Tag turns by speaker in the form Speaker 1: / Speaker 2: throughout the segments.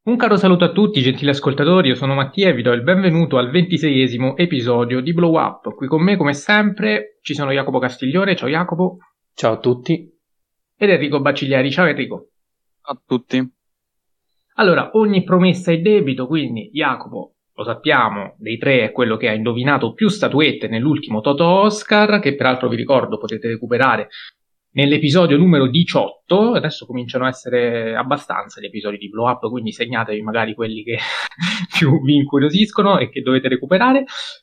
Speaker 1: Un caro saluto a tutti, gentili ascoltatori, io sono Mattia e vi do il benvenuto al 26esimo episodio di Blow Up. Qui con me, come sempre, ci sono Jacopo Castiglione, ciao Jacopo,
Speaker 2: Ciao a tutti.
Speaker 1: ed Enrico Bacciglieri, ciao Enrico.
Speaker 3: A tutti.
Speaker 1: Allora, ogni promessa è debito, quindi Jacopo, lo sappiamo, dei tre è quello che ha indovinato più statuette nell'ultimo Toto Oscar, che peraltro vi ricordo potete recuperare nell'episodio numero 18. Adesso cominciano a essere abbastanza gli episodi di Blow Up, quindi segnatevi magari quelli che più vi incuriosiscono e che dovete recuperare.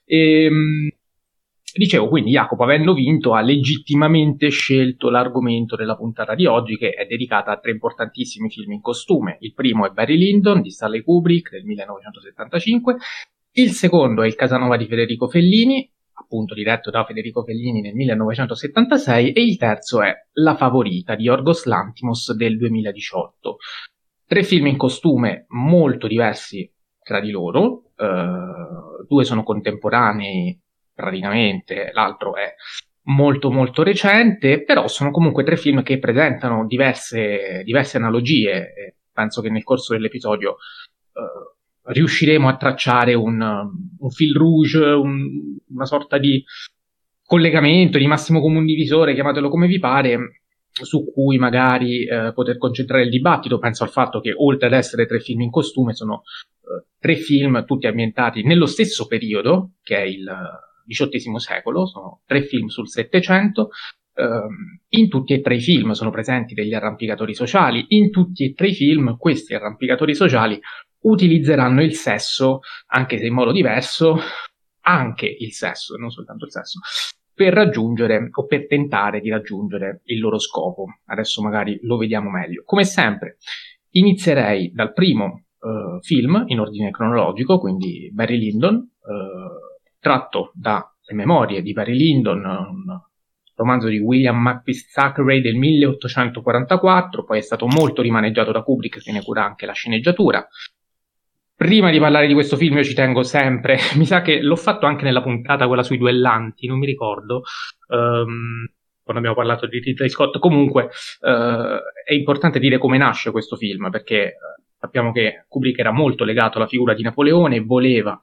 Speaker 1: Dicevo, quindi Jacopo, avendo vinto, ha legittimamente scelto l'argomento della puntata di oggi, che è dedicata a tre importantissimi film in costume. Il primo è Barry Lyndon di Stanley Kubrick del 1975, il secondo è Il Casanova di Federico Fellini, appunto diretto da Federico Fellini nel 1976, e il terzo è La Favorita di Yorgos Lanthimos del 2018. Tre film in costume molto diversi tra di loro, due sono contemporanei praticamente, l'altro è molto molto recente, però sono comunque tre film che presentano diverse analogie. Penso che nel corso dell'episodio riusciremo a tracciare un fil rouge, una sorta di collegamento, di massimo comune divisore, chiamatelo come vi pare, su cui magari poter concentrare il dibattito. Penso al fatto che oltre ad essere tre film in costume sono tre film tutti ambientati nello stesso periodo, che è il XVIII secolo, sono tre film sul Settecento. In tutti e tre i film sono presenti degli arrampicatori sociali. In tutti e tre i film questi arrampicatori sociali utilizzeranno il sesso, anche se in modo diverso, anche il sesso, non soltanto il sesso, per raggiungere o per tentare di raggiungere il loro scopo. Adesso magari lo vediamo meglio. Come sempre, inizierei dal primo film in ordine cronologico, quindi Barry Lyndon, tratto dalle memorie di Barry Lyndon, un romanzo di William Makepeace Thackeray del 1844, poi è stato molto rimaneggiato da Kubrick, che ne cura anche la sceneggiatura. Prima di parlare di questo film io ci tengo sempre, mi sa che l'ho fatto anche nella puntata quella sui duellanti, non mi ricordo, quando abbiamo parlato di Ridley Scott. Comunque è importante dire come nasce questo film, perché sappiamo che Kubrick era molto legato alla figura di Napoleone e voleva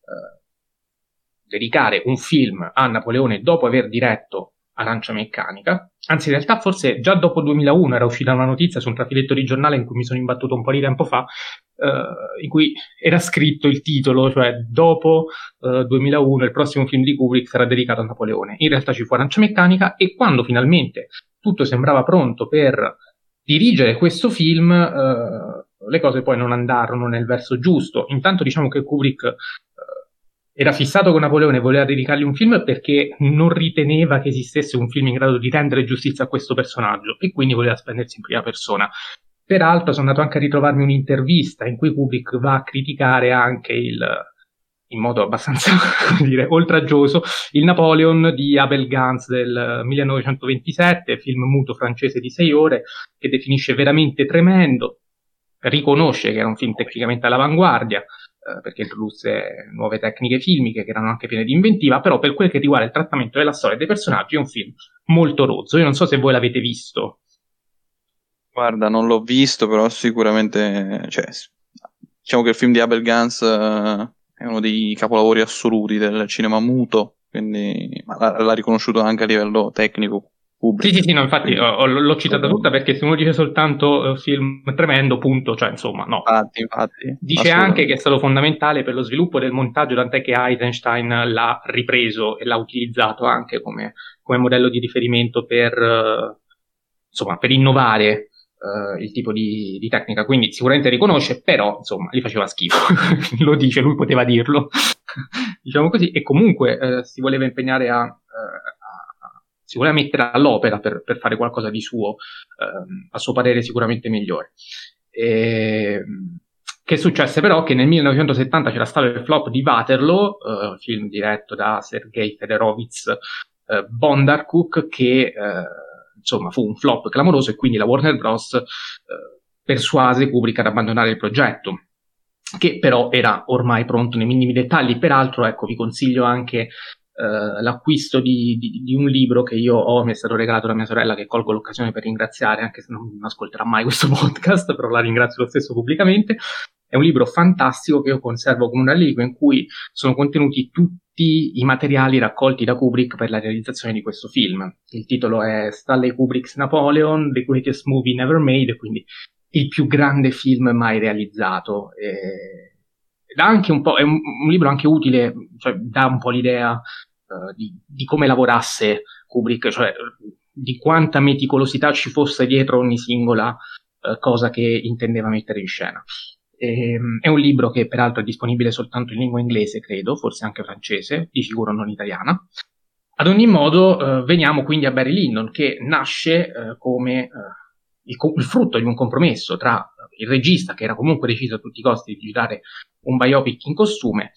Speaker 1: dedicare un film a Napoleone dopo aver diretto Arancia Meccanica. Anzi, in realtà forse già dopo 2001 era uscita una notizia su un trafiletto di giornale in cui mi sono imbattuto un po' di tempo fa, in cui era scritto il titolo, cioè dopo 2001 il prossimo film di Kubrick sarà dedicato a Napoleone. In realtà ci fu Arancia Meccanica, e quando finalmente tutto sembrava pronto per dirigere questo film, le cose poi non andarono nel verso giusto. Intanto diciamo che Kubrick era fissato con Napoleone e voleva dedicargli un film perché non riteneva che esistesse un film in grado di rendere giustizia a questo personaggio, e quindi voleva spendersi in prima persona. Peraltro sono andato anche a ritrovarmi un'intervista in cui Kubrick va a criticare anche in modo abbastanza, come dire, oltraggioso, il Napoleon di Abel Gance del 1927, film muto francese di 6 ore, che definisce veramente tremendo, riconosce che era un film tecnicamente all'avanguardia, perché introdusse nuove tecniche filmiche che erano anche piene di inventiva, però per quel che riguarda il trattamento della storia e dei personaggi è un film molto rozzo. Io non so se voi l'avete visto.
Speaker 3: Guarda, non l'ho visto, però sicuramente, cioè, diciamo che il film di Abel Gance è uno dei capolavori assoluti del cinema muto, quindi l'ha riconosciuto anche a livello tecnico. Kubrick.
Speaker 1: Sì, no, infatti l'ho citata tutta, perché se uno dice soltanto film tremendo, punto, cioè insomma, no.
Speaker 3: Infatti,
Speaker 1: Dice anche che è stato fondamentale per lo sviluppo del montaggio, tant'è che Eisenstein l'ha ripreso e l'ha utilizzato anche come modello di riferimento insomma, per innovare il tipo di tecnica. Quindi sicuramente riconosce, però insomma gli faceva schifo. Lo dice, lui poteva dirlo. Diciamo così. E comunque si voleva impegnare si voleva mettere all'opera per fare qualcosa di suo, a suo parere sicuramente migliore. Che successe però? Che nel 1970 c'era stato il flop di Waterloo, film diretto da Sergei Federovich Bondarchuk, che insomma fu un flop clamoroso, e quindi la Warner Bros. Persuase Kubrick ad abbandonare il progetto, che però era ormai pronto nei minimi dettagli. Peraltro, ecco, vi consiglio anche l'acquisto di un libro che io ho, mi è stato regalato da mia sorella, che colgo l'occasione per ringraziare, anche se non ascolterà mai questo podcast, però la ringrazio lo stesso pubblicamente. È un libro fantastico che io conservo come una reliquia, in cui sono contenuti tutti i materiali raccolti da Kubrick per la realizzazione di questo film. Il titolo è Stanley Kubrick's Napoleon, The Greatest Movie Never Made, quindi il più grande film mai realizzato. Ed anche un po', è un libro anche utile, cioè dà un po' l'idea di come lavorasse Kubrick, cioè di quanta meticolosità ci fosse dietro ogni singola cosa che intendeva mettere in scena. È un libro che peraltro è disponibile soltanto in lingua inglese, credo, forse anche francese, di sicuro non italiana. Ad ogni modo, veniamo quindi a Barry Lyndon, che nasce come il frutto di un compromesso tra il regista, che era comunque deciso a tutti i costi di girare un biopic in costume,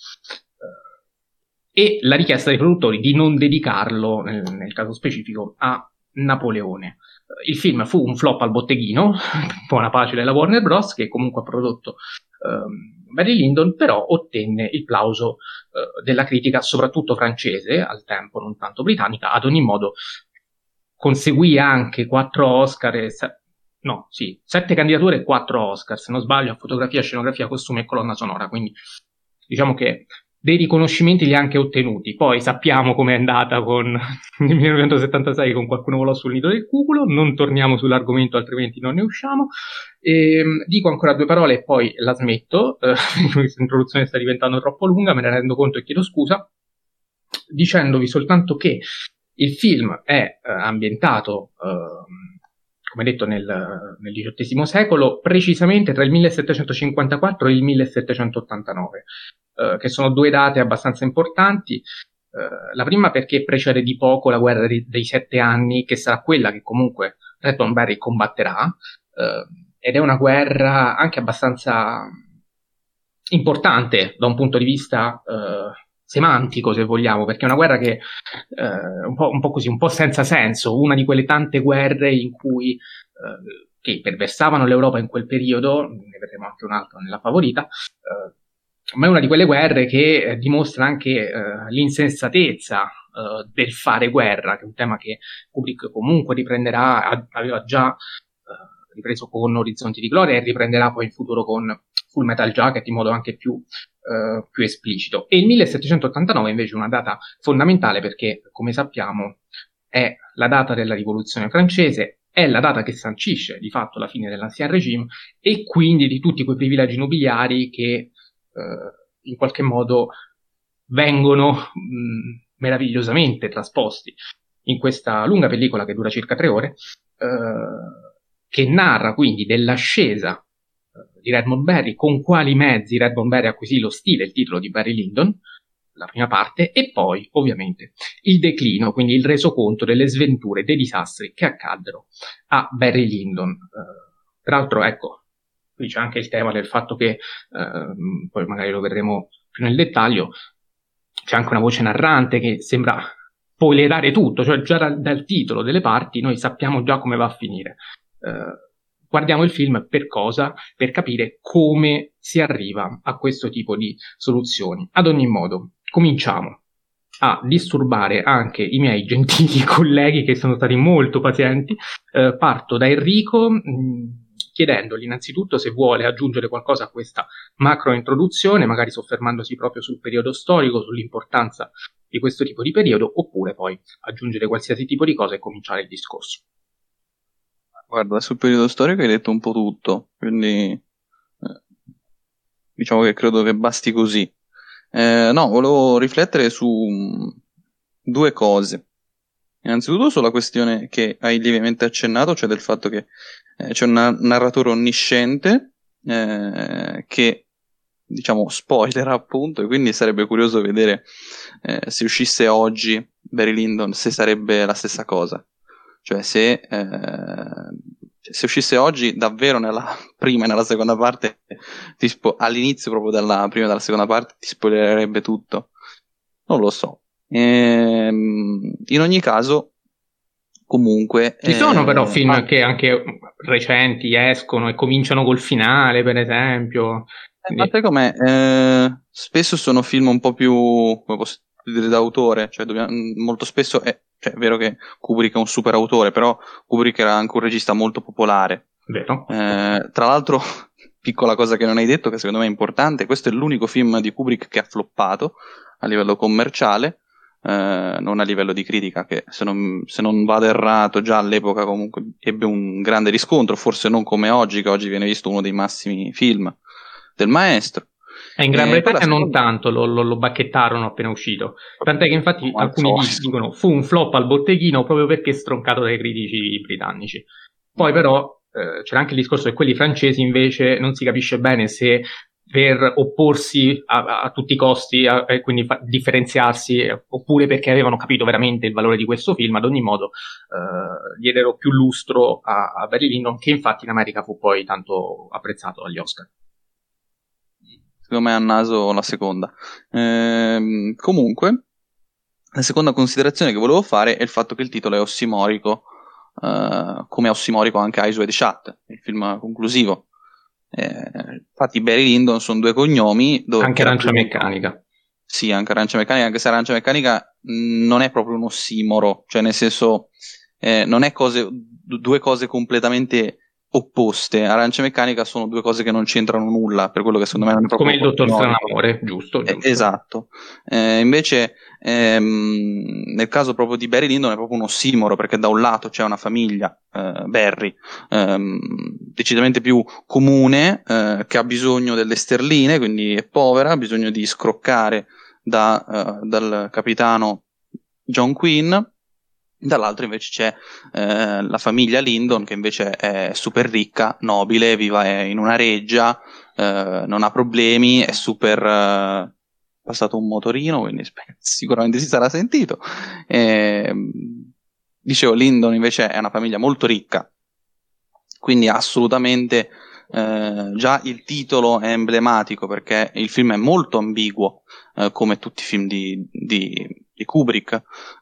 Speaker 1: e la richiesta dei produttori di non dedicarlo, nel caso specifico, a Napoleone. Il film fu un flop al botteghino, buona pace della Warner Bros., che comunque ha prodotto Barry Lyndon, però ottenne il plauso della critica, soprattutto francese, al tempo non tanto britannica. Ad ogni modo conseguì anche 4 Oscar, 7 candidature e 4 Oscar, se non sbaglio, a fotografia, scenografia, costume e colonna sonora, quindi diciamo che dei riconoscimenti li ha anche ottenuti. Poi sappiamo com'è andata con nel 1976 con Qualcuno volò sul nido del cuculo, non torniamo sull'argomento altrimenti non ne usciamo. Dico ancora 2 parole e poi la smetto, questa introduzione sta diventando troppo lunga, me ne rendo conto e chiedo scusa, dicendovi soltanto che il film è ambientato come detto nel XVIII secolo, precisamente tra il 1754 e il 1789, che sono 2 date abbastanza importanti. La prima perché precede di poco la guerra dei 7 anni, che sarà quella che comunque Redbone Barry combatterà, ed è una guerra anche abbastanza importante da un punto di vista semantico, se vogliamo, perché è una guerra che un po' così, un po' senza senso, una di quelle tante guerre in cui che perversavano l'Europa in quel periodo, ne vedremo anche un altro nella favorita, ma è una di quelle guerre che dimostra anche l'insensatezza del fare guerra, che è un tema che Kubrick comunque riprenderà, aveva già ripreso con Orizzonti di Gloria e riprenderà poi in futuro con Full Metal Jacket in modo anche più esplicito. E il 1789 invece è una data fondamentale perché, come sappiamo, è la data della rivoluzione francese, è la data che sancisce di fatto la fine dell'Ancien Régime e quindi di tutti quei privilegi nobiliari che in qualche modo vengono meravigliosamente trasposti in questa lunga pellicola che dura circa 3 ore, che narra quindi dell'ascesa di Redbone Barry, con quali mezzi Redbone Barry acquisì lo stile e il titolo di Barry Lyndon, la prima parte, e poi ovviamente il declino, quindi il resoconto delle sventure, dei disastri che accaddero a Barry Lyndon. Peraltro, ecco, qui c'è anche il tema del fatto che, poi magari lo vedremo più nel dettaglio, c'è anche una voce narrante che sembra spoilerare tutto, cioè già dal titolo delle parti noi sappiamo già come va a finire. Guardiamo il film per cosa? Per capire come si arriva a questo tipo di soluzioni. Ad ogni modo, cominciamo a disturbare anche i miei gentili colleghi che sono stati molto pazienti. Parto da Enrico, chiedendogli innanzitutto se vuole aggiungere qualcosa a questa macro introduzione, magari soffermandosi proprio sul periodo storico, sull'importanza di questo tipo di periodo, oppure poi aggiungere qualsiasi tipo di cosa e cominciare il discorso.
Speaker 3: Guarda, sul periodo storico hai detto un po' tutto, quindi diciamo che credo che basti così. No, volevo riflettere su 2 cose. Innanzitutto sulla questione che hai lievemente accennato, cioè del fatto che c'è un narratore onnisciente che, diciamo, spoiler appunto, e quindi sarebbe curioso vedere se uscisse oggi Barry Lyndon, se sarebbe la stessa cosa. Cioè se uscisse oggi davvero nella prima e nella seconda parte, all'inizio proprio dalla prima e dalla seconda parte, ti spoilererebbe tutto. Non lo so. In ogni caso, comunque...
Speaker 1: Ci sono però film che anche recenti escono e cominciano col finale, per esempio.
Speaker 3: Ma sai com'è? Spesso sono film un po' più, come posso dire, d'autore, cioè molto spesso è vero che Kubrick è un super autore, però Kubrick era anche un regista molto popolare.
Speaker 1: Vero.
Speaker 3: Tra l'altro piccola cosa che non hai detto, che secondo me è importante, questo è l'unico film di Kubrick che ha floppato a livello commerciale, non a livello di critica, che se non vado errato già all'epoca comunque ebbe un grande riscontro, forse non come oggi, che oggi viene visto uno dei massimi film del maestro.
Speaker 1: In Gran Bretagna non tanto, lo bacchettarono appena uscito, tant'è che infatti alcuni dicono fu un flop al botteghino proprio perché stroncato dai critici britannici. Poi però c'era anche il discorso che quelli francesi invece non si capisce bene se per opporsi a tutti i costi e quindi differenziarsi, oppure perché avevano capito veramente il valore di questo film. Ad ogni modo diedero più lustro a Barry Lyndon, che infatti in America fu poi tanto apprezzato agli Oscar.
Speaker 3: Secondo me ha naso la seconda. Comunque, la seconda considerazione che volevo fare è il fatto che il titolo è ossimorico, come è ossimorico anche Eyes Wide Shut, il film conclusivo. Infatti Barry Lyndon sono due cognomi
Speaker 1: anche Arancia Meccanica.
Speaker 3: Sì, anche Arancia Meccanica, anche se Arancia Meccanica non è proprio un ossimoro, cioè nel senso non è due cose completamente opposte. Arancia Meccanica sono due cose che non c'entrano nulla, per quello che secondo me non è proprio
Speaker 1: come il dottor Stranamore, giusto.
Speaker 3: Esatto. Invece nel caso proprio di Barry Lyndon è proprio un ossimoro, perché da un lato c'è una famiglia, Barry, decisamente più comune, che ha bisogno delle sterline, quindi è povera, ha bisogno di scroccare dal capitano John Quinn. Dall'altro invece c'è la famiglia Lyndon, che invece è super ricca, nobile, vive in una reggia, non ha problemi, è super passato un motorino, quindi sicuramente si sarà sentito. Dicevo, Lyndon invece è una famiglia molto ricca, quindi assolutamente già il titolo è emblematico, perché il film è molto ambiguo, come tutti i film di Kubrick.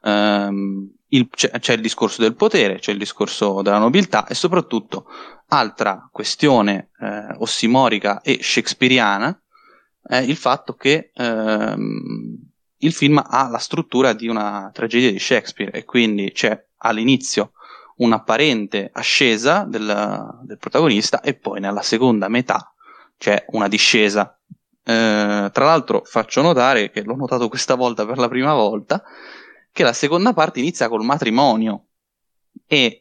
Speaker 3: C'è il discorso del potere, c'è il discorso della nobiltà, e soprattutto altra questione ossimorica e shakespeariana è il fatto che il film ha la struttura di una tragedia di Shakespeare, e quindi c'è all'inizio un'apparente ascesa del protagonista, e poi nella seconda metà c'è una discesa. Tra l'altro faccio notare, che l'ho notato questa volta per la prima volta, che la seconda parte inizia col matrimonio, e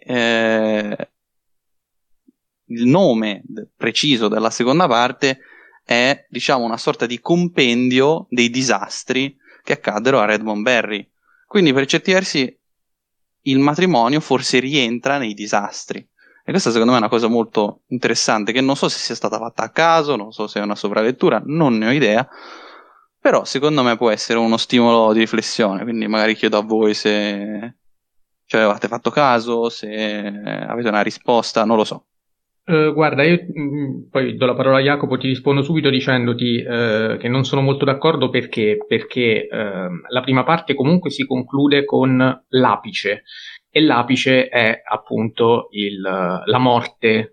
Speaker 3: il nome preciso della seconda parte è, diciamo, una sorta di compendio dei disastri che accaddero a Redmond Barry. Quindi per certi versi il matrimonio forse rientra nei disastri, e questa secondo me è una cosa molto interessante, che non so se sia stata fatta a caso, non so se è una sovralettura, non ne ho idea, però secondo me può essere uno stimolo di riflessione. Quindi magari chiedo a voi se ci avevate fatto caso, se avete una risposta, non lo so.
Speaker 1: Guarda, io poi do la parola a Jacopo, ti rispondo subito dicendoti che non sono molto d'accordo perché la prima parte comunque si conclude con l'apice, e l'apice è appunto la morte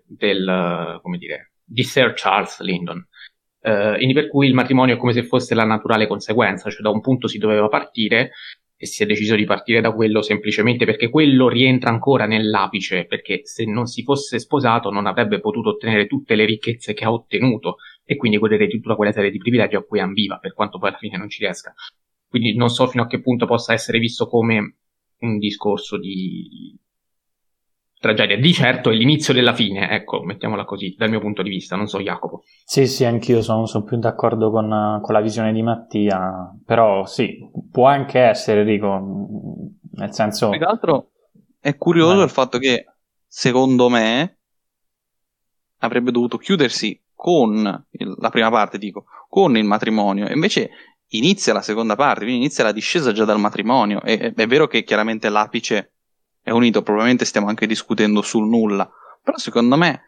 Speaker 1: di Sir Charles Lyndon. Per cui il matrimonio è come se fosse la naturale conseguenza, cioè da un punto si doveva partire e si è deciso di partire da quello semplicemente perché quello rientra ancora nell'apice, perché se non si fosse sposato non avrebbe potuto ottenere tutte le ricchezze che ha ottenuto e quindi godere di tutta quella serie di privilegi a cui ambiva, per quanto poi alla fine non ci riesca. Quindi non so fino a che punto possa essere visto come un discorso di tragedia. Di certo è l'inizio della fine, ecco, mettiamola così, dal mio punto di vista. Non so, Jacopo.
Speaker 2: Sì, anch'io sono più d'accordo con la visione di Mattia, però sì, può anche essere, dico, nel senso...
Speaker 3: Più che altro è curioso il fatto che, secondo me, avrebbe dovuto chiudersi con la prima parte, dico, con il matrimonio, e invece inizia la seconda parte, quindi inizia la discesa già dal matrimonio. E è vero che chiaramente l'apice è unito, probabilmente stiamo anche discutendo sul nulla, però secondo me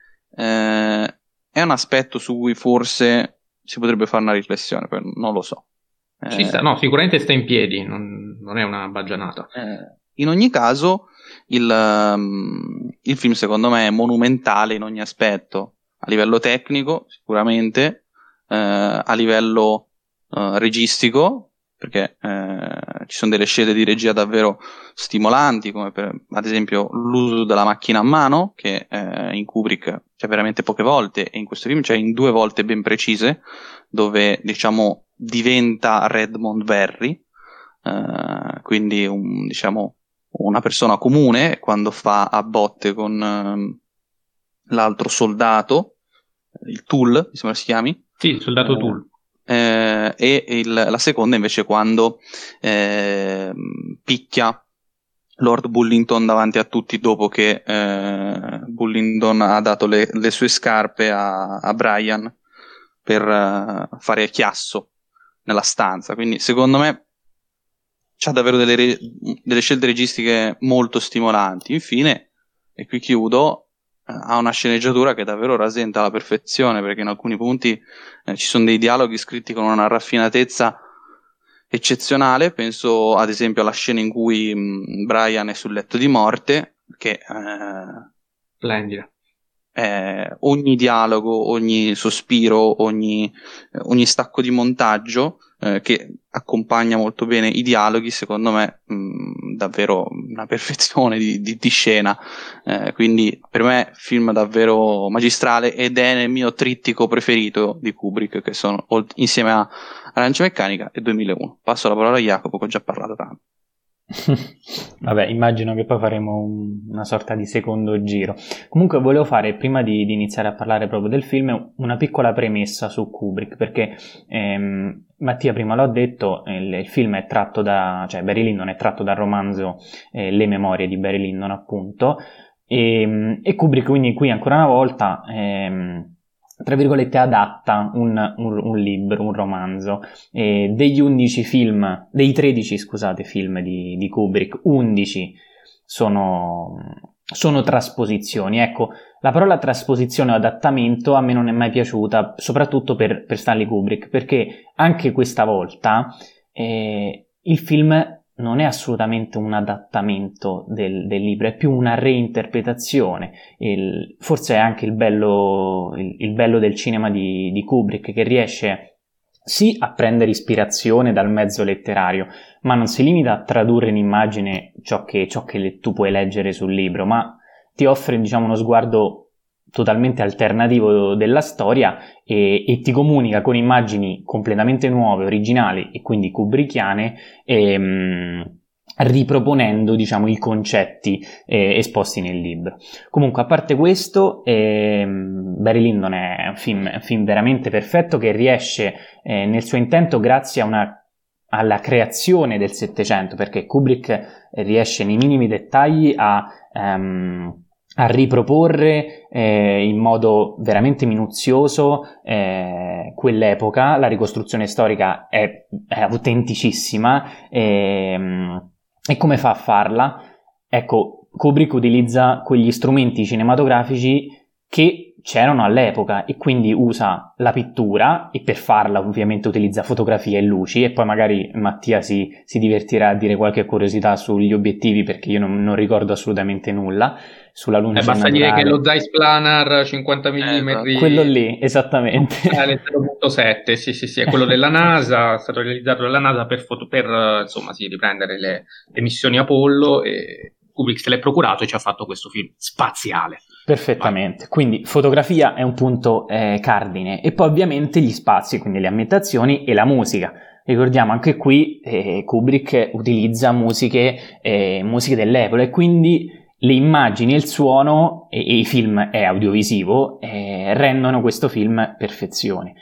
Speaker 3: è un aspetto su cui forse si potrebbe fare una riflessione, non lo so.
Speaker 1: Ci sta, no, sicuramente sta in piedi, non è una baggianata.
Speaker 3: In ogni caso il film secondo me è monumentale in ogni aspetto, a livello tecnico sicuramente, a livello registico, perché ci sono delle scelte di regia davvero stimolanti, come ad esempio l'uso della macchina a mano, che in Kubrick c'è veramente poche volte, e in questo film c'è in 2 volte ben precise, dove diciamo diventa Redmond Barry, quindi diciamo una persona comune quando fa a botte con l'altro soldato, il Tool, mi sembra si chiami.
Speaker 1: Sì, il soldato Tool.
Speaker 3: E la seconda invece quando picchia Lord Bullington davanti a tutti dopo che Bullington ha dato le sue scarpe a Brian per fare chiasso nella stanza. Quindi secondo me c'ha davvero delle scelte registiche molto stimolanti. Infine, e qui chiudo, ha una sceneggiatura che davvero rasenta alla perfezione, perché in alcuni punti ci sono dei dialoghi scritti con una raffinatezza eccezionale. Penso ad esempio alla scena in cui Brian è sul letto di morte, che
Speaker 1: splendida.
Speaker 3: Ogni dialogo, ogni sospiro, ogni stacco di montaggio che accompagna molto bene i dialoghi, secondo me davvero una perfezione di scena, quindi per me film davvero magistrale, ed è nel mio trittico preferito di Kubrick, che sono insieme a Arancia Meccanica e 2001. Passo la parola a Jacopo, che ho già parlato tanto.
Speaker 2: Vabbè, immagino che poi faremo una sorta di secondo giro. Comunque volevo fare, prima di iniziare a parlare proprio del film, una piccola premessa su Kubrick, perché Mattia prima l'ho detto, il film è tratto cioè Barry Lyndon è tratto dal romanzo Le memorie di Barry Lyndon, appunto, e Kubrick quindi qui ancora una volta tra virgolette adatta un libro, un romanzo. Dei 13 film di Kubrick, 11 sono trasposizioni. Ecco, la parola trasposizione o adattamento a me non è mai piaciuta, soprattutto per Stanley Kubrick, perché anche questa volta il film non è assolutamente un adattamento del libro, è più una reinterpretazione. Forse è anche il bello del cinema di Kubrick, che riesce sì a prendere ispirazione dal mezzo letterario, ma non si limita a tradurre in immagine ciò che tu puoi leggere sul libro, ma ti offre, diciamo, uno sguardo totalmente alternativo della storia e ti comunica con immagini completamente nuove, originali e quindi kubrickiane, riproponendo, diciamo, i concetti esposti nel libro. Comunque, a parte questo, Barry Lyndon è un film veramente perfetto, che riesce nel suo intento grazie alla creazione del Settecento, perché Kubrick riesce nei minimi dettagli a riproporre in modo veramente minuzioso quell'epoca. La ricostruzione storica è autenticissima, e come fa a farla? Ecco, Kubrick utilizza quegli strumenti cinematografici che c'erano all'epoca, e quindi usa la pittura, e per farla ovviamente utilizza fotografia e luci, e poi magari Mattia si divertirà a dire qualche curiosità sugli obiettivi, perché io non ricordo assolutamente nulla sulla luce
Speaker 1: basta
Speaker 2: naturale.
Speaker 1: dire che lo Zeiss Planar 50 mm,
Speaker 2: quello lì, esattamente,
Speaker 1: 0.7, sì, è quello della NASA, è stato realizzato dalla NASA per insomma, sì, riprendere le missioni Apollo, e Kubrick se l'è procurato e ci ha fatto questo film spaziale.
Speaker 2: Perfettamente, quindi fotografia è un punto cardine, e poi ovviamente gli spazi, quindi le ambientazioni e la musica. Ricordiamo anche qui Kubrick utilizza musiche dell'epoca, e quindi le immagini e il suono, e il film è audiovisivo, rendono questo film perfezione.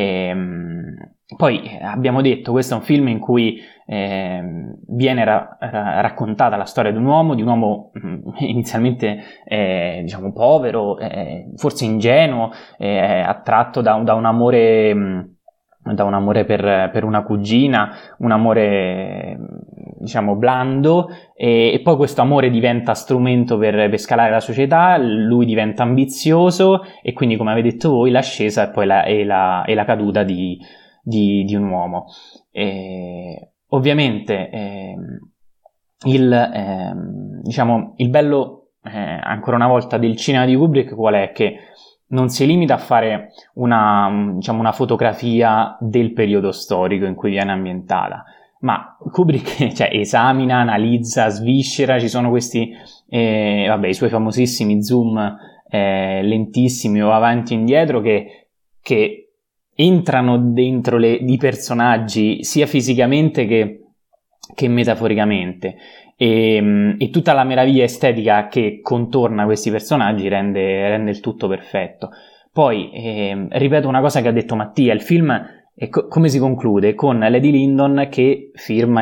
Speaker 2: Poi abbiamo detto, questo è un film in cui viene raccontata la storia di un uomo inizialmente diciamo povero, forse ingenuo, attratto da un amore per una cugina, un amore diciamo blando, e poi questo amore diventa strumento per scalare la società, lui diventa ambizioso, e quindi, come avete detto voi, l'ascesa e poi la caduta di un uomo. Ovviamente diciamo, il bello ancora una volta del cinema di Kubrick qual è? Che non si limita a fare una fotografia del periodo storico in cui viene ambientata, ma Kubrick cioè, esamina, analizza, sviscera, ci sono questi, i suoi famosissimi zoom lentissimi o avanti e indietro che entrano dentro i personaggi sia fisicamente che metaforicamente, e tutta la meraviglia estetica che contorna questi personaggi rende il tutto perfetto. Poi ripeto una cosa che ha detto Mattia: il film come si conclude? Con Lady Lyndon che firma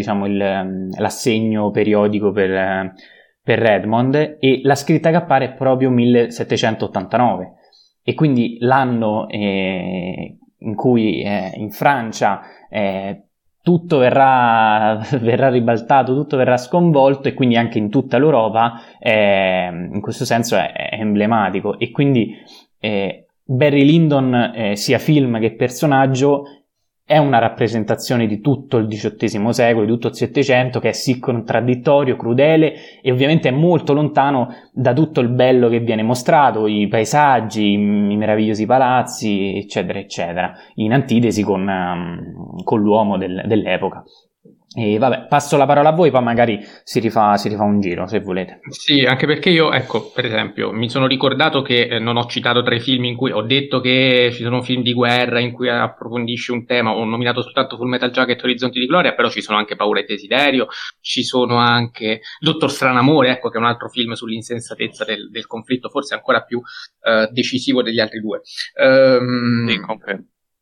Speaker 2: l'assegno periodico per Redmond, e la scritta che appare è proprio 1789, e quindi l'anno in cui in Francia tutto verrà ribaltato, tutto verrà sconvolto, e quindi anche in tutta l'Europa in questo senso è emblematico. E quindi Barry Lyndon, sia film che personaggio, è una rappresentazione di tutto il XVIII secolo, di tutto il Settecento, che è sì contraddittorio, crudele, e ovviamente è molto lontano da tutto il bello che viene mostrato, i paesaggi, i meravigliosi palazzi, eccetera, eccetera, in antitesi con l'uomo dell'epoca. E vabbè, passo la parola a voi, poi magari si rifà un giro, se volete.
Speaker 1: Sì, anche perché io, ecco, per esempio, mi sono ricordato che non ho citato tra i film in cui ho detto che ci sono film di guerra in cui approfondisce un tema. Ho nominato soltanto Full Metal Jacket e Orizzonti di Gloria, però ci sono anche Paura e Desiderio, ci sono anche Dottor Stranamore, ecco, che è un altro film sull'insensatezza del conflitto, forse ancora più decisivo degli altri due.
Speaker 3: Sì, confermo.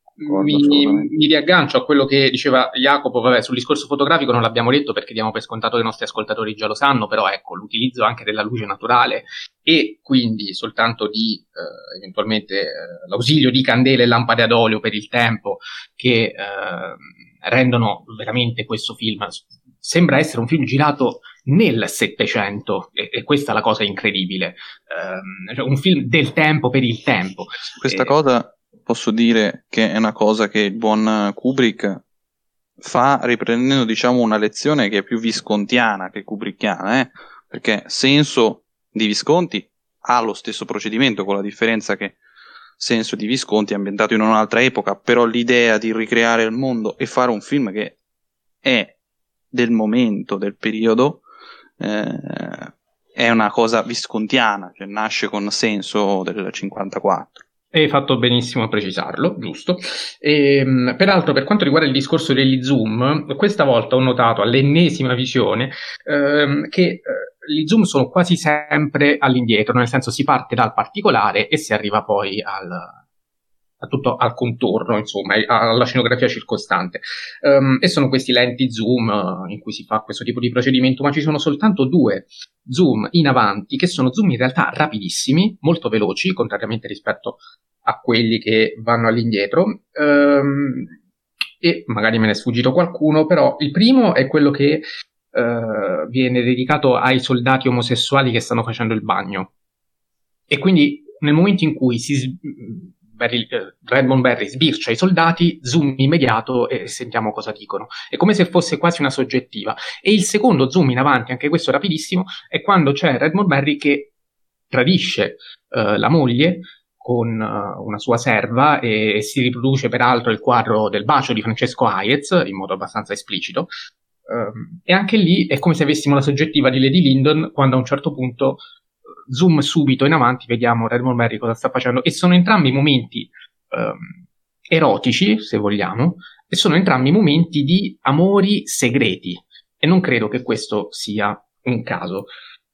Speaker 1: Mi riaggancio a quello che diceva Jacopo. Vabbè, sul discorso fotografico non l'abbiamo detto perché diamo per scontato che i nostri ascoltatori già lo sanno, però ecco, l'utilizzo anche della luce naturale e quindi soltanto di eventualmente l'ausilio di candele e lampade ad olio per il tempo, che rendono veramente questo film, sembra essere un film girato nel Settecento, e questa è la cosa incredibile, cioè un film del tempo per il tempo.
Speaker 3: Questa cosa posso dire che è una cosa che il buon Kubrick fa riprendendo, diciamo, una lezione che è più viscontiana che kubrickiana, perché Senso di Visconti ha lo stesso procedimento, con la differenza che Senso di Visconti è ambientato in un'altra epoca, però l'idea di ricreare il mondo e fare un film che è del momento, del periodo, è una cosa viscontiana, cioè nasce con Senso del 54.
Speaker 1: Hai fatto benissimo a precisarlo, giusto. Peraltro, per quanto riguarda il discorso degli zoom, questa volta ho notato all'ennesima visione che gli zoom sono quasi sempre all'indietro, nel senso si parte dal particolare e si arriva poi al contorno, insomma, alla scenografia circostante. E sono questi lenti zoom in cui si fa questo tipo di procedimento, ma ci sono soltanto 2 zoom in avanti, che sono zoom in realtà rapidissimi, molto veloci, contrariamente rispetto a quelli che vanno all'indietro. E magari me ne è sfuggito qualcuno, però il primo è quello che viene dedicato ai soldati omosessuali che stanno facendo il bagno. E quindi nel momento in cui Redmond Barry sbircia i soldati, zoom immediato e sentiamo cosa dicono. È come se fosse quasi una soggettiva. E il secondo zoom in avanti, anche questo rapidissimo, è quando c'è Redmond Barry che tradisce la moglie con una sua serva, e si riproduce peraltro il quadro del bacio di Francesco Hayez in modo abbastanza esplicito. E anche lì è come se avessimo la soggettiva di Lady Lyndon, quando a un certo punto zoom subito in avanti, vediamo Redmond Barry cosa sta facendo, e sono entrambi momenti erotici, se vogliamo, e sono entrambi momenti di amori segreti, e non credo che questo sia un caso.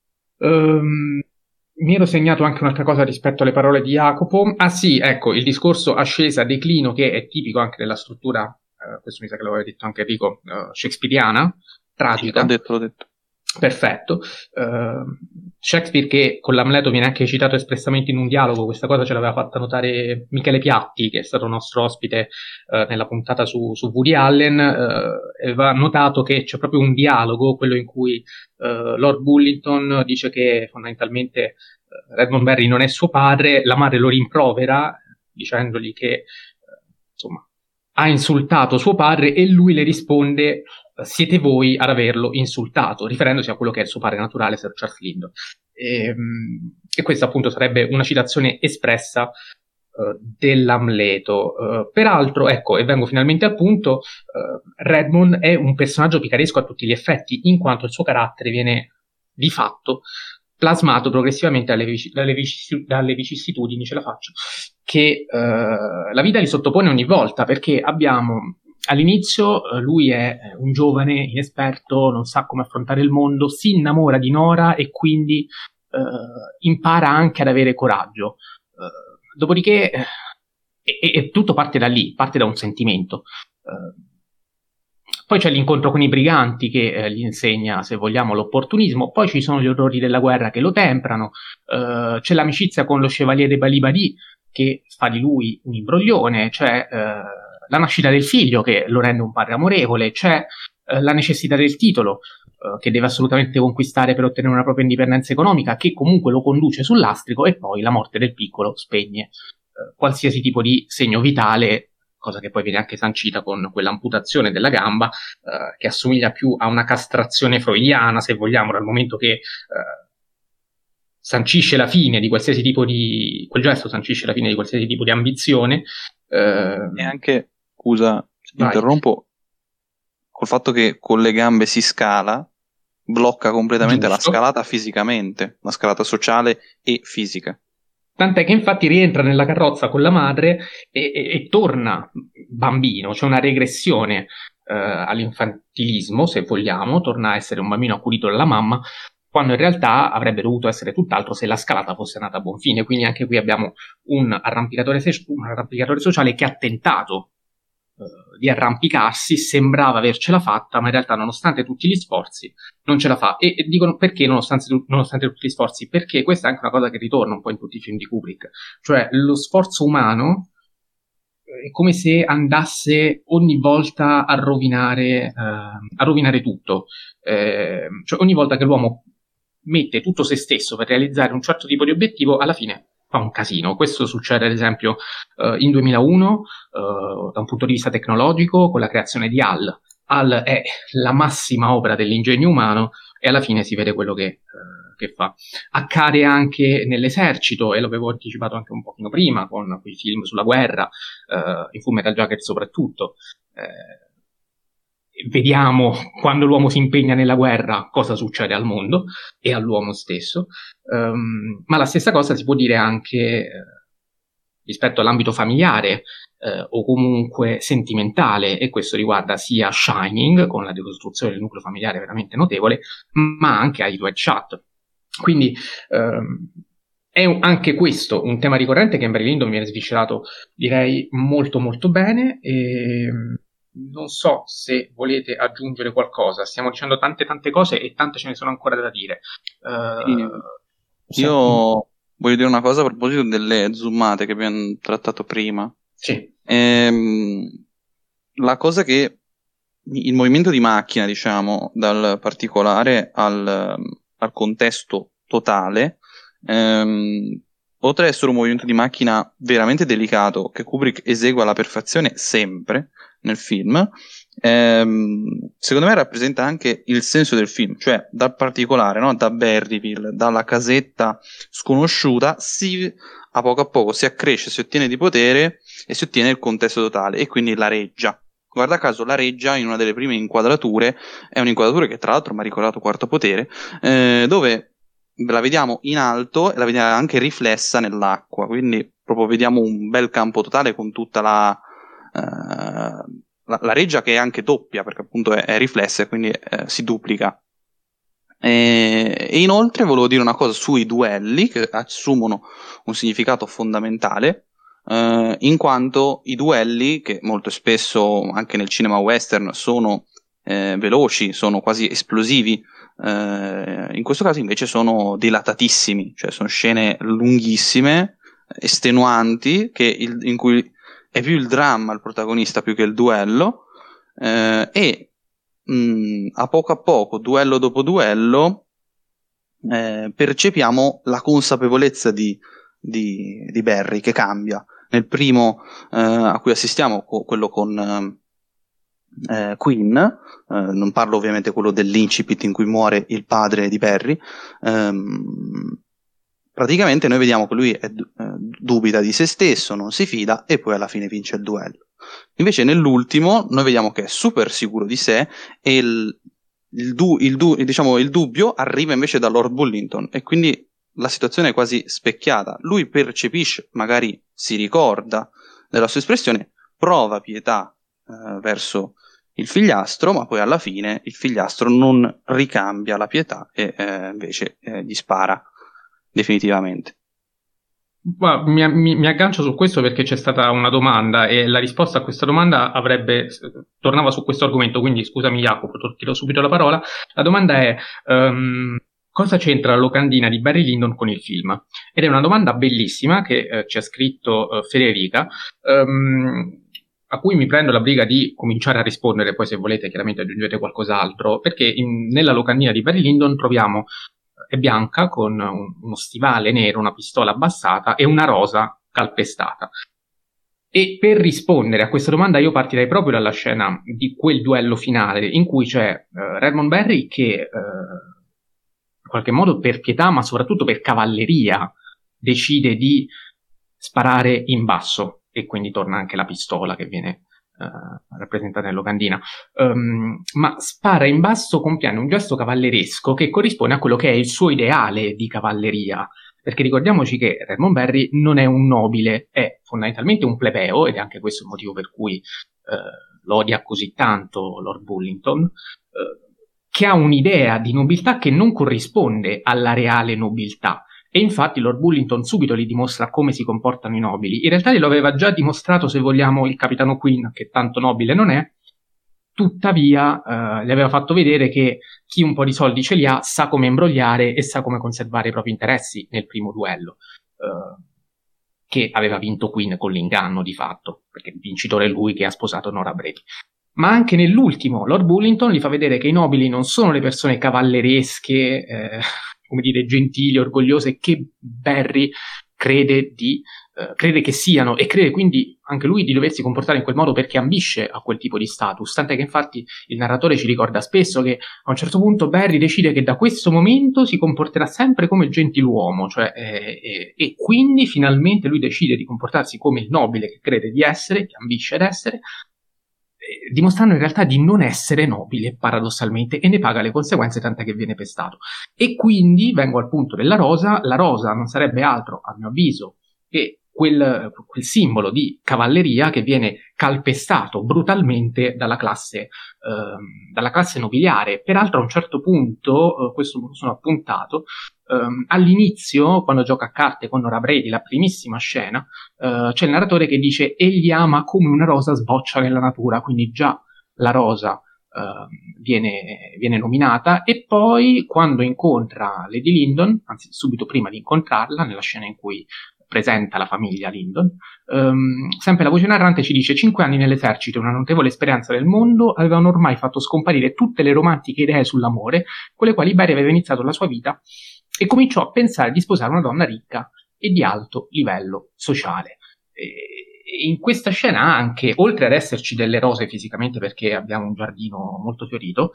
Speaker 1: Mi ero segnato anche un'altra cosa rispetto alle parole di Jacopo. Ah sì, ecco, il discorso ascesa-declino, che è tipico anche della struttura, questo mi sa che l'aveva detto anche Enrico, shakespeariana, tragica.
Speaker 3: L'ho detto.
Speaker 1: Perfetto. Shakespeare, che con l'Amleto viene anche citato espressamente in un dialogo, questa cosa ce l'aveva fatta notare Michele Piatti, che è stato nostro ospite nella puntata su Woody Allen, aveva notato che c'è proprio un dialogo, quello in cui Lord Bullington dice che fondamentalmente Redmond Barry non è suo padre, la madre lo rimprovera dicendogli che insomma ha insultato suo padre, e lui le risponde: siete voi ad averlo insultato, riferendosi a quello che è il suo padre naturale, Sir Charles Lyndon. E questa appunto sarebbe una citazione espressa dell'Amleto. Peraltro, ecco, e vengo finalmente al punto, Redmond è un personaggio picaresco a tutti gli effetti, in quanto il suo carattere viene di fatto plasmato progressivamente dalle vicissitudini, ce la faccio, che la vita gli sottopone ogni volta, perché abbiamo all'inizio lui è un giovane inesperto, non sa come affrontare il mondo, si innamora di Nora e quindi impara anche ad avere coraggio. Dopodiché tutto parte da lì, parte da un sentimento. Poi c'è l'incontro con i briganti che gli insegna, se vogliamo, l'opportunismo. Poi ci sono gli orrori della guerra che lo temprano. C'è l'amicizia con lo Chevalier de Balibadi che fa di lui un imbroglione. C'è la nascita del figlio che lo rende un padre amorevole. C'è la necessità del titolo che deve assolutamente conquistare per ottenere una propria indipendenza economica, che comunque lo conduce sul lastrico, e poi la morte del piccolo spegne qualsiasi tipo di segno vitale, cosa che poi viene anche sancita con quell'amputazione della gamba, che assomiglia più a una castrazione freudiana, se vogliamo, dal momento che sancisce la fine di qualsiasi tipo di... quel gesto sancisce la fine di qualsiasi tipo di ambizione.
Speaker 3: E anche, scusa, se interrompo, col fatto che con le gambe si scala, blocca completamente
Speaker 1: Giusto.
Speaker 3: la scalata fisicamente, la scalata sociale e fisica.
Speaker 1: Tant'è che infatti rientra nella carrozza con la madre e torna bambino, c'è una regressione all'infantilismo, se vogliamo, torna a essere un bambino accudito dalla mamma, quando in realtà avrebbe dovuto essere tutt'altro se la scalata fosse andata a buon fine. Quindi anche qui abbiamo un arrampicatore sociale che ha tentato di arrampicarsi, sembrava avercela fatta, ma in realtà nonostante tutti gli sforzi non ce la fa. E dicono perché nonostante tutti gli sforzi? Perché questa è anche una cosa che ritorna un po' in tutti i film di Kubrick, cioè lo sforzo umano è come se andasse ogni volta a rovinare tutto. Cioè ogni volta che l'uomo mette tutto se stesso per realizzare un certo tipo di obiettivo, alla fine fa un casino. Questo succede ad esempio in 2001 da un punto di vista tecnologico con la creazione di HAL. HAL è la massima opera dell'ingegno umano e alla fine si vede quello che fa. Accade anche nell'esercito, e l'avevo anticipato anche un pochino prima con quei film sulla guerra, in Fullmetal Jacket soprattutto. Vediamo quando l'uomo si impegna nella guerra cosa succede al mondo e all'uomo stesso, ma la stessa cosa si può dire anche rispetto all'ambito familiare o comunque sentimentale, e questo riguarda sia Shining, con la ricostruzione del nucleo familiare veramente notevole, ma anche Eyes Wide Shut. Quindi è anche questo un tema ricorrente che in Barry Lyndon viene sviscerato, direi, molto molto bene. E non so se volete aggiungere qualcosa. Stiamo dicendo tante cose e tante ce ne sono ancora da dire.
Speaker 3: Io voglio dire una cosa a proposito delle zoomate che abbiamo trattato prima.
Speaker 1: Sì.
Speaker 3: La cosa che il movimento di macchina, diciamo, dal particolare al contesto totale, oltre ad essere un movimento di macchina veramente delicato che Kubrick esegue alla perfezione sempre nel film, secondo me rappresenta anche il senso del film, cioè dal particolare, no? Da Berryville, dalla casetta sconosciuta, a poco si accresce, si ottiene di potere e si ottiene il contesto totale, e quindi la reggia. Guarda caso la reggia, in una delle prime inquadrature, è un'inquadratura che tra l'altro mi ha ricordato Quarto Potere, dove la vediamo in alto e la vediamo anche riflessa nell'acqua, quindi proprio vediamo un bel campo totale con tutta la reggia, che è anche doppia perché appunto è riflessa e quindi si duplica. E inoltre volevo dire una cosa sui duelli, che assumono un significato fondamentale, in quanto i duelli, che molto spesso anche nel cinema western sono veloci, sono quasi esplosivi, in questo caso invece sono dilatatissimi, cioè sono scene lunghissime, estenuanti, in cui è più il dramma il protagonista più che il duello, e a poco, duello dopo duello, percepiamo la consapevolezza di Barry che cambia. Nel primo a cui assistiamo, quello con Queen, non parlo ovviamente quello dell'incipit in cui muore il padre di Barry, praticamente noi vediamo che lui dubita di se stesso, non si fida e poi alla fine vince il duello. Invece nell'ultimo noi vediamo che è super sicuro di sé e il dubbio arriva invece da Lord Bullington e quindi la situazione è quasi specchiata. Lui percepisce, magari si ricorda della sua espressione, prova pietà verso il figliastro, ma poi alla fine il figliastro non ricambia la pietà e invece gli spara definitivamente.
Speaker 1: Mi aggancio su questo perché c'è stata una domanda e la risposta a questa domanda tornava su questo argomento, quindi scusami Jacopo, ti do subito la parola. La domanda è cosa c'entra la locandina di Barry Lyndon con il film? Ed è una domanda bellissima che ci ha scritto Federica, a cui mi prendo la briga di cominciare a rispondere, poi se volete chiaramente aggiungete qualcos'altro, perché nella locandina di Barry Lyndon troviamo è bianca con uno stivale nero, una pistola abbassata e una rosa calpestata. E per rispondere a questa domanda io partirei proprio dalla scena di quel duello finale in cui c'è Redmond Barry che in qualche modo per pietà ma soprattutto per cavalleria decide di sparare in basso e quindi torna anche la pistola che viene rappresentata in locandina, ma spara in basso compiendo un gesto cavalleresco che corrisponde a quello che è il suo ideale di cavalleria, perché ricordiamoci che Redmond Barry non è un nobile, è fondamentalmente un plebeo, ed è anche questo il motivo per cui lo odia così tanto Lord Bullington, che ha un'idea di nobiltà che non corrisponde alla reale nobiltà. E infatti Lord Bullington subito gli dimostra come si comportano i nobili. In realtà glielo aveva già dimostrato, se vogliamo, il capitano Quinn, che tanto nobile non è, tuttavia gli aveva fatto vedere che chi un po' di soldi ce li ha sa come imbrogliare e sa come conservare i propri interessi nel primo duello, che aveva vinto Quinn con l'inganno di fatto, perché il vincitore è lui che ha sposato Nora Brady. Ma anche nell'ultimo Lord Bullington gli fa vedere che i nobili non sono le persone cavalleresche, come dire, gentili, orgogliose, che Barry crede che siano, e crede quindi anche lui di doversi comportare in quel modo perché ambisce a quel tipo di status, tant'è che infatti il narratore ci ricorda spesso che a un certo punto Barry decide che da questo momento si comporterà sempre come il gentiluomo, cioè, e quindi finalmente lui decide di comportarsi come il nobile che crede di essere, che ambisce ad essere, dimostrando in realtà di non essere nobile paradossalmente, e ne paga le conseguenze, tant'è che viene pestato. E quindi vengo al punto della rosa. La rosa non sarebbe altro, a mio avviso, che quel simbolo di cavalleria che viene calpestato brutalmente dalla classe nobiliare. Peraltro a un certo punto, questo me lo sono appuntato, all'inizio, quando gioca a carte con Nora Brady, la primissima scena, c'è il narratore che dice egli ama come una rosa sboccia nella natura, quindi già la rosa viene nominata, e poi quando incontra Lady Lyndon, anzi subito prima di incontrarla, nella scena in cui presenta la famiglia Lyndon, sempre la voce narrante ci dice: 5 anni nell'esercito, una notevole esperienza del mondo avevano ormai fatto scomparire tutte le romantiche idee sull'amore con le quali Barry aveva iniziato la sua vita, e cominciò a pensare di sposare una donna ricca e di alto livello sociale. E in questa scena anche, oltre ad esserci delle rose fisicamente perché abbiamo un giardino molto fiorito,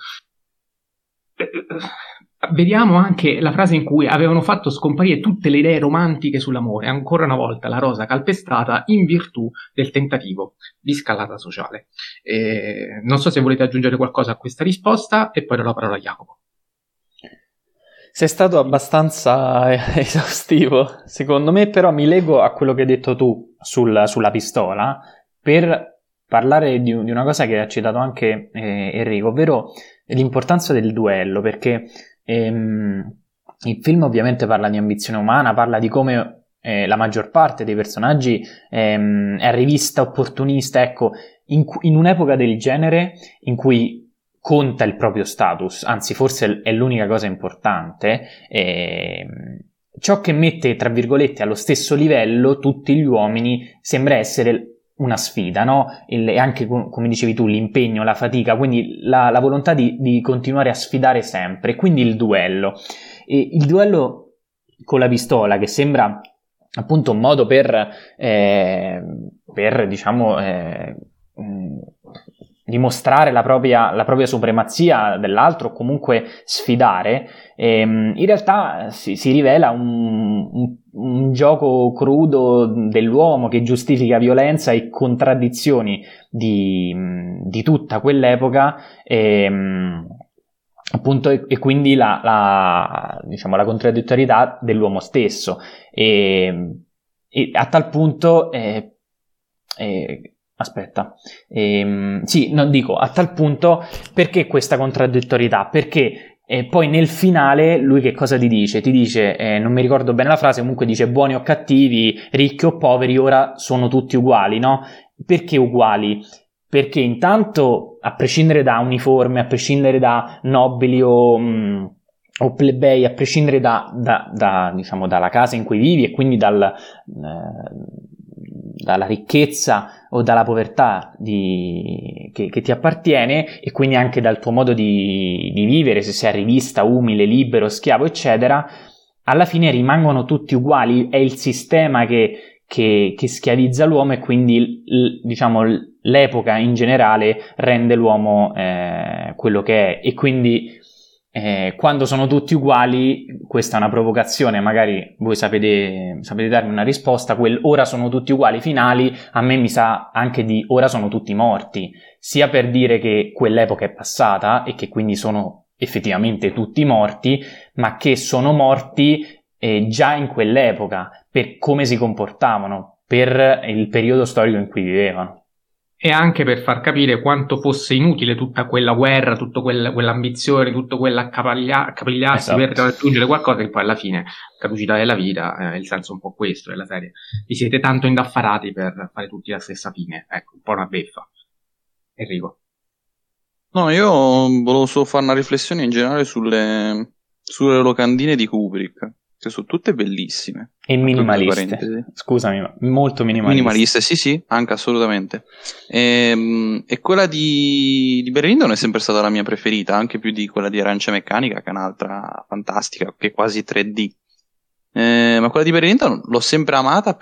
Speaker 1: vediamo anche la frase in cui avevano fatto scomparire tutte le idee romantiche sull'amore, ancora una volta la rosa calpestata in virtù del tentativo di scalata sociale. Non so se volete aggiungere qualcosa a questa risposta e poi do la parola a Jacopo.
Speaker 2: Sei stato abbastanza esaustivo, secondo me, però mi lego a quello che hai detto tu sulla pistola per parlare di una cosa che ha citato anche Enrico, ovvero l'importanza del duello, perché il film ovviamente parla di ambizione umana, parla di come la maggior parte dei personaggi è rivista opportunista, ecco, in un'epoca del genere in cui conta il proprio status, anzi forse è l'unica cosa importante, ciò che mette tra virgolette allo stesso livello tutti gli uomini sembra essere una sfida, no? E anche, come dicevi tu, l'impegno, la fatica, quindi la volontà di continuare a sfidare sempre, quindi il duello. E il duello con la pistola, che sembra appunto un modo per diciamo dimostrare la propria supremazia dell'altro, o comunque sfidare, in realtà si rivela un gioco crudo dell'uomo che giustifica violenza e contraddizioni di tutta quell'epoca, appunto, e quindi diciamo, la contraddittorietà dell'uomo stesso, e a tal punto a tal punto, perché questa contraddittorietà? Perché poi nel finale lui che cosa ti dice? Ti dice, non mi ricordo bene la frase, comunque dice buoni o cattivi, ricchi o poveri, ora sono tutti uguali, no? Perché uguali? Perché intanto, a prescindere da uniforme, a prescindere da nobili o plebei, a prescindere diciamo, dalla casa in cui vivi e quindi dalla ricchezza o dalla povertà che ti appartiene, e quindi anche dal tuo modo di vivere, se sei arrivista, umile, libero, schiavo, eccetera, alla fine rimangono tutti uguali. È il sistema che schiavizza l'uomo, e quindi diciamo l'epoca in generale rende l'uomo quello che è, e quindi quando sono tutti uguali, questa è una provocazione, magari voi sapete darmi una risposta, ora sono tutti uguali finali, a me mi sa anche di ora sono tutti morti, sia per dire che quell'epoca è passata e che quindi sono effettivamente tutti morti, ma che sono morti già in quell'epoca, per come si comportavano, per il periodo storico in cui vivevano.
Speaker 1: E anche per far capire quanto fosse inutile tutta quella guerra, tutta quell'ambizione, tutto quell'accapigliarsi
Speaker 2: Esatto.
Speaker 1: per raggiungere qualcosa, che poi alla fine, caducità della vita, il senso è un po' questo della serie. Vi siete tanto indaffarati per fare tutti la stessa fine. Ecco, un po' una beffa. Enrico.
Speaker 3: No, io volevo solo fare una riflessione in generale sulle locandine di Kubrick, che sono tutte bellissime.
Speaker 2: E minimaliste. Scusami, ma molto minimaliste.
Speaker 3: Minimaliste, sì, anche assolutamente. E quella di Barry Lyndon è sempre stata la mia preferita, anche più di quella di Arancia Meccanica, che è un'altra fantastica, che è quasi 3D. Ma quella di Barry Lyndon l'ho sempre amata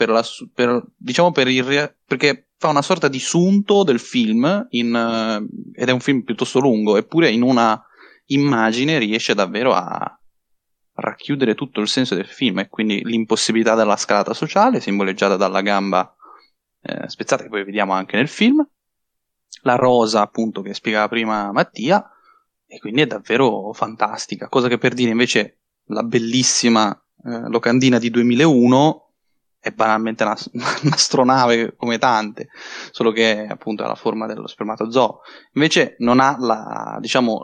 Speaker 3: perché fa una sorta di sunto del film ed è un film piuttosto lungo, eppure in una immagine riesce davvero a racchiudere tutto il senso del film, e quindi l'impossibilità della scalata sociale, simboleggiata dalla gamba spezzata, che poi vediamo anche nel film, la rosa appunto che spiegava prima Mattia, e quindi è davvero fantastica, cosa che, per dire invece, la bellissima locandina di 2001 è banalmente un'astronave come tante, solo che appunto ha la forma dello spermatozoo, invece non ha la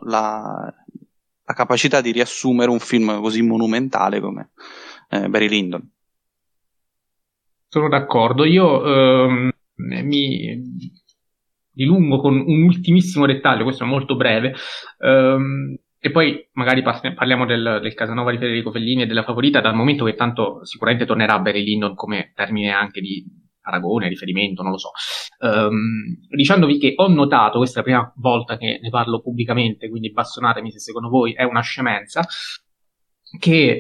Speaker 3: capacità di riassumere un film così monumentale come Barry Lyndon.
Speaker 1: Sono d'accordo. Io mi dilungo con un ultimissimo dettaglio, questo è molto breve, e poi magari parliamo del Casanova di Federico Fellini e della Favorita, dal momento che tanto sicuramente tornerà Barry Lyndon come termine anche di paragone, riferimento, non lo so. Dicendovi che ho notato, questa è la prima volta che ne parlo pubblicamente, quindi bastonatemi se secondo voi è una scemenza, che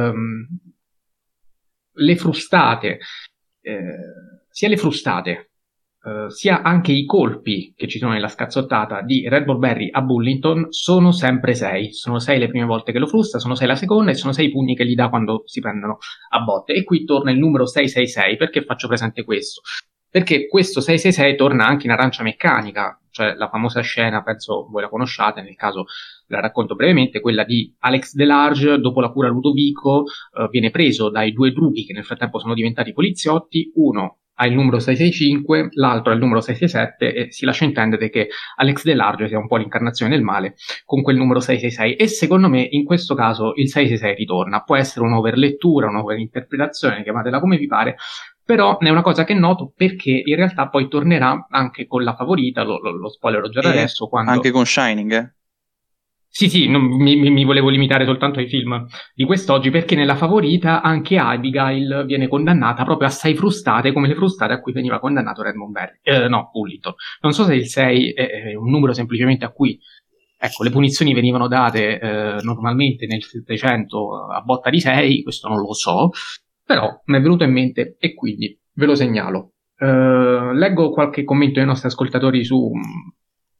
Speaker 1: le frustate, sia le frustate, sia anche i colpi che ci sono nella scazzottata di Red Bull Barry a Bullington sono sempre 6. Sono 6 le prime volte che lo frusta, sono 6 la seconda, e sono 6 i pugni che gli dà quando si prendono a botte. E qui torna il numero 666. Perché faccio presente questo? Perché questo 666 torna anche in Arancia Meccanica, cioè la famosa scena, penso voi la conosciate, nel caso la racconto brevemente, quella di Alex Delarge, dopo la cura Ludovico, viene preso dai due drughi che nel frattempo sono diventati poliziotti, uno ha il numero 665, l'altro ha il numero 667, e si lascia intendere che Alex Delarge sia un po' l'incarnazione del male con quel numero 666, e secondo me in questo caso il 666 ritorna. Può essere un'overlettura, un'overinterpretazione, chiamatela come vi pare, però è una cosa che noto, perché in realtà poi tornerà anche con La Favorita, lo spoilerò già da adesso, quando...
Speaker 3: Anche con Shining,
Speaker 1: Sì, mi volevo limitare soltanto ai film di quest'oggi, perché nella Favorita anche Abigail viene condannata proprio a 6 frustate, come le frustate a cui veniva condannato Redmond Barry, Bullington. Non so se il 6 è un numero semplicemente a cui, ecco, le punizioni venivano date normalmente nel 700 a botta di 6, questo non lo so, però mi è venuto in mente e quindi ve lo segnalo. Leggo qualche commento dei nostri ascoltatori su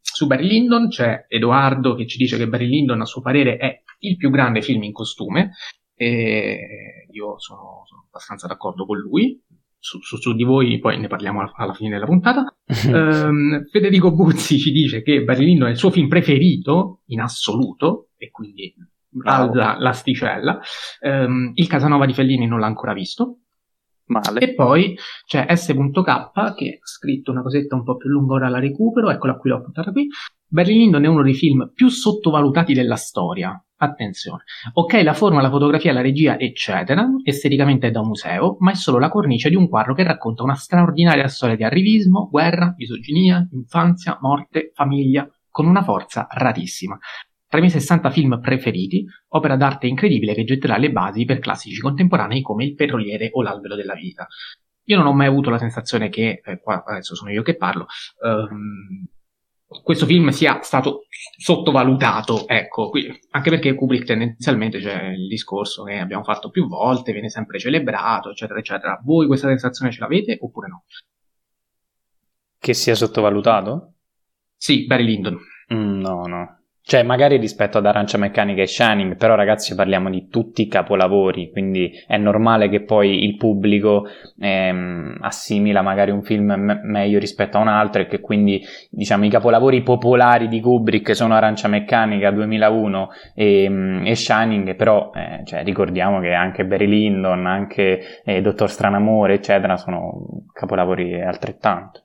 Speaker 1: Su Barry Lyndon c'è Edoardo che ci dice che Barry Lyndon a suo parere è il più grande film in costume, e io sono abbastanza d'accordo con lui. Su di voi poi ne parliamo alla fine della puntata. Federico Buzzi ci dice che Barry Lyndon è il suo film preferito in assoluto, e quindi alza l'asticella. Il Casanova di Fellini non l'ha ancora visto.
Speaker 3: Male.
Speaker 1: E poi c'è S.K che ha scritto una cosetta un po' più lunga, ora la recupero, eccola qui, l'ho portata qui. Barry Lyndon è uno dei film più sottovalutati della storia. Attenzione. Ok, la forma, la fotografia, la regia, eccetera, esteticamente è da museo, ma è solo la cornice di un quadro che racconta una straordinaria storia di arrivismo, guerra, misoginia, infanzia, morte, famiglia, con una forza rarissima. Tra i miei 60 film preferiti, opera d'arte incredibile che getterà le basi per classici contemporanei come Il petroliere o L'albero della vita. Io non ho mai avuto la sensazione che, qua adesso sono io che parlo, questo film sia stato sottovalutato, ecco, anche perché Kubrick tendenzialmente, c'è il discorso che abbiamo fatto più volte, viene sempre celebrato, eccetera, eccetera. Voi questa sensazione ce l'avete oppure no?
Speaker 2: Che sia sottovalutato?
Speaker 1: Sì, Barry Lyndon.
Speaker 2: No. Cioè, magari rispetto ad Arancia Meccanica e Shining, però ragazzi parliamo di tutti i capolavori, quindi è normale che poi il pubblico assimila magari un film meglio rispetto a un altro, e che quindi, diciamo, i capolavori popolari di Kubrick sono Arancia Meccanica 2001 e Shining, però cioè, ricordiamo che anche Barry Lyndon, anche Dottor Stranamore, eccetera, sono capolavori altrettanto.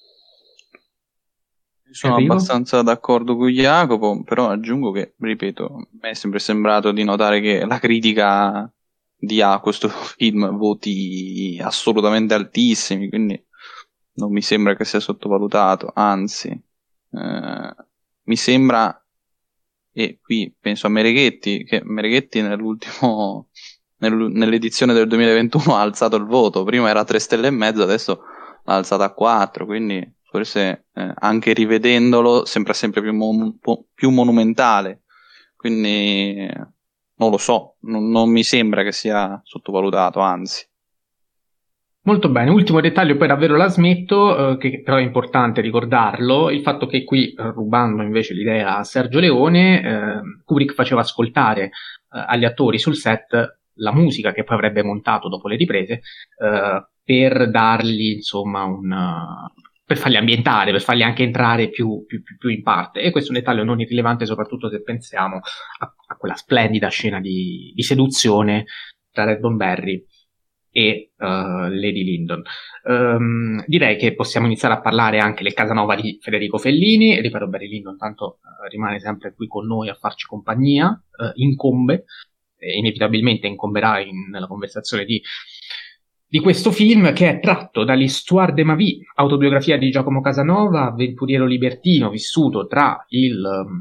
Speaker 3: Sono abbastanza d'accordo con Jacopo, però aggiungo che, ripeto, a me è sempre sembrato di notare che la critica dia a questo film voti assolutamente altissimi, quindi non mi sembra che sia sottovalutato, anzi, mi sembra, e qui penso a Mereghetti, che Mereghetti nell'edizione del 2021 ha alzato il voto, prima era 3,5 stelle, adesso l'ha alzato a 4, quindi forse anche rivedendolo sembra sempre più monumentale, quindi non lo so, non mi sembra che sia sottovalutato, anzi.
Speaker 1: Molto bene, ultimo dettaglio, poi davvero la smetto, che però è importante ricordarlo, il fatto che qui, rubando invece l'idea a Sergio Leone, Kubrick faceva ascoltare agli attori sul set la musica che poi avrebbe montato dopo le riprese, per dargli insomma per farli ambientare, per farli anche entrare più in parte. E questo è un dettaglio non irrilevante, soprattutto se pensiamo a quella splendida scena di seduzione tra Red Barry e Lady Lyndon. Direi che possiamo iniziare a parlare anche del Casanova di Federico Fellini. Ripeto, Barry Lyndon tanto rimane sempre qui con noi a farci compagnia, incombe, inevitabilmente incomberà nella conversazione di questo film, che è tratto dall'Histoire de ma vie, autobiografia di Giacomo Casanova, avventuriero libertino vissuto tra il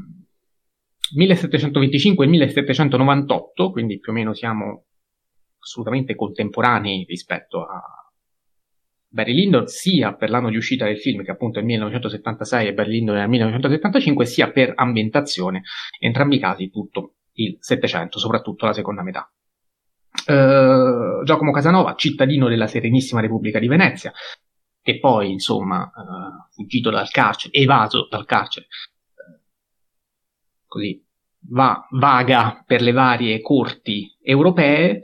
Speaker 1: 1725 e il 1798, quindi più o meno siamo assolutamente contemporanei rispetto a Barry Lyndon, sia per l'anno di uscita del film, che appunto è il 1976 e Barry Lyndon è il 1975, sia per ambientazione, in entrambi i casi tutto il Settecento, soprattutto la seconda metà. Giacomo Casanova, cittadino della Serenissima Repubblica di Venezia, che poi insomma fuggito dal carcere, evaso dal carcere, così vaga per le varie corti europee.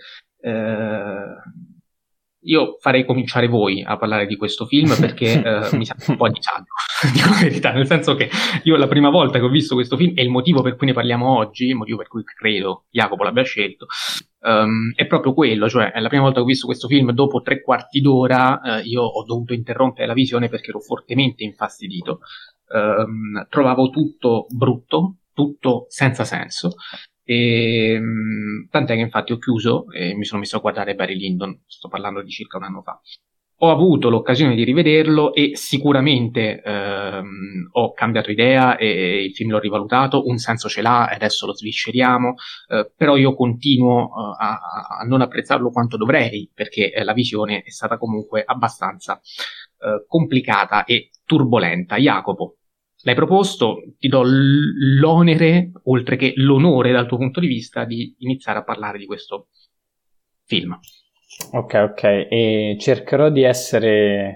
Speaker 1: Io farei cominciare voi a parlare di questo film, perché mi sento un po' a disagio, dico la verità, nel senso che io la prima volta che ho visto questo film, e il motivo per cui ne parliamo oggi, il motivo per cui credo Jacopo l'abbia scelto, è proprio quello, cioè è la prima volta che ho visto questo film, dopo 3/4 d'ora io ho dovuto interrompere la visione perché ero fortemente infastidito, trovavo tutto brutto, tutto senza senso, e tant'è che infatti ho chiuso e mi sono messo a guardare Barry Lyndon. Sto parlando di circa un anno fa. Ho avuto l'occasione di rivederlo e sicuramente ho cambiato idea e il film l'ho rivalutato, un senso ce l'ha e adesso lo svisceriamo, però io continuo a non apprezzarlo quanto dovrei, perché la visione è stata comunque abbastanza complicata e turbolenta. Jacopo, l'hai proposto, ti do l'onere, oltre che l'onore dal tuo punto di vista, di iniziare a parlare di questo film.
Speaker 2: Ok, e cercherò di essere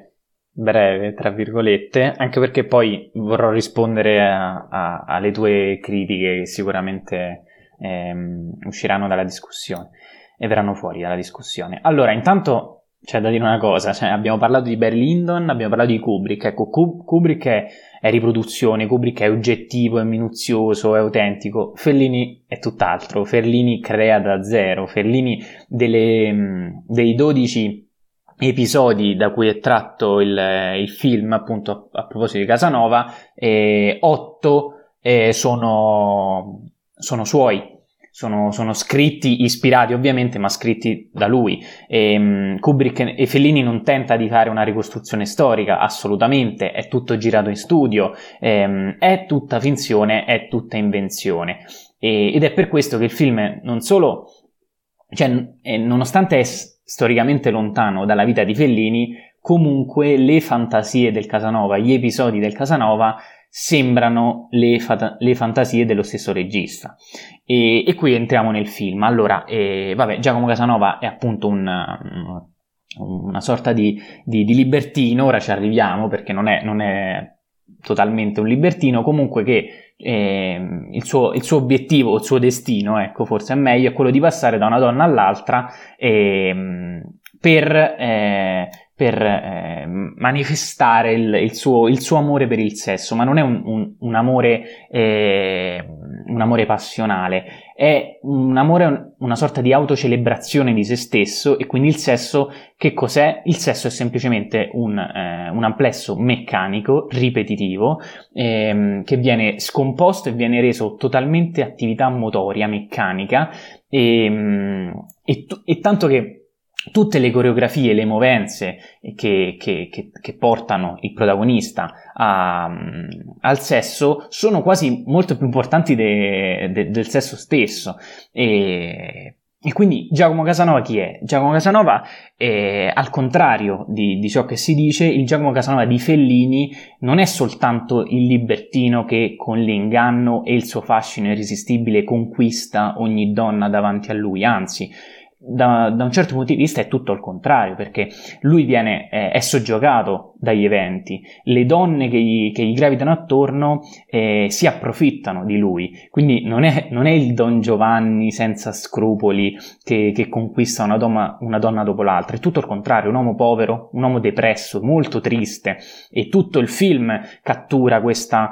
Speaker 2: breve, tra virgolette, anche perché poi vorrò rispondere alle tue critiche che sicuramente usciranno dalla discussione e verranno fuori dalla discussione. Allora, intanto c'è da dire una cosa, cioè, abbiamo parlato di Barry Lyndon, abbiamo parlato di Kubrick. Ecco, Kubrick è riproduzione, Kubrick è oggettivo, è minuzioso, è autentico. Fellini è tutt'altro, Fellini crea da zero, Fellini dei 12 episodi da cui è tratto il film, appunto a proposito di Casanova, 8 sono suoi. Sono scritti, ispirati ovviamente, ma scritti da lui. Kubrick e Fellini non tenta di fare una ricostruzione storica, assolutamente, è tutto girato in studio, è tutta finzione, è tutta invenzione. Ed è per questo che il film non solo, cioè, nonostante è storicamente lontano dalla vita di Fellini, comunque le fantasie del Casanova, gli episodi del Casanova sembrano le fantasie dello stesso regista. E qui entriamo nel film. Allora, Giacomo Casanova è appunto una sorta di libertino, ora ci arriviamo perché non è totalmente un libertino, comunque che il suo obiettivo, il suo destino, ecco, forse è meglio, è quello di passare da una donna all'altra per manifestare il suo amore per il sesso, ma non è un amore passionale, è un amore, una sorta di autocelebrazione di se stesso. E quindi il sesso, che cos'è? Il sesso è semplicemente un amplesso meccanico, ripetitivo, che viene scomposto e viene reso totalmente attività motoria, meccanica, e tanto che tutte le coreografie, le movenze che portano il protagonista al sesso sono quasi molto più importanti del sesso stesso. E quindi Giacomo Casanova chi è? Giacomo Casanova, al contrario di ciò che si dice, il Giacomo Casanova di Fellini non è soltanto il libertino che con l'inganno e il suo fascino irresistibile conquista ogni donna davanti a lui, anzi, da un certo punto di vista è tutto il contrario, perché lui è soggiogato dagli eventi, le donne che gli gravitano attorno si approfittano di lui, quindi non è il Don Giovanni senza scrupoli che conquista una donna dopo l'altra, è tutto il contrario, un uomo povero, un uomo depresso, molto triste, e tutto il film cattura questo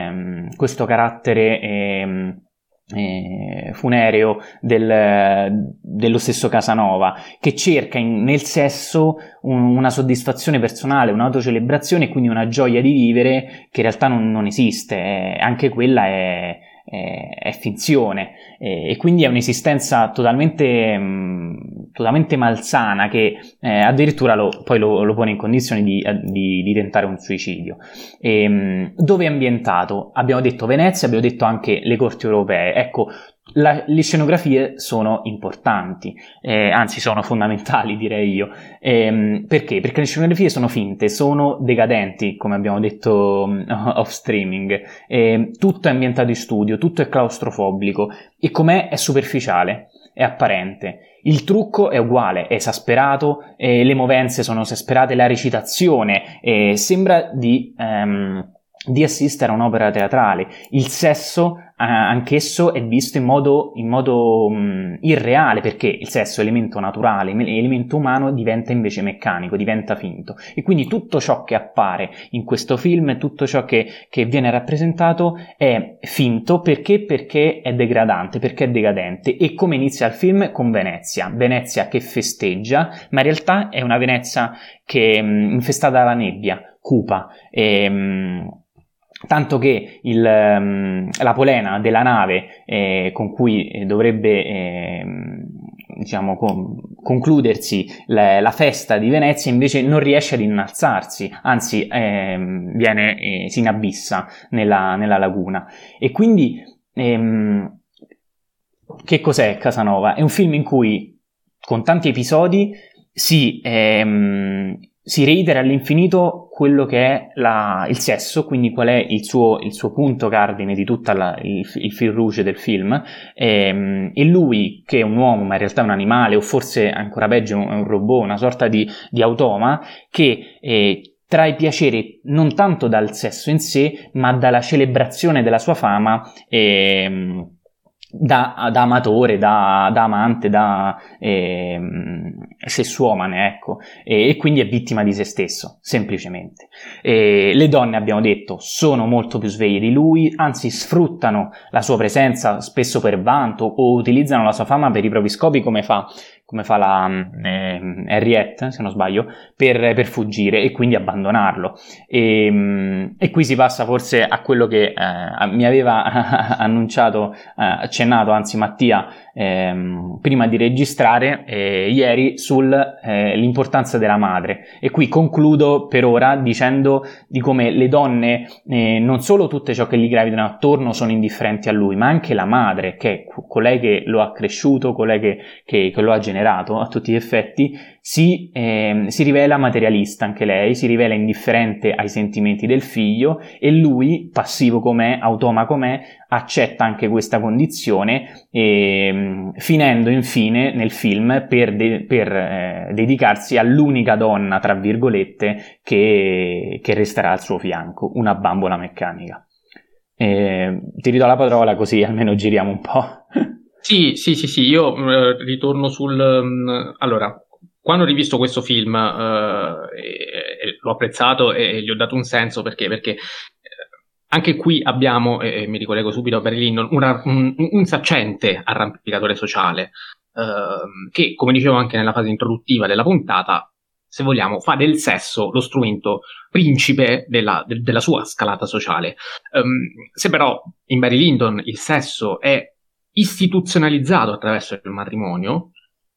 Speaker 2: carattere funereo dello stesso Casanova, che cerca nel sesso una soddisfazione personale, un'autocelebrazione e quindi una gioia di vivere che in realtà non esiste, anche quella è finzione, e quindi è un'esistenza totalmente malsana che addirittura poi lo pone in condizione di tentare un suicidio. Dove è ambientato? Abbiamo detto Venezia, abbiamo detto anche le corti europee. Ecco, le scenografie sono importanti, anzi sono fondamentali, direi io. Perché? Perché le scenografie sono finte, sono decadenti, come abbiamo detto off streaming. Tutto è ambientato in studio, tutto è claustrofobico, e com'è? È superficiale, è apparente. Il trucco è uguale, è esasperato, le movenze sono esasperate, la recitazione sembra di assistere a un'opera teatrale. Il sesso anch'esso è visto in modo irreale, perché il sesso, elemento naturale, elemento umano, diventa invece meccanico, diventa finto, e quindi tutto ciò che appare in questo film, tutto ciò che viene rappresentato è finto. Perché è degradante, perché è decadente. E come inizia il film? Con Venezia che festeggia, ma in realtà è una Venezia che è infestata dalla nebbia, cupa, tanto che la polena della nave con cui dovrebbe concludersi la festa di Venezia invece non riesce ad innalzarsi, anzi si inabissa nella laguna. E quindi che cos'è Casanova? È un film in cui, con tanti episodi, si reitera all'infinito quello che è il sesso, quindi qual è il suo punto cardine di tutto il fil rouge del film, e lui, che è un uomo ma in realtà è un animale, o forse ancora peggio è un robot, una sorta di automa, che trae piacere non tanto dal sesso in sé, ma dalla celebrazione della sua fama da amatore, da amante, da sessuomane, ecco, e quindi è vittima di se stesso, semplicemente. Le donne, abbiamo detto, sono molto più sveglie di lui, anzi sfruttano la sua presenza spesso per vanto o utilizzano la sua fama per i propri scopi, come fa la Henriette, se non sbaglio, per fuggire e quindi abbandonarlo. E qui si passa forse a quello che mi aveva accennato, anzi Mattia, prima di registrare ieri, sull'importanza della madre. E qui concludo per ora dicendo di come le donne, non solo tutte ciò che gli gravitano attorno sono indifferenti a lui, ma anche la madre, che è colei che lo ha cresciuto, colei che lo ha generato a tutti gli effetti, si rivela materialista anche lei, si rivela indifferente ai sentimenti del figlio, e lui, passivo com'è, automa com'è, accetta anche questa condizione, finendo infine nel film per dedicarsi all'unica donna, tra virgolette, che resterà al suo fianco, una bambola meccanica. Ti ridò la parola così almeno giriamo un po'.
Speaker 1: Sì, io ritorno allora, quando ho rivisto questo film l'ho apprezzato e gli ho dato un senso perché anche qui abbiamo, mi ricollego subito a Barry Lyndon, un saccente arrampicatore sociale che, come dicevo anche nella fase introduttiva della puntata, se vogliamo, fa del sesso lo strumento principe della sua scalata sociale. Se però in Barry Lyndon il sesso è istituzionalizzato attraverso il matrimonio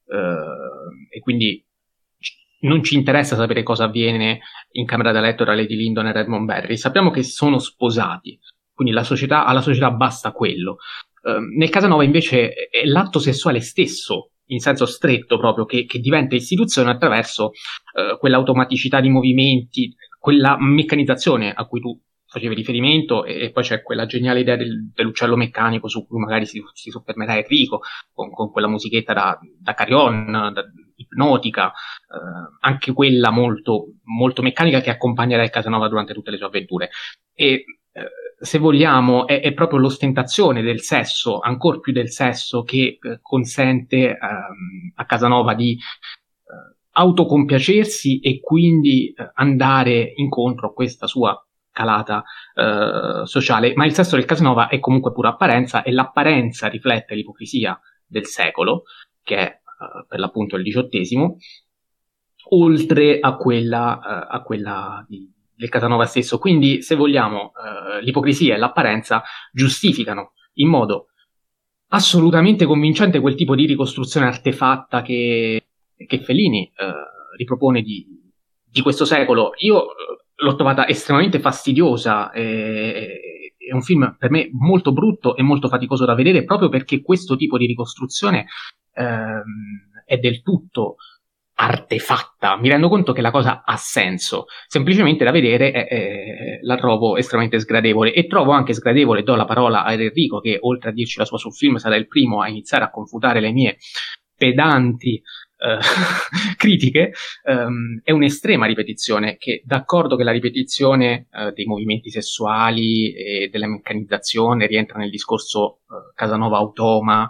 Speaker 1: e quindi non ci interessa sapere cosa avviene in camera da letto tra Lady Lyndon e Redmond Barry, sappiamo che sono sposati, quindi alla società basta quello. Nel Casanova invece è l'atto sessuale stesso, in senso stretto proprio, che diventa istituzione attraverso quell'automaticità di movimenti, quella meccanizzazione a cui tu facevi riferimento, e poi c'è quella geniale idea dell'uccello meccanico su cui magari si soffermerà Enrico, con quella musichetta da carillon, ipnotica, anche quella molto, molto meccanica, che accompagnerà il Casanova durante tutte le sue avventure. E se vogliamo è proprio l'ostentazione del sesso, ancor più del sesso, che consente a Casanova di autocompiacersi e quindi andare incontro a questa sua calata sociale. Ma il sesso del Casanova è comunque pura apparenza, e l'apparenza riflette l'ipocrisia del secolo, che è per l'appunto il XVIII, oltre a quella del Casanova stesso. Quindi, se vogliamo, l'ipocrisia e l'apparenza giustificano in modo assolutamente convincente quel tipo di ricostruzione artefatta che Fellini ripropone di questo secolo. Io l'ho trovata estremamente fastidiosa, è un film per me molto brutto e molto faticoso da vedere, proprio perché questo tipo di ricostruzione è del tutto artefatta. Mi rendo conto che la cosa ha senso, semplicemente da vedere la trovo estremamente sgradevole, e trovo anche sgradevole, do la parola a Enrico, che oltre a dirci la sua sul film sarà il primo a iniziare a confutare le mie pedanti critiche, è un'estrema ripetizione, che, d'accordo che la ripetizione dei movimenti sessuali e della meccanizzazione rientra nel discorso Casanova automa,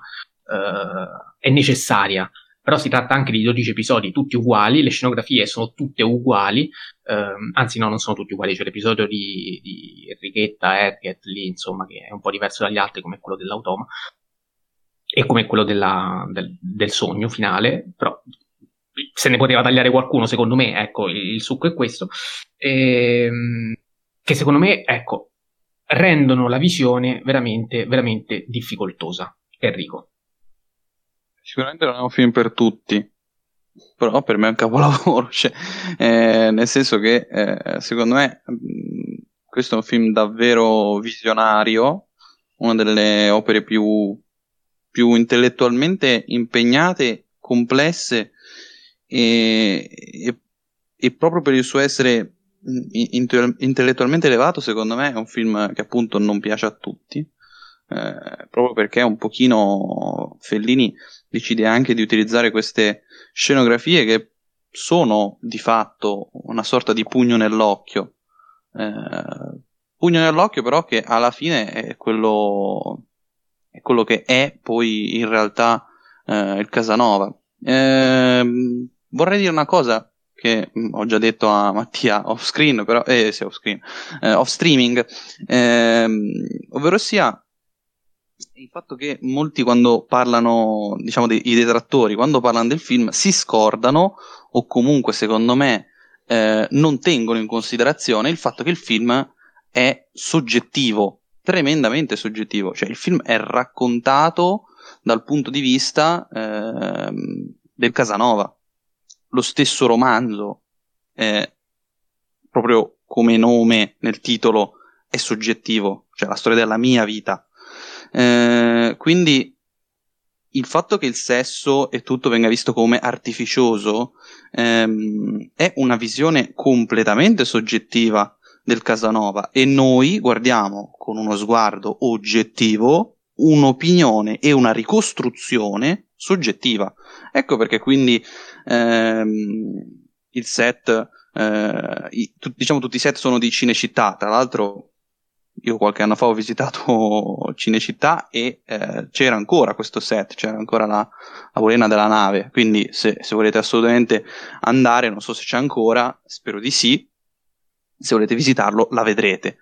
Speaker 1: è necessaria, però si tratta anche di 12 episodi tutti uguali, le scenografie sono tutte uguali, anzi no, non sono tutti uguali, c'è l'episodio di Enrichetta, Harriet lì, insomma, che è un po' diverso dagli altri, come quello dell'automa e come quello del sogno finale, però se ne poteva tagliare qualcuno, secondo me, ecco, il succo è questo, che secondo me, ecco, rendono la visione veramente, veramente difficoltosa. Enrico.
Speaker 3: Sicuramente non è un film per tutti, però per me è un capolavoro, cioè, nel senso che secondo me questo è un film davvero visionario, una delle opere più intellettualmente impegnate, complesse, e proprio per il suo essere intellettualmente elevato, secondo me è un film che appunto non piace a tutti, proprio perché un pochino Fellini decide anche di utilizzare queste scenografie che sono di fatto una sorta di pugno nell'occhio. Pugno nell'occhio però che alla fine è quello che è poi in realtà il Casanova. Vorrei dire una cosa che ho già detto a Mattia off screen, però sì, off streaming, ovvero sia il fatto che molti, quando parlano, diciamo, i detrattori, quando parlano del film, si scordano, o comunque secondo me non tengono in considerazione il fatto che il film è soggettivo, tremendamente soggettivo. Cioè il film è raccontato dal punto di vista del Casanova. Lo stesso romanzo, proprio come nome nel titolo, è soggettivo, cioè la storia della mia vita. Quindi il fatto che il sesso e tutto venga visto come artificioso è una visione completamente soggettiva del Casanova, e noi guardiamo con uno sguardo oggettivo un'opinione e una ricostruzione soggettiva. Ecco perché quindi il set, diciamo tutti i set sono di Cinecittà. Tra l'altro io qualche anno fa ho visitato Cinecittà e c'era ancora questo set, c'era ancora la volena della nave, quindi se volete assolutamente andare, non so se c'è ancora, spero di sì, se volete visitarlo la vedrete.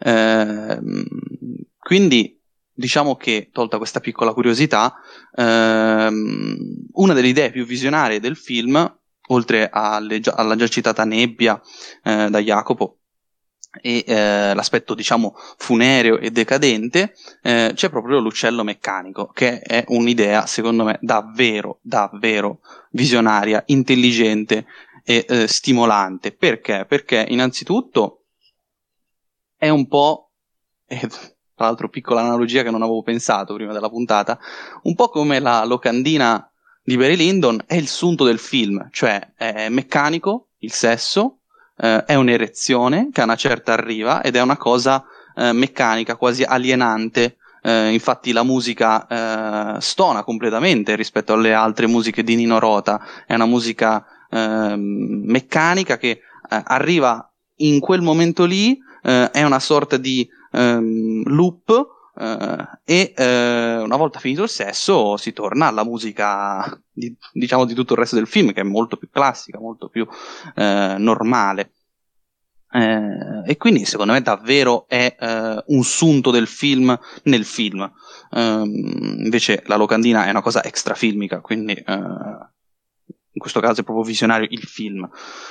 Speaker 3: Quindi diciamo che, tolta questa piccola curiosità, una delle idee più visionarie del film, oltre alla già citata nebbia da Jacopo e l'aspetto, diciamo, funereo e decadente, c'è proprio l'uccello meccanico, che è un'idea secondo me davvero davvero visionaria, intelligente e stimolante. Perché? Perché innanzitutto è un po', tra l'altro piccola analogia che non avevo pensato prima della puntata, un po' come la locandina di Barry Lyndon è il sunto del film, cioè è meccanico il sesso, è un'erezione che a una certa arriva ed è una cosa meccanica, quasi alienante. Infatti la musica stona completamente rispetto alle altre musiche di Nino Rota, è una musica meccanica che arriva in quel momento lì, è una sorta di loop, e una volta finito il sesso si torna alla musica diciamo di tutto il resto del film, che è molto più classica, molto più normale. E quindi secondo me davvero è un sunto del film nel film. Invece la locandina è una cosa extrafilmica, quindi in questo caso è proprio visionario il film.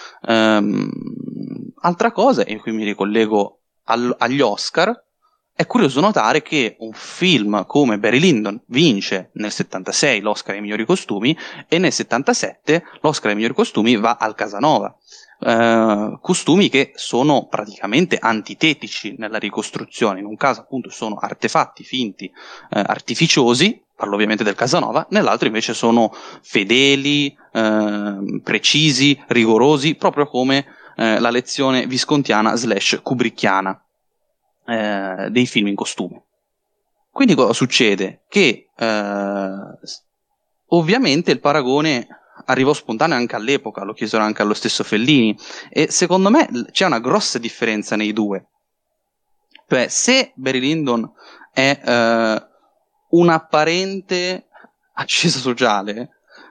Speaker 3: Altra cosa, e qui mi ricollego agli Oscar, è curioso notare che un film come Barry Lyndon vince nel 76 l'Oscar ai migliori costumi e nel 77 l'Oscar ai migliori costumi va al Casanova. Costumi che sono praticamente antitetici nella ricostruzione. In un caso appunto sono artefatti finti, artificiosi, parlo ovviamente del Casanova, nell'altro invece sono fedeli, precisi, rigorosi, proprio come la lezione viscontiana / kubrickiana dei film in costume. Quindi cosa succede? Che ovviamente il paragone arrivò spontaneo anche all'epoca, lo chiesero anche allo stesso Fellini, e secondo me c'è una grossa differenza nei due. Cioè, se Barry Lyndon è un'apparente ascesa sociale,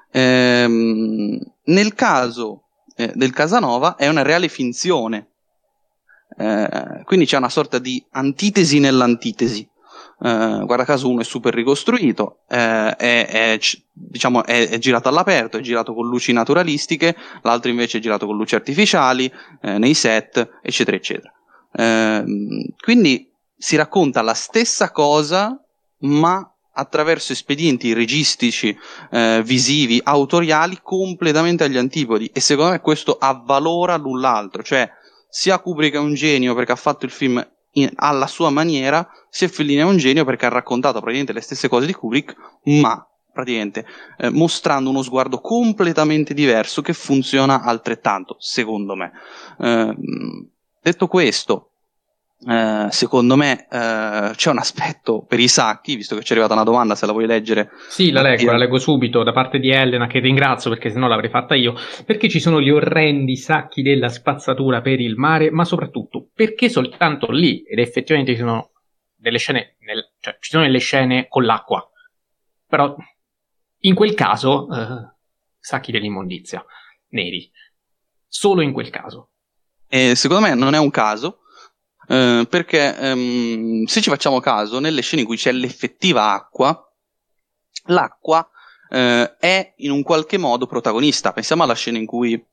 Speaker 3: nel caso del Casanova è una reale finzione. Quindi c'è una sorta di antitesi nell'antitesi. Guarda caso uno è super ricostruito, diciamo è girato all'aperto, è girato con luci naturalistiche, l'altro invece è girato con luci artificiali, nei set, eccetera eccetera. Quindi si racconta la stessa cosa, ma attraverso espedienti registici, visivi, autoriali completamente agli antipodi, e secondo me questo avvalora l'un l'altro. Cioè, sia Kubrick è un genio perché ha fatto il film alla sua maniera, sia Fellini è un genio perché ha raccontato praticamente le stesse cose di Kubrick, ma praticamente mostrando uno sguardo completamente diverso che funziona altrettanto, secondo me. Detto questo, secondo me c'è un aspetto per i sacchi, visto che ci è arrivata una domanda, se la vuoi leggere.
Speaker 1: Sì, la leggo subito da parte di Elena, che ringrazio perché sennò l'avrei fatta io. Perché ci sono gli orrendi sacchi della spazzatura per il mare, ma soprattutto perché soltanto lì, ed effettivamente ci sono delle scene, cioè ci sono delle scene con l'acqua, però in quel caso sacchi dell'immondizia neri, solo in quel caso.
Speaker 3: Secondo me non è un caso, perché se ci facciamo caso, nelle scene in cui c'è l'effettiva acqua, l'acqua è in un qualche modo protagonista. Pensiamo alla scena in cui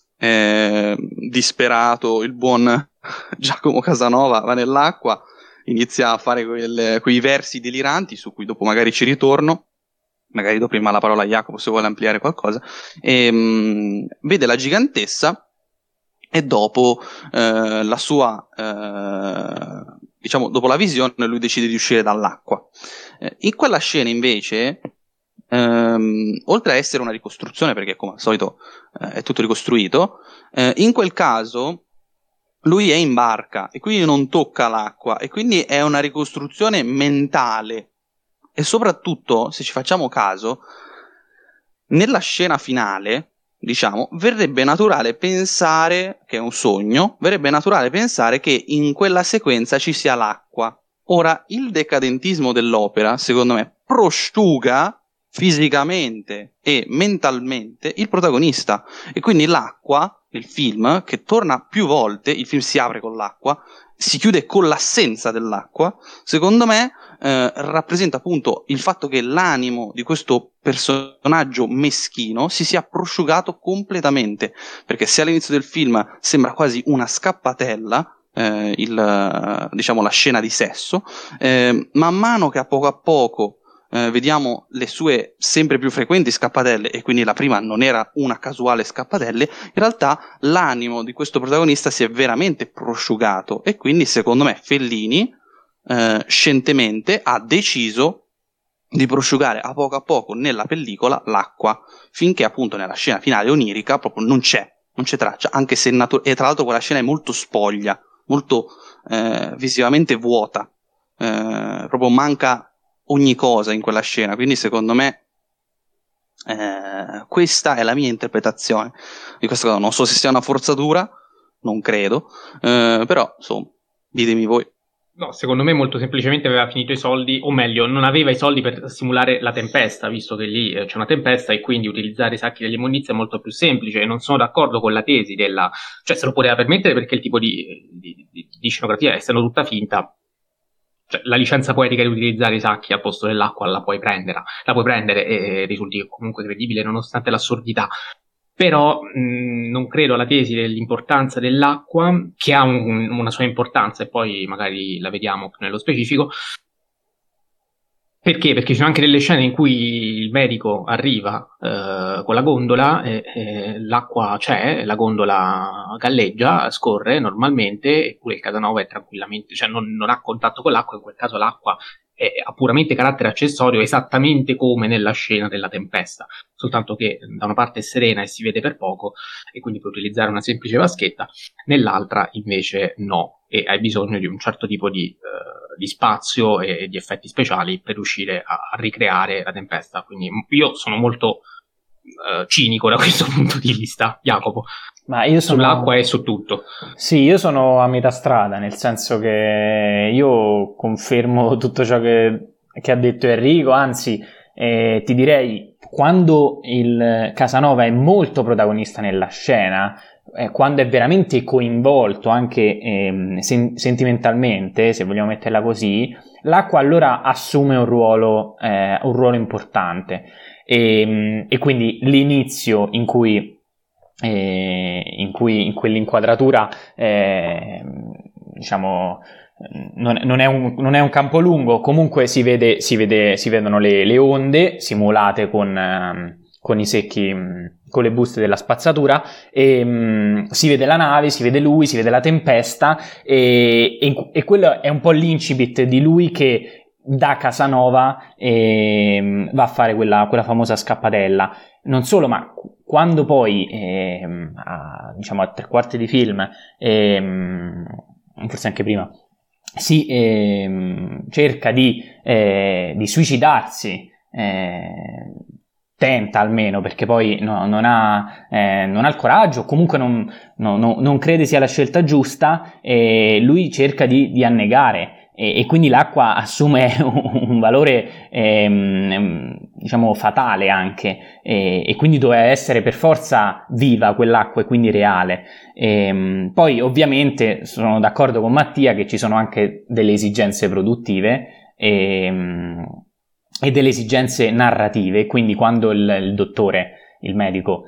Speaker 3: disperato il buon Giacomo Casanova va nell'acqua, inizia a fare quei versi deliranti su cui dopo magari ci ritorno, magari do prima la parola a Jacopo se vuole ampliare qualcosa, e vede la gigantessa e dopo la sua diciamo dopo la visione lui decide di uscire dall'acqua. In quella scena invece oltre a essere una ricostruzione, perché come al solito è tutto ricostruito, in quel caso lui è in barca e quindi non tocca l'acqua e quindi è una ricostruzione mentale. E soprattutto, se ci facciamo caso, nella scena finale, diciamo, verrebbe naturale pensare che è un sogno, verrebbe naturale pensare che in quella sequenza ci sia l'acqua. Ora, il decadentismo dell'opera, secondo me, prosciuga fisicamente e mentalmente il protagonista, e quindi l'acqua, il film, che torna più volte, il film si apre con l'acqua, si chiude con l'assenza dell'acqua, secondo me rappresenta appunto il fatto che l'animo di questo personaggio meschino si sia prosciugato completamente, perché se all'inizio del film sembra quasi una scappatella, diciamo la scena di sesso, man mano che a poco vediamo le sue sempre più frequenti scappatelle, e quindi la prima non era una casuale scappatelle, in realtà l'animo di questo protagonista si è veramente prosciugato, e quindi secondo me Fellini scientemente ha deciso di prosciugare a poco nella pellicola l'acqua, finché appunto nella scena finale onirica proprio non c'è traccia, anche se e tra l'altro quella scena è molto spoglia, molto visivamente vuota, proprio manca ogni cosa in quella scena, quindi secondo me questa è la mia interpretazione di questa cosa. Non so se sia una forzatura, non credo, però insomma, ditemi voi.
Speaker 1: No, secondo me molto semplicemente aveva finito i soldi, o meglio, non aveva i soldi per simulare la tempesta, visto che lì c'è una tempesta e quindi utilizzare i sacchi dell'immondizia è molto più semplice, e non sono d'accordo con la tesi della... cioè se lo poteva permettere perché il tipo di scenografia, essendo tutta finta, cioè, la licenza poetica di utilizzare i sacchi al posto dell'acqua la puoi prendere e risulti comunque credibile nonostante l'assurdità. Però non credo alla tesi dell'importanza dell'acqua, che ha una sua importanza e poi magari la vediamo più nello specifico. Perché? Perché ci sono anche delle scene in cui il medico arriva con la gondola, l'acqua c'è, la gondola galleggia, scorre normalmente, eppure il Casanova è tranquillamente, cioè non ha contatto con l'acqua, in quel caso l'acqua ha puramente carattere accessorio, esattamente come nella scena della tempesta, soltanto che da una parte è serena e si vede per poco, e quindi puoi utilizzare una semplice vaschetta, nell'altra invece no, e hai bisogno di un certo tipo di spazio e di effetti speciali per riuscire a ricreare la tempesta. Quindi io sono molto cinico da questo punto di vista, Jacopo.
Speaker 2: Ma io sono...
Speaker 1: sull'acqua e su tutto.
Speaker 2: Sì, io sono a metà strada, nel senso che io confermo tutto ciò che ha detto Enrico, anzi ti direi, quando il Casanova è molto protagonista nella scena, quando è veramente coinvolto anche sentimentalmente, se vogliamo metterla così, l'acqua allora assume un ruolo importante, e quindi l'inizio in cui in quell'inquadratura diciamo non è un campo lungo, comunque si vedono le onde simulate con i secchi, con le buste della spazzatura, e si vede la nave, si vede lui, si vede la tempesta, e quello è un po' l'incipit di lui che da Casanova va a fare quella famosa scappatella. Non solo, ma quando poi diciamo a 3/4 di film, forse anche prima, cerca di suicidarsi, tenta almeno, perché poi non ha il coraggio, comunque non crede sia la scelta giusta, e lui cerca di annegare, e quindi l'acqua assume un valore diciamo fatale anche, e quindi doveva essere per forza viva quell'acqua e quindi reale. Poi ovviamente sono d'accordo con Mattia che ci sono anche delle esigenze produttive e delle esigenze narrative, quindi quando il dottore, il medico,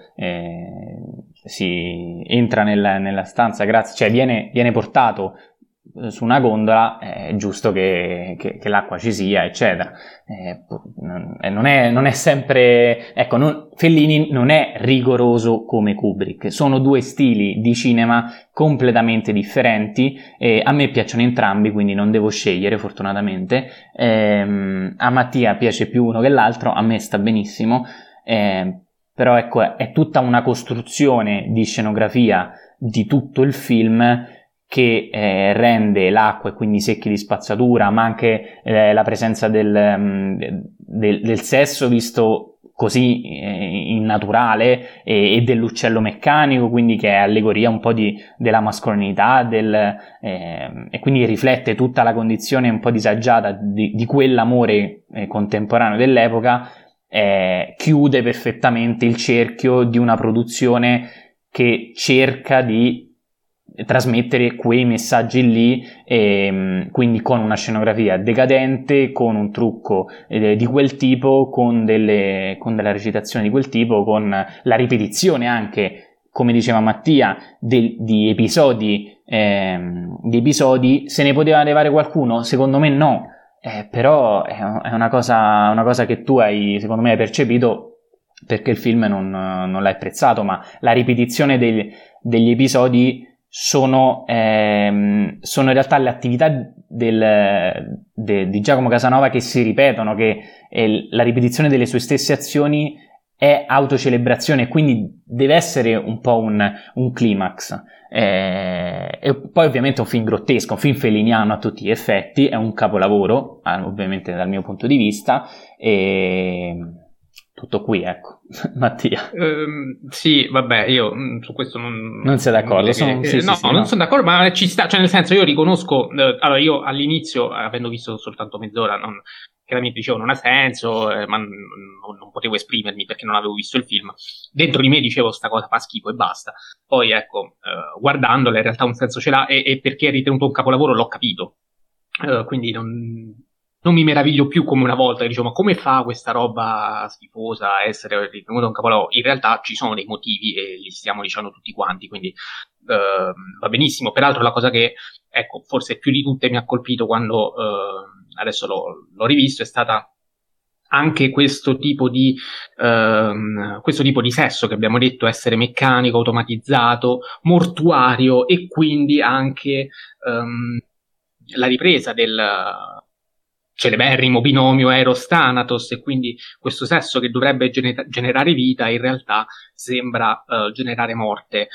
Speaker 2: si entra nella stanza, cioè viene portato su una gondola, è giusto che l'acqua ci sia, eccetera. Non è sempre, ecco, Fellini non è rigoroso come Kubrick, sono due stili di cinema completamente differenti, a me piacciono entrambi, quindi non devo scegliere, fortunatamente. A Mattia piace più uno che l'altro, a me sta benissimo, però ecco, è tutta una costruzione di scenografia di tutto il film che rende l'acqua e quindi i secchi di spazzatura, ma anche la presenza del sesso visto così innaturale, e dell'uccello meccanico, quindi che è allegoria un po' della mascolinità, e quindi riflette tutta la condizione un po' disagiata di quell'amore contemporaneo dell'epoca. Chiude perfettamente il cerchio di una produzione che cerca di trasmettere quei messaggi lì, quindi con una scenografia decadente, con un trucco di quel tipo, con della recitazione di quel tipo, con la ripetizione anche, come diceva Mattia, di episodi. Se ne poteva levare qualcuno? Secondo me no, però è una cosa che tu secondo me hai percepito, perché il film non l'hai apprezzato, ma la ripetizione degli episodi sono in realtà le attività di Giacomo Casanova che si ripetono, che la ripetizione delle sue stesse azioni è autocelebrazione, e quindi deve essere un po' un climax. E poi ovviamente è un film grottesco, un film felliniano a tutti gli effetti, è un capolavoro, ovviamente dal mio punto di vista, e tutto qui, ecco. Mattia.
Speaker 1: Sì, vabbè, io su questo
Speaker 2: non sei d'accordo?
Speaker 1: Non sono d'accordo, ma ci sta, cioè nel senso, io riconosco, allora io all'inizio, avendo visto soltanto mezz'ora, chiaramente dicevo non ha senso, ma non potevo esprimermi perché non avevo visto il film. Dentro di me dicevo sta cosa fa schifo e basta. Poi ecco, guardandola in realtà un senso ce l'ha, e perché è ritenuto un capolavoro l'ho capito. Quindi non mi meraviglio più come una volta, che dicevo, ma come fa questa roba schifosa a essere ritenuta un capolavoro? In realtà ci sono dei motivi e li stiamo dicendo tutti quanti, quindi va benissimo. Peraltro la cosa che, ecco, forse più di tutte mi ha colpito quando adesso l'ho rivisto, è stata anche questo tipo di sesso che abbiamo detto essere meccanico, automatizzato, mortuario, e quindi anche la ripresa del celeberrimo binomio Eros-Thanatos, e quindi questo sesso che dovrebbe generare vita in realtà sembra generare morte.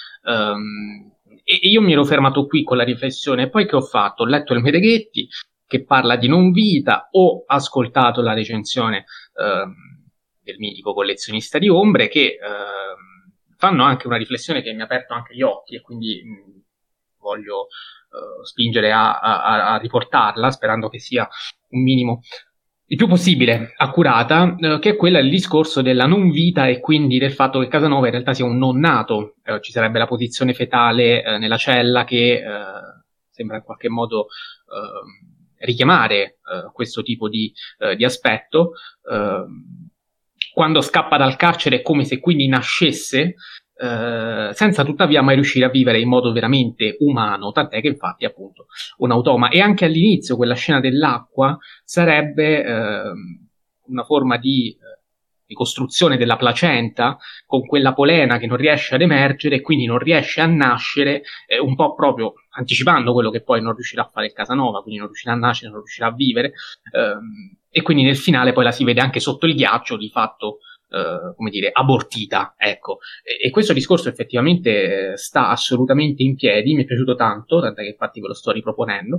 Speaker 1: E io mi ero fermato qui con la riflessione, e poi che ho fatto? Ho letto il Meneghetti che parla di non vita, ho ascoltato la recensione del mitico collezionista di ombre, che fanno anche una riflessione che mi ha aperto anche gli occhi, e quindi voglio spingere a riportarla, sperando che sia un minimo il più possibile accurata, che è quella del discorso della non vita, e quindi del fatto che Casanova in realtà sia un non nato. Ci sarebbe la posizione fetale nella cella che sembra in qualche modo richiamare questo tipo di aspetto. Quando scappa dal carcere è come se quindi nascesse, senza tuttavia mai riuscire a vivere in modo veramente umano, tant'è che infatti è appunto un automa. E anche all'inizio quella scena dell'acqua sarebbe una forma di costruzione della placenta, con quella polena che non riesce ad emergere e quindi non riesce a nascere, un po' proprio anticipando quello che poi non riuscirà a fare il Casanova, quindi non riuscirà a nascere, non riuscirà a vivere, e quindi nel finale poi la si vede anche sotto il ghiaccio, di fatto come dire, abortita, ecco. E questo discorso effettivamente sta assolutamente in piedi, mi è piaciuto tanto, tant'è che infatti ve lo sto riproponendo,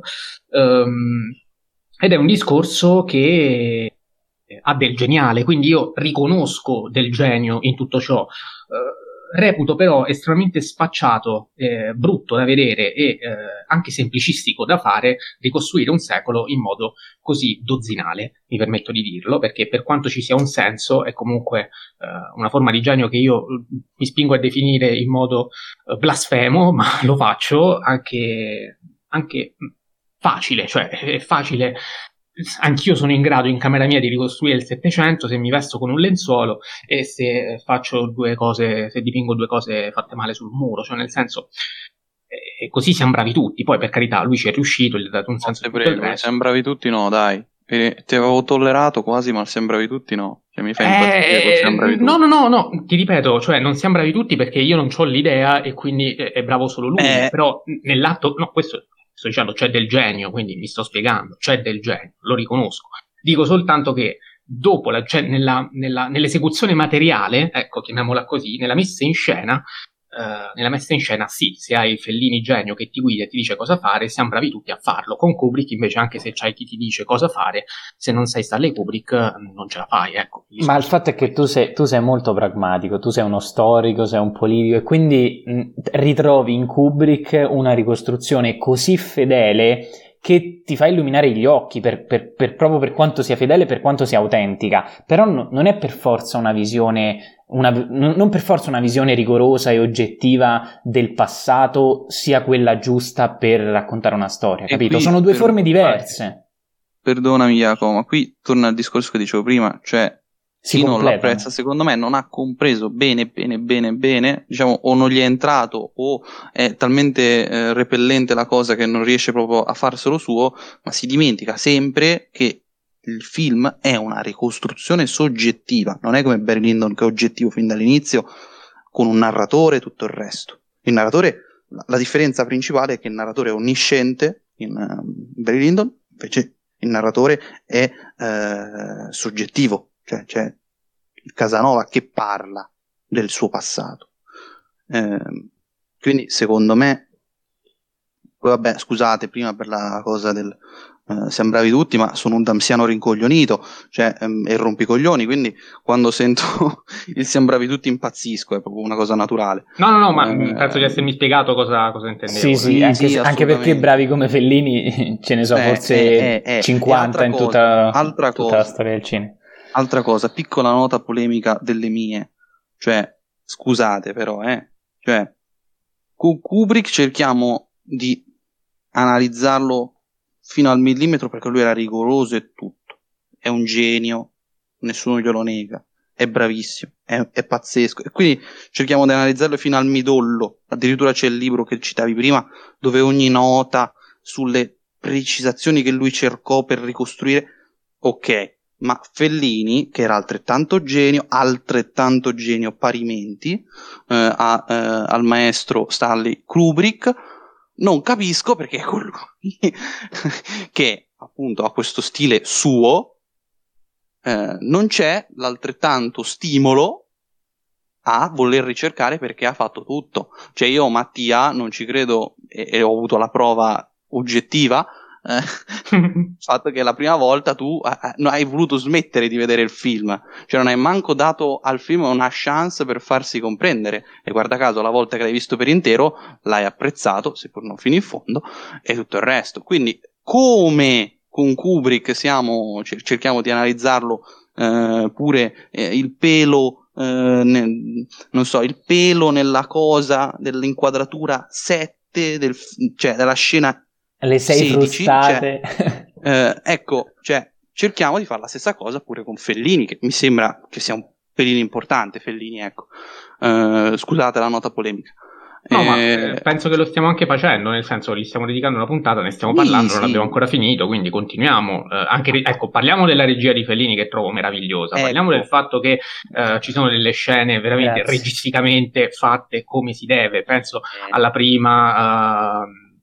Speaker 1: ed è un discorso che ha del geniale, quindi io riconosco del genio in tutto ciò. Reputo però estremamente sfacciato, brutto da vedere e anche semplicistico da fare ricostruire un secolo in modo così dozzinale, mi permetto di dirlo, perché per quanto ci sia un senso è comunque una forma di genio che io mi spingo a definire in modo blasfemo, ma lo faccio anche facile, cioè è facile. Anch'io sono in grado in camera mia di ricostruire il Settecento se mi vesto con un lenzuolo e se faccio due cose, se dipingo due cose fatte male sul muro, cioè nel senso, così siamo bravi tutti. Poi per carità lui ci è riuscito, gli ha dato un senso
Speaker 3: Te prego, siamo bravi tutti, no, dai. Ti avevo tollerato quasi, ma siamo bravi tutti, no. Cioè, mi fa impazzire, siamo bravi tutti.
Speaker 1: No, ti ripeto, cioè non siamo bravi tutti perché io non ho l'idea e quindi è bravo solo lui, però nell'atto, no, questo sto dicendo, c'è del genio, quindi mi sto spiegando, c'è del genio, lo riconosco. Dico soltanto che dopo, cioè nell'esecuzione materiale, ecco, chiamiamola così, nella messa in scena, sì, se hai il Fellini genio che ti guida e ti dice cosa fare, siamo bravi tutti a farlo. Con Kubrick invece, anche se c'hai chi ti dice cosa fare, se non sei Stanley Kubrick non ce la fai, ecco.
Speaker 2: Ma il fatto è che tu sei molto pragmatico, tu sei uno storico, sei un politico e quindi ritrovi in Kubrick una ricostruzione così fedele che ti fa illuminare gli occhi proprio per quanto sia fedele, per quanto sia autentica. Però non è per forza una visione non per forza una visione rigorosa e oggettiva del passato sia quella giusta per raccontare una storia, capito? Sono due forme diverse.
Speaker 3: Perdonami Jacopo, ma qui torna al discorso che dicevo prima, cioè chi non l'apprezza secondo me non ha compreso bene, diciamo, o non gli è entrato o è talmente repellente la cosa che non riesce proprio a farselo suo, ma si dimentica sempre che il film è una ricostruzione soggettiva, non è come Barry Lyndon che è oggettivo fin dall'inizio con un narratore e tutto il resto. Il narratore, la differenza principale è che il narratore è onnisciente in Barry Lyndon, invece il narratore è soggettivo, cioè c'è il Casanova che parla del suo passato. Quindi secondo me, vabbè, scusate prima per la cosa del siamo bravi tutti, ma sono un damsiano rincoglionito, cioè e rompicoglioni, quindi quando sento il siamo bravi tutti impazzisco, è proprio una cosa naturale.
Speaker 1: No, ma penso di essermi spiegato cosa intendevo.
Speaker 2: Sì, anche perché bravi come Fellini ce ne sono forse 50 in tutta la storia del cinema.
Speaker 3: Altra cosa, piccola nota polemica delle mie, cioè scusate però, cioè con Kubrick cerchiamo di analizzarlo fino al millimetro perché lui era rigoroso e tutto, è un genio, nessuno glielo nega, è bravissimo, è pazzesco, e quindi cerchiamo di analizzarlo fino al midollo. Addirittura c'è il libro che citavi prima dove ogni nota sulle precisazioni che lui cercò per ricostruire, ok, ma Fellini, che era altrettanto genio parimenti al maestro Stanley Kubrick, non capisco perché colui che appunto ha questo stile suo non c'è l'altrettanto stimolo a voler ricercare perché ha fatto tutto. Cioè io Mattia non ci credo e ho avuto la prova oggettiva il fatto che la prima volta tu hai voluto smettere di vedere il film, cioè non hai manco dato al film una chance per farsi comprendere, e guarda caso la volta che l'hai visto per intero l'hai apprezzato, seppur non fino in fondo, e tutto il resto. Quindi come con Kubrick cerchiamo di analizzarlo pure il pelo non so, il pelo nella cosa dell'inquadratura 7 cioè della scena
Speaker 2: le 6
Speaker 3: 16,
Speaker 2: frustate,
Speaker 3: cioè, ecco, cioè cerchiamo di fare la stessa cosa pure con Fellini, che mi sembra che sia un pelino importante Fellini, ecco. Scusate la nota polemica.
Speaker 1: No, ma penso che lo stiamo anche facendo, nel senso gli stiamo dedicando una puntata, ne stiamo parlando, non abbiamo ancora finito, quindi continuiamo. Ecco, parliamo della regia di Fellini che trovo meravigliosa, parliamo del fatto che ci sono delle scene veramente registicamente fatte come si deve, penso alla prima,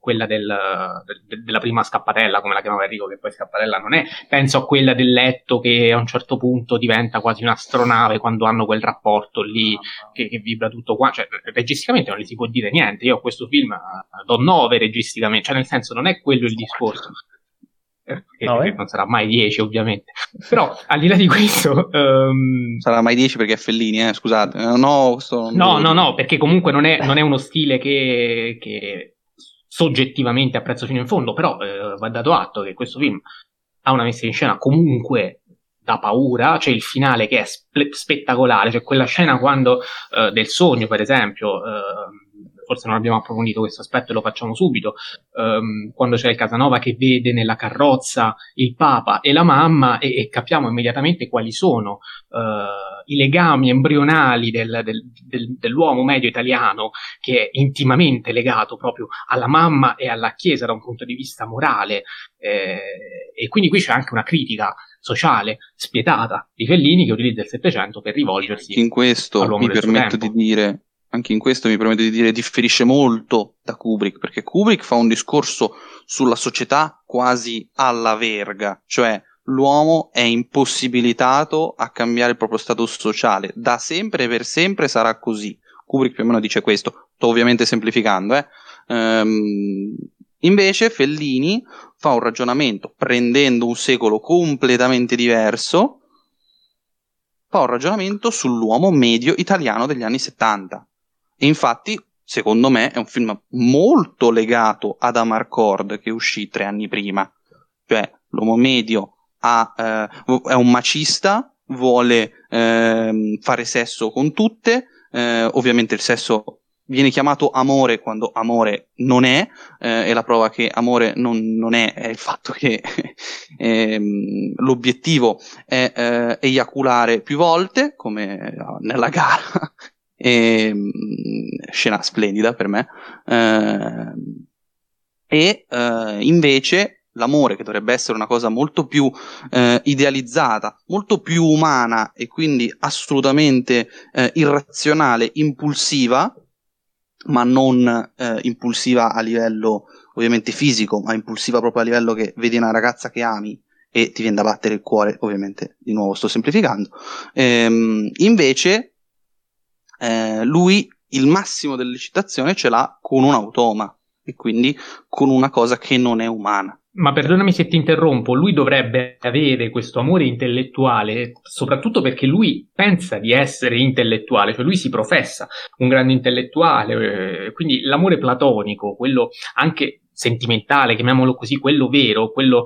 Speaker 1: quella della prima scappatella, come la chiamava Enrico, che poi scappatella non è, penso a quella del letto che a un certo punto diventa quasi un'astronave quando hanno quel rapporto lì che vibra tutto qua, cioè registicamente non gli si può dire niente. Io a questo film do 9 registicamente, cioè nel senso non è quello il discorso, che non sarà mai 10 ovviamente, però al di là di questo
Speaker 3: sarà mai 10 perché è Fellini, scusate, no,
Speaker 1: perché comunque non è uno stile che soggettivamente apprezzo fino in fondo, però va dato atto che questo film ha una messa in scena comunque da paura. C'è il finale che è spettacolare, cioè quella scena quando del sogno, per esempio, forse non abbiamo approfondito questo aspetto e lo facciamo subito, quando c'è il Casanova che vede nella carrozza il Papa e la mamma e capiamo immediatamente quali sono i legami embrionali dell'uomo medio italiano, che è intimamente legato proprio alla mamma e alla Chiesa da un punto di vista morale, e quindi qui c'è anche una critica sociale spietata di Fellini, che utilizza il Settecento per rivolgersi all'uomo del suo tempo.
Speaker 3: Anche in questo mi permetto di dire differisce molto da Kubrick, perché Kubrick fa un discorso sulla società quasi alla verga, cioè l'uomo è impossibilitato a cambiare il proprio status sociale, da sempre e per sempre sarà così. Kubrick più o meno dice questo, sto ovviamente semplificando, Invece Fellini fa un ragionamento, prendendo un secolo completamente diverso, fa un ragionamento sull'uomo medio italiano degli anni 70. E infatti, secondo me, è un film molto legato ad Amarcord, che uscì 3 anni prima. Cioè, l'uomo medio è un macista, vuole fare sesso con tutte, ovviamente il sesso viene chiamato amore quando amore non è, e la prova che amore non è il fatto che l'obiettivo è eiaculare più volte, come nella gara. Scena splendida per me, invece l'amore, che dovrebbe essere una cosa molto più idealizzata, molto più umana e quindi assolutamente irrazionale, impulsiva, ma non impulsiva a livello ovviamente fisico, ma impulsiva proprio a livello che vedi una ragazza che ami e ti viene da battere il cuore, ovviamente di nuovo sto semplificando, invece lui il massimo dell'eccitazione ce l'ha con un automa e quindi con una cosa che non è umana.
Speaker 1: Ma perdonami se ti interrompo, lui dovrebbe avere questo amore intellettuale soprattutto perché lui pensa di essere intellettuale, cioè lui si professa un grande intellettuale, quindi l'amore platonico, quello anche sentimentale, chiamiamolo così, quello vero, quello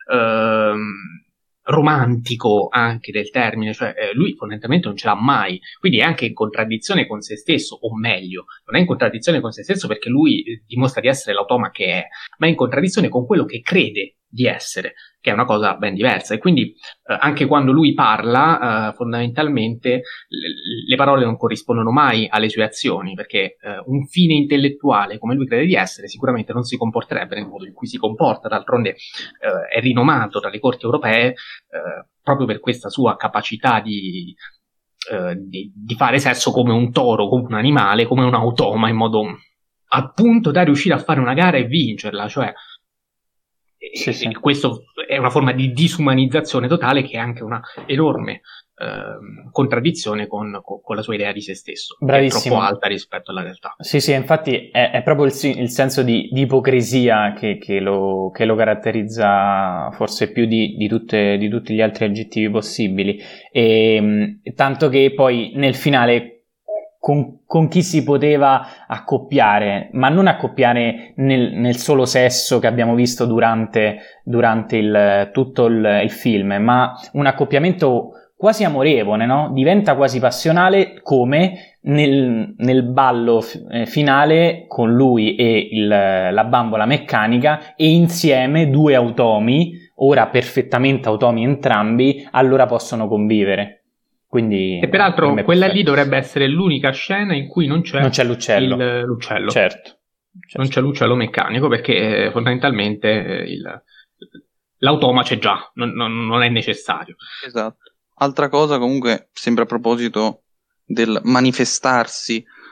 Speaker 1: romantico anche del termine, cioè lui fondamentalmente non ce l'ha mai, quindi è anche in contraddizione con se stesso, o meglio, non è in contraddizione con se stesso perché lui dimostra di essere l'automa che è, ma è in contraddizione con quello che crede di essere, che è una cosa ben diversa. E quindi anche quando lui parla, fondamentalmente le parole non corrispondono mai alle sue azioni, perché un fine intellettuale come lui crede di essere sicuramente non si comporterebbe nel modo in cui si comporta. D'altronde è rinomato dalle corti europee proprio per questa sua capacità di fare sesso come un toro, come un animale, come un automa, in modo appunto da riuscire a fare una gara e vincerla, cioè sì. Questo è una forma di disumanizzazione totale che è anche una enorme contraddizione con la sua idea di se stesso.
Speaker 2: Bravissimo.
Speaker 1: Che è troppo alta rispetto alla realtà.
Speaker 2: Sì, infatti è proprio il senso di ipocrisia che lo caratterizza forse più di tutti gli altri aggettivi possibili, e tanto che poi nel finale con chi si poteva accoppiare, ma non accoppiare nel solo sesso che abbiamo visto durante tutto il film, ma un accoppiamento quasi amorevole, no? Diventa quasi passionale, come nel ballo finale con lui e la bambola meccanica, e insieme due automi, ora perfettamente automi entrambi, allora possono convivere. Quindi,
Speaker 1: e peraltro quella lì dovrebbe essere l'unica scena in cui non c'è
Speaker 2: l'uccello.
Speaker 1: l'uccello.
Speaker 2: Certo.
Speaker 1: Non c'è l'uccello meccanico perché fondamentalmente l'automa c'è già, non è necessario.
Speaker 3: Esatto. Altra cosa comunque, sempre a proposito del manifestarsi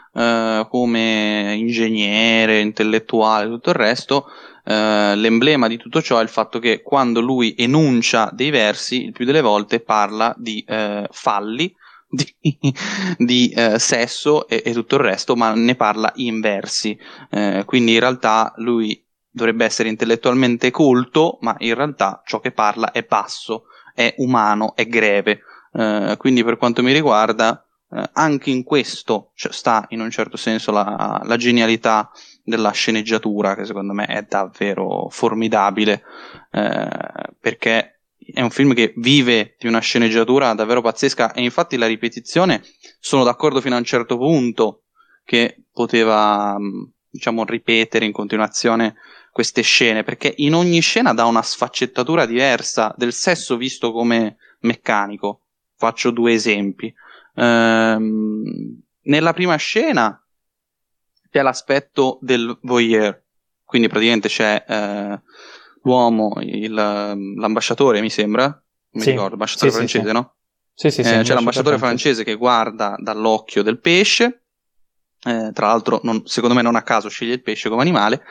Speaker 3: come ingegnere, intellettuale, tutto il resto, l'emblema di tutto ciò è il fatto che quando lui enuncia dei versi, il più delle volte parla di falli, di sesso e tutto il resto, ma ne parla in versi. Quindi in realtà lui dovrebbe essere intellettualmente colto, ma in realtà ciò che parla è basso, è umano, è greve. Quindi per quanto mi riguarda, anche in questo sta in un certo senso la genialità della sceneggiatura, che secondo me è davvero formidabile, perché è un film che vive di una sceneggiatura davvero pazzesca, e infatti la ripetizione, sono d'accordo fino a un certo punto che poteva, diciamo, ripetere in continuazione queste scene, perché in ogni scena dà una sfaccettatura diversa del sesso visto come meccanico. Faccio 2 esempi. Nella prima scena c'è l'aspetto del voyeur, quindi praticamente c'è l'uomo, l'ambasciatore, mi sembra, non mi ricordo, l'ambasciatore francese, no?
Speaker 2: Sì,
Speaker 3: c'è l'ambasciatore francese che guarda dall'occhio del pesce, tra l'altro secondo me non a caso sceglie il pesce come animale,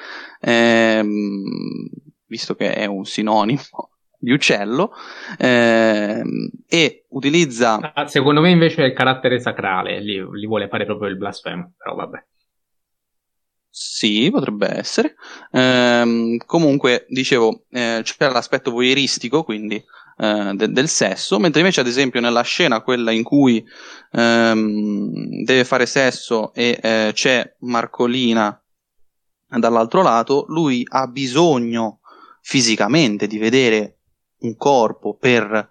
Speaker 3: visto che è un sinonimo di uccello, e utilizza...
Speaker 1: Secondo me invece è il carattere sacrale, li vuole fare proprio il blasfemo, però vabbè.
Speaker 3: Sì, potrebbe essere. Comunque, dicevo, c'è l'aspetto voyeuristico, quindi del sesso, mentre invece, ad esempio, nella scena, quella in cui deve fare sesso e c'è Marcolina dall'altro lato, lui ha bisogno fisicamente di vedere un corpo per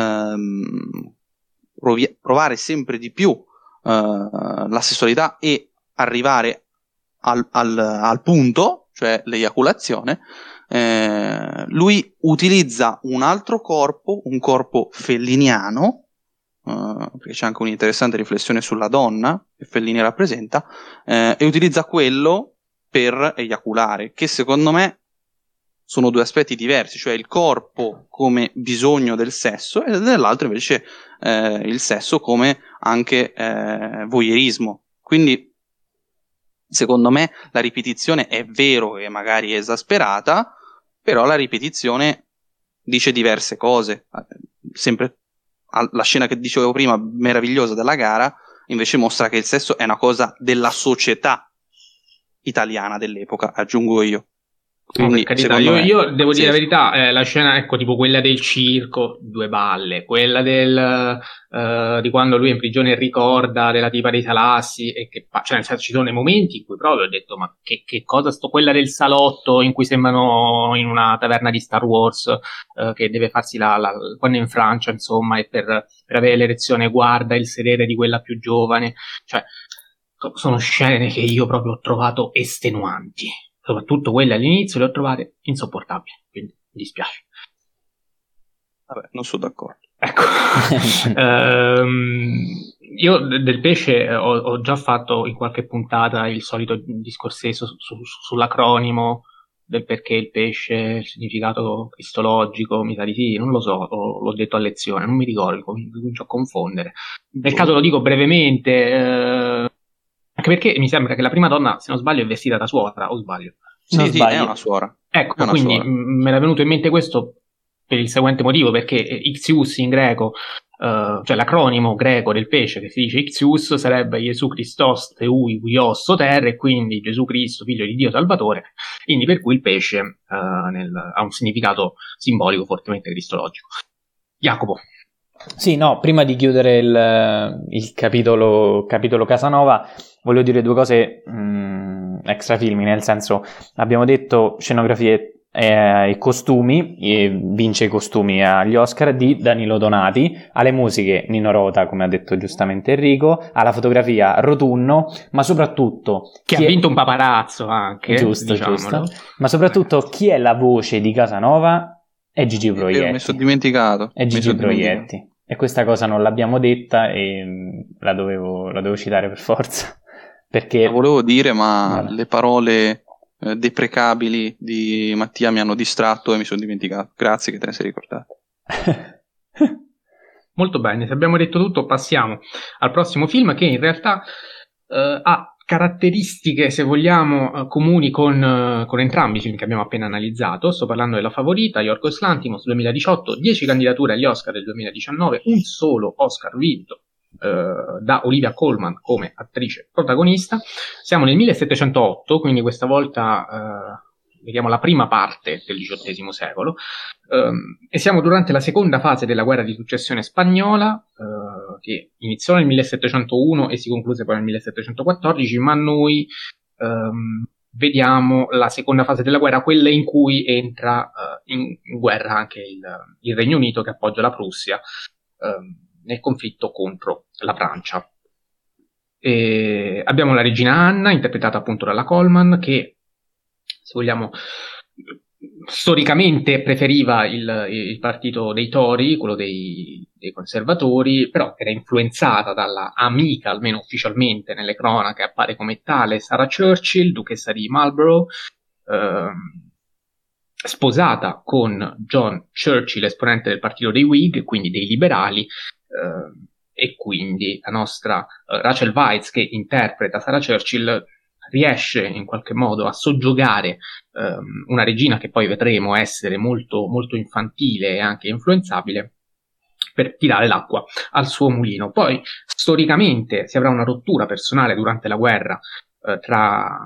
Speaker 3: provare sempre di più la sessualità e arrivare al punto, cioè l'eiaculazione. Lui utilizza un altro corpo, un corpo felliniano, perché c'è anche un'interessante riflessione sulla donna che Fellini rappresenta, e utilizza quello per eiaculare, che secondo me sono 2 aspetti diversi, cioè il corpo come bisogno del sesso e nell'altro invece il sesso come anche voyeurismo. Quindi secondo me la ripetizione è vero che magari è esasperata, però la ripetizione dice diverse cose. Sempre la scena che dicevo prima, meravigliosa della gara, invece mostra che il sesso è una cosa della società italiana dell'epoca, aggiungo io. Quindi,
Speaker 1: carità, io devo dire la verità, la scena, ecco, tipo quella del circo, 2 balle, quella di quando lui è in prigione e ricorda della tipa dei salassi, e che, cioè, nel senso, ci sono dei momenti in cui proprio ho detto, ma che cosa quella del salotto in cui sembrano in una taverna di Star Wars, che deve farsi quando è in Francia, insomma, e per avere l'erezione guarda il sedere di quella più giovane, cioè, sono scene che io proprio ho trovato estenuanti. Soprattutto quelle all'inizio le ho trovate insopportabili, quindi mi dispiace.
Speaker 3: Vabbè, non sono d'accordo.
Speaker 1: Ecco, io del pesce ho già fatto in qualche puntata il solito discorseso sull'acronimo del perché il pesce, il significato cristologico, mi sa di sì, non lo so, l'ho detto a lezione, non mi ricordo, comincio a confondere. Nel caso lo dico brevemente, anche perché mi sembra che la prima donna, se non sbaglio, è vestita da suora, o sbaglio?
Speaker 3: Sì, è una suora.
Speaker 1: Ecco, quindi mi era venuto in mente questo per il seguente motivo, perché Ixius in greco, cioè l'acronimo greco del pesce che si dice Ixius, sarebbe Gesù Christos Theui Huios Soter, e quindi Gesù Cristo, figlio di Dio Salvatore, quindi per cui il pesce ha un significato simbolico fortemente cristologico. Jacopo.
Speaker 2: Sì, no, prima di chiudere il capitolo Casanova, volevo dire 2 cose extra filmi, nel senso, abbiamo detto scenografie e costumi, e vince i costumi agli Oscar di Danilo Donati, alle musiche Nino Rota, come ha detto giustamente Enrico, alla fotografia Rotunno, ma soprattutto...
Speaker 1: Che ha vinto un paparazzo anche,
Speaker 2: giusto, ma soprattutto chi è la voce di Casanova? È Gigi Proietti.
Speaker 3: Mi sono dimenticato.
Speaker 2: È Gigi Proietti. E questa cosa non l'abbiamo detta e la dovevo citare per forza. Perché...
Speaker 3: La volevo dire, ma le parole deprecabili di Mattia mi hanno distratto e mi sono dimenticato. Grazie che te ne sei ricordato.
Speaker 1: Molto bene, se abbiamo detto tutto passiamo al prossimo film, che in realtà ha caratteristiche, se vogliamo, comuni con entrambi i film che abbiamo appena analizzato. Sto parlando della Favorita, Yorgos Lanthimos, 2018, 10 candidature agli Oscar del 2019, un solo Oscar vinto da Olivia Colman come attrice protagonista. Siamo nel 1708, quindi questa volta vediamo la prima parte del XVIII secolo, e siamo durante la seconda fase della guerra di successione spagnola, che iniziò nel 1701 e si concluse poi nel 1714, ma noi vediamo la seconda fase della guerra, quella in cui entra in guerra anche il Regno Unito, che appoggia la Prussia nel conflitto contro la Francia. E abbiamo la regina Anna, interpretata appunto dalla Colman, che, se vogliamo, storicamente preferiva il partito dei Tory, quello dei conservatori, però era influenzata dalla amica, almeno ufficialmente nelle cronache appare come tale, Sarah Churchill, duchessa di Marlborough, sposata con John Churchill, esponente del partito dei Whig, quindi dei liberali, e quindi la nostra Rachel Weisz, che interpreta Sarah Churchill, riesce in qualche modo a soggiogare una regina che poi vedremo essere molto, molto infantile e anche influenzabile, per tirare l'acqua al suo mulino. Poi storicamente si avrà una rottura personale durante la guerra tra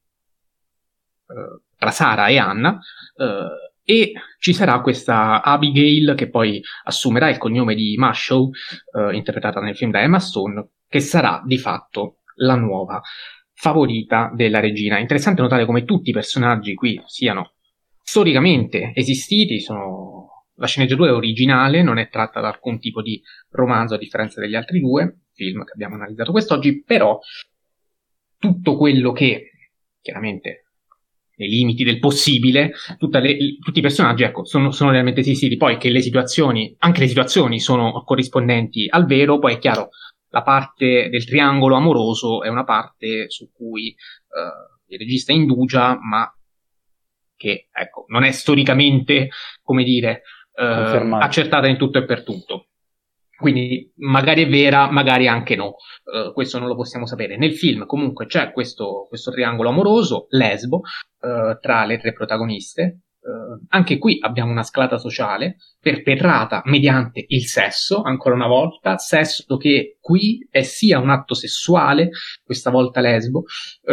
Speaker 1: Sara e Anna, e ci sarà questa Abigail, che poi assumerà il cognome di Marshall, interpretata nel film da Emma Stone, che sarà di fatto la nuova favorita della regina. Interessante notare come tutti i personaggi qui siano storicamente esistiti, la sceneggiatura è originale, non è tratta da alcun tipo di romanzo, a differenza degli altri due film che abbiamo analizzato quest'oggi, però tutto quello che, chiaramente nei limiti del possibile, tutti i personaggi, ecco, sono realmente esistiti. Poi che anche le situazioni sono corrispondenti al vero, poi è chiaro, la parte del triangolo amoroso è una parte su cui il regista indugia, ma che, ecco, non è storicamente, come dire, accertata in tutto e per tutto. Quindi magari è vera, magari anche no, questo non lo possiamo sapere. Nel film comunque c'è questo triangolo amoroso, lesbo, tra le tre protagoniste. Anche qui abbiamo una scalata sociale perpetrata mediante il sesso, ancora una volta, sesso che qui è sia un atto sessuale, questa volta lesbo,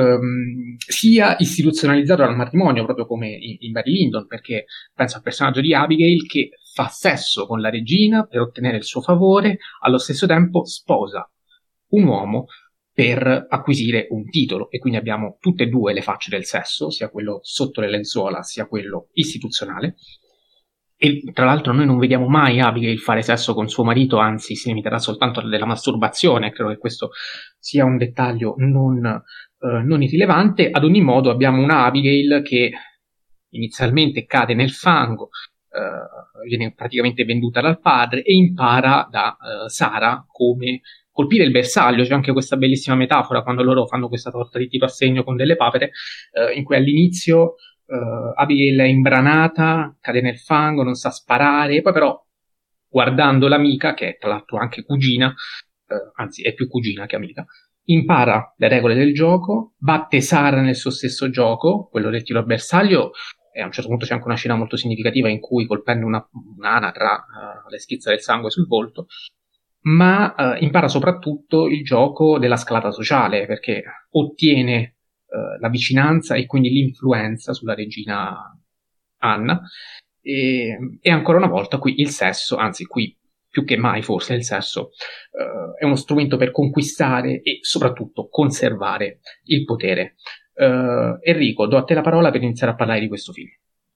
Speaker 1: sia istituzionalizzato dal matrimonio, proprio come in Barry Lyndon, perché penso al personaggio di Abigail che fa sesso con la regina per ottenere il suo favore, allo stesso tempo sposa un uomo per acquisire un titolo, e quindi abbiamo tutte e due le facce del sesso, sia quello sotto le lenzuola sia quello istituzionale. E tra l'altro noi non vediamo mai Abigail fare sesso con suo marito, anzi si limiterà soltanto della masturbazione. Credo che questo sia un dettaglio non irrilevante. Ad ogni modo abbiamo una Abigail che inizialmente cade nel fango, viene praticamente venduta dal padre e impara da Sara come colpire il bersaglio. C'è anche questa bellissima metafora quando loro fanno questa torta di tiro a segno con delle papere, in cui all'inizio Abigail è imbranata, cade nel fango, non sa sparare, e poi però, guardando l'amica, che è tra l'altro anche cugina, anzi è più cugina che amica, impara le regole del gioco, batte Sara nel suo stesso gioco, quello del tiro a bersaglio, e a un certo punto c'è anche una scena molto significativa in cui, colpendo un'anatra, le schizza del sangue sul volto, ma impara soprattutto il gioco della scalata sociale, perché ottiene la vicinanza e quindi l'influenza sulla regina Anna, e ancora una volta qui il sesso, anzi qui più che mai forse il sesso, è uno strumento per conquistare e soprattutto conservare il potere. Enrico, do a te la parola per iniziare a parlare di questo film.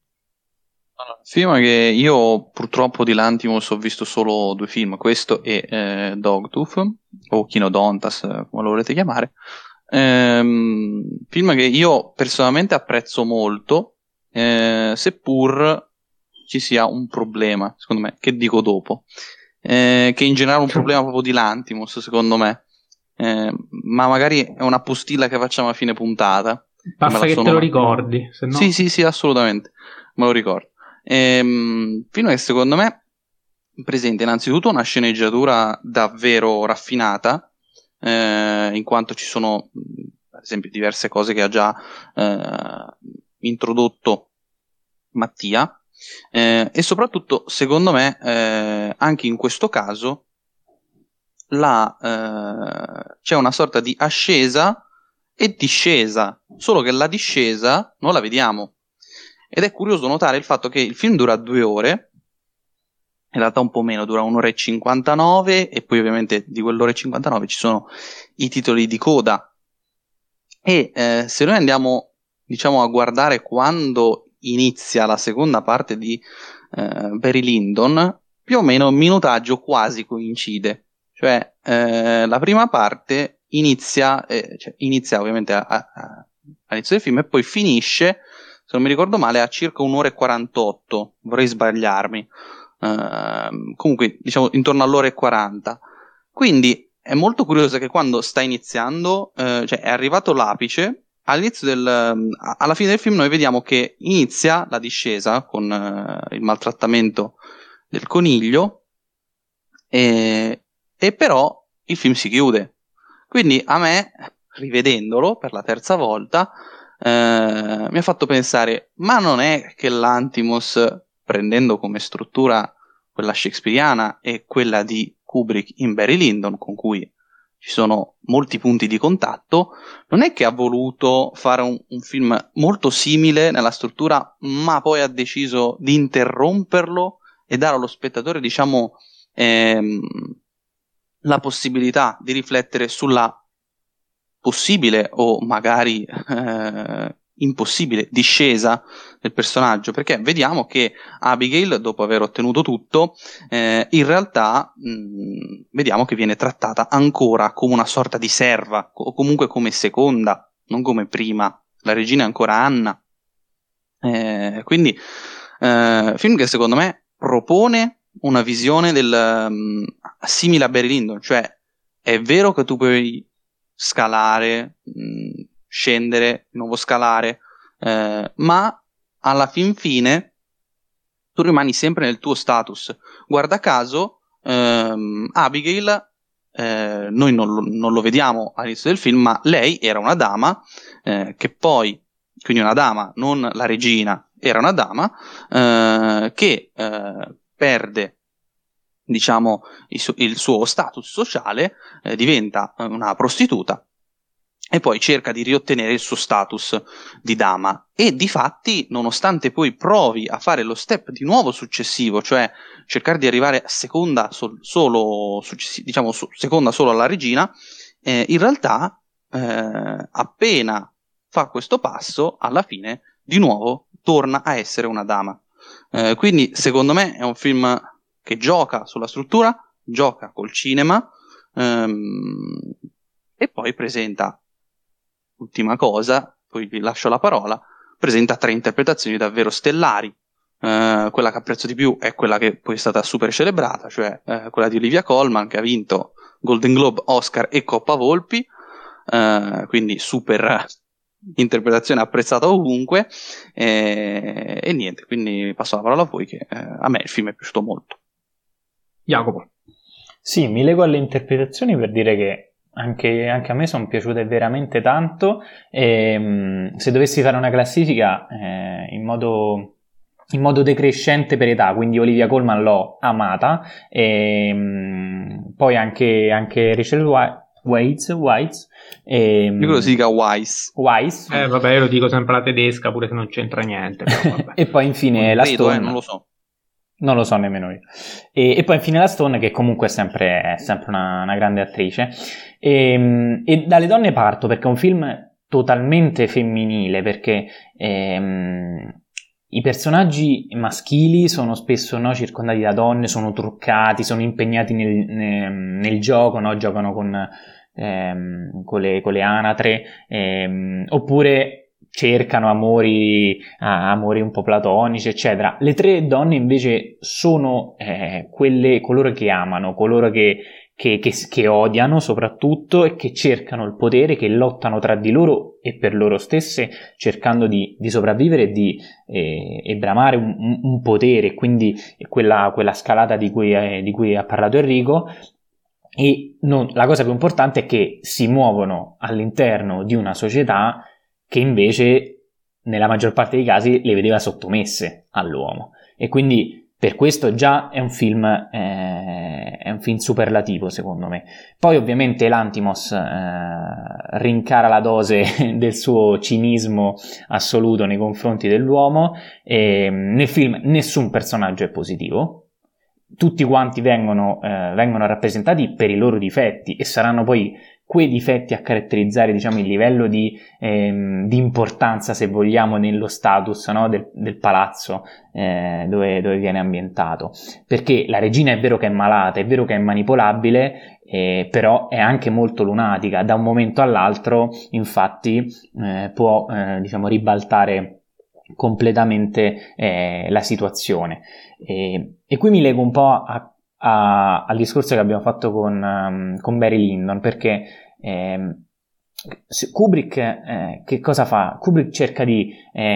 Speaker 3: Film che io purtroppo di Lanthimos ho visto solo 2 film, questo e Dogtooth, o Kinodontas, come lo volete chiamare. Film che io personalmente apprezzo molto, seppur ci sia un problema, secondo me, che dico dopo, che in generale è un problema proprio di Lanthimos, secondo me, ma magari è una postilla che facciamo a fine puntata.
Speaker 1: Basta che te lo ricordi, se no...
Speaker 3: Sì, assolutamente, me lo ricordo. Film che secondo me presenta innanzitutto una sceneggiatura davvero raffinata, in quanto ci sono, ad esempio, diverse cose che ha già introdotto Mattia, e soprattutto, secondo me, anche in questo caso c'è una sorta di ascesa e discesa, solo che la discesa non la vediamo. Ed è curioso notare il fatto che il film dura 2 ore, in realtà un po' meno, dura 1 ora e 59, e poi ovviamente di quell'ora e 59 ci sono i titoli di coda. E se noi andiamo, diciamo, a guardare quando inizia la seconda parte di Barry Lyndon, più o meno il minutaggio quasi coincide. Cioè, la prima parte inizia ovviamente all'inizio del film e poi finisce, se non mi ricordo male, a circa 1 ora e 48, vorrei sbagliarmi. Comunque, diciamo, intorno all'ora e 40. Quindi è molto curioso che quando sta iniziando, cioè è arrivato l'apice, alla fine del film noi vediamo che inizia la discesa con il maltrattamento del coniglio, e però il film si chiude. Quindi a me, rivedendolo per la terza volta, mi ha fatto pensare, ma non è che l'Antimos, prendendo come struttura quella shakespeariana e quella di Kubrick in Barry Lyndon, con cui ci sono molti punti di contatto, non è che ha voluto fare un film molto simile nella struttura, ma poi ha deciso di interromperlo e dare allo spettatore, diciamo, la possibilità di riflettere sulla possibile o magari impossibile discesa del personaggio, perché vediamo che Abigail, dopo aver ottenuto tutto, in realtà vediamo che viene trattata ancora come una sorta di serva, o comunque come seconda, non come prima. La regina è ancora Anna. Quindi film che secondo me propone una visione simile a Barry Lyndon, cioè è vero che tu puoi scalare, scendere, di nuovo scalare, ma alla fin fine tu rimani sempre nel tuo status. Guarda caso, Abigail, noi non lo vediamo all'inizio del film, ma lei era una dama, che poi, quindi una dama, non la regina, era una dama, che perde, diciamo, il suo status sociale, diventa una prostituta e poi cerca di riottenere il suo status di dama, e difatti, nonostante poi provi a fare lo step di nuovo successivo, cioè cercare di arrivare a seconda seconda solo alla regina, in realtà appena fa questo passo, alla fine di nuovo torna a essere una dama. Quindi secondo me è un film che gioca sulla struttura, gioca col cinema, e poi presenta, ultima cosa, poi vi lascio la parola, presenta 3 interpretazioni davvero stellari. Quella che apprezzo di più è quella che poi è stata super celebrata, cioè quella di Olivia Colman, che ha vinto Golden Globe, Oscar e Coppa Volpi, quindi super interpretazione apprezzata ovunque, e niente, quindi passo la parola a voi, che a me il film è piaciuto molto.
Speaker 1: Jacopo.
Speaker 2: Sì, mi lego alle interpretazioni per dire che anche a me sono piaciute veramente tanto, e se dovessi fare una classifica in modo decrescente per età, quindi Olivia Colman l'ho amata, e poi anche Rachel Weisz,
Speaker 3: Io credo si dica Weisz.
Speaker 1: Vabbè, io lo dico sempre la tedesca, pure se non c'entra niente, però vabbè.
Speaker 2: E poi infine la Stone.
Speaker 3: Non lo so.
Speaker 2: Non lo so nemmeno io. E poi infine la Stone, che comunque è sempre una grande attrice. E dalle donne parto, perché è un film totalmente femminile, perché i personaggi maschili sono spesso, no, circondati da donne, sono truccati, sono impegnati nel gioco, no? Giocano con le anatre, oppure cercano amori un po' platonici, eccetera. Le 3 donne invece sono coloro che amano, coloro che odiano soprattutto, e che cercano il potere, che lottano tra di loro e per loro stesse, cercando di sopravvivere e bramare un potere. Quindi quella scalata di cui ha parlato Enrico. la cosa più importante è che si muovono all'interno di una società che invece nella maggior parte dei casi le vedeva sottomesse all'uomo, e quindi per questo già è un film superlativo secondo me. Poi ovviamente Lanthimos rincara la dose del suo cinismo assoluto nei confronti dell'uomo, e nel film nessun personaggio è positivo, tutti quanti vengono rappresentati per i loro difetti, e saranno poi quei difetti a caratterizzare, diciamo, il livello di importanza, se vogliamo, nello status, no, del palazzo dove viene ambientato. Perché la regina è vero che è malata, è vero che è manipolabile, però è anche molto lunatica. Da un momento all'altro, infatti, può diciamo ribaltare completamente la situazione. E qui mi lego un po' al discorso che abbiamo fatto con Barry Lyndon, perché Kubrick che cosa fa? Kubrick cerca di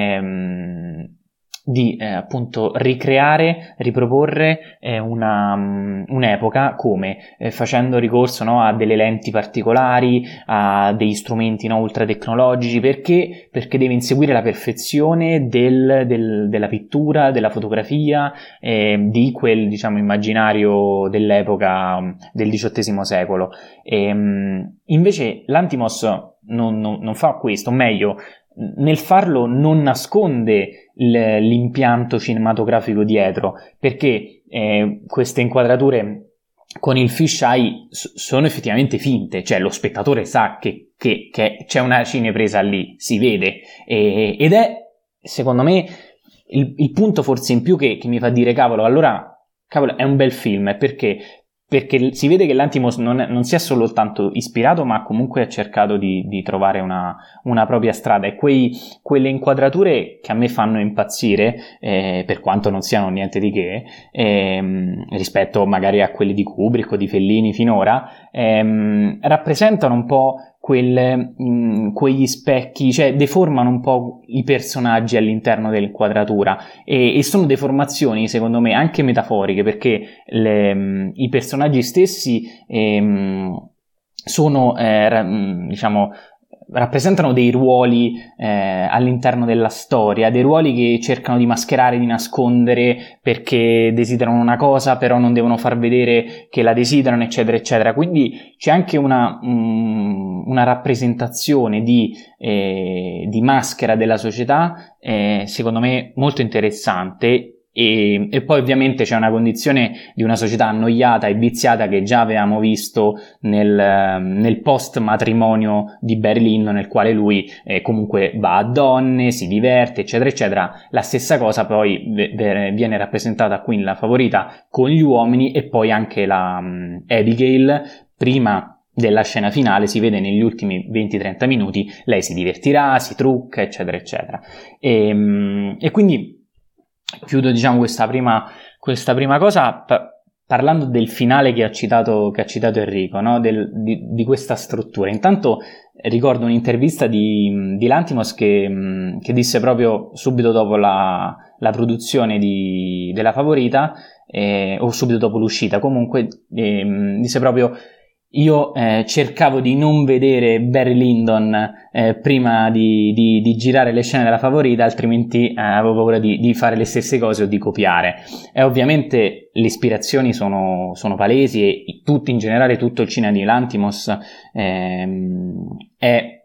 Speaker 2: appunto ricreare, riproporre un'epoca come facendo ricorso, no, a delle lenti particolari, a degli strumenti, no, ultra tecnologici, perché deve inseguire la perfezione della pittura, della fotografia, di quel, diciamo, immaginario dell'epoca del XVIII secolo. Invece Lanthimos non fa questo, o meglio, nel farlo non nasconde l'impianto cinematografico dietro, perché queste inquadrature con il fisheye sono effettivamente finte, cioè lo spettatore sa che c'è una cinepresa lì, si vede, ed è, secondo me, il punto forse in più che mi fa dire cavolo, è un bel film, perché si vede che Lanthimos non si è soltanto ispirato, ma comunque ha cercato di trovare una propria strada, e quelle inquadrature che a me fanno impazzire, per quanto non siano niente di che, rispetto magari a quelli di Kubrick o di Fellini finora, rappresentano un po' quegli specchi, cioè deformano un po' i personaggi all'interno dell'inquadratura, e sono deformazioni secondo me anche metaforiche, perché i personaggi stessi sono diciamo rappresentano dei ruoli all'interno della storia, dei ruoli che cercano di mascherare, di nascondere, perché desiderano una cosa però non devono far vedere che la desiderano, eccetera eccetera. Quindi c'è anche una rappresentazione di maschera della società, secondo me molto interessante. E poi ovviamente c'è una condizione di una società annoiata e viziata che già avevamo visto nel post matrimonio di Barry Lyndon, nel quale lui comunque va a donne, si diverte, eccetera eccetera. La stessa cosa poi viene rappresentata qui nella Favorita con gli uomini, e poi anche la Abigail, prima della scena finale, si vede negli ultimi 20-30 minuti, lei si divertirà, si trucca, eccetera eccetera. E quindi chiudo, diciamo, questa prima cosa parlando del finale che ha citato Enrico, no? di questa struttura. Intanto ricordo un'intervista di Lanthimos che disse proprio subito dopo la produzione della Favorita, o subito dopo l'uscita, comunque disse proprio: io cercavo di non vedere Barry Lyndon prima di girare le scene della Favorita, altrimenti avevo paura di fare le stesse cose o di copiare. E ovviamente le ispirazioni sono palesi, e in generale tutto il cinema di Lanthimos è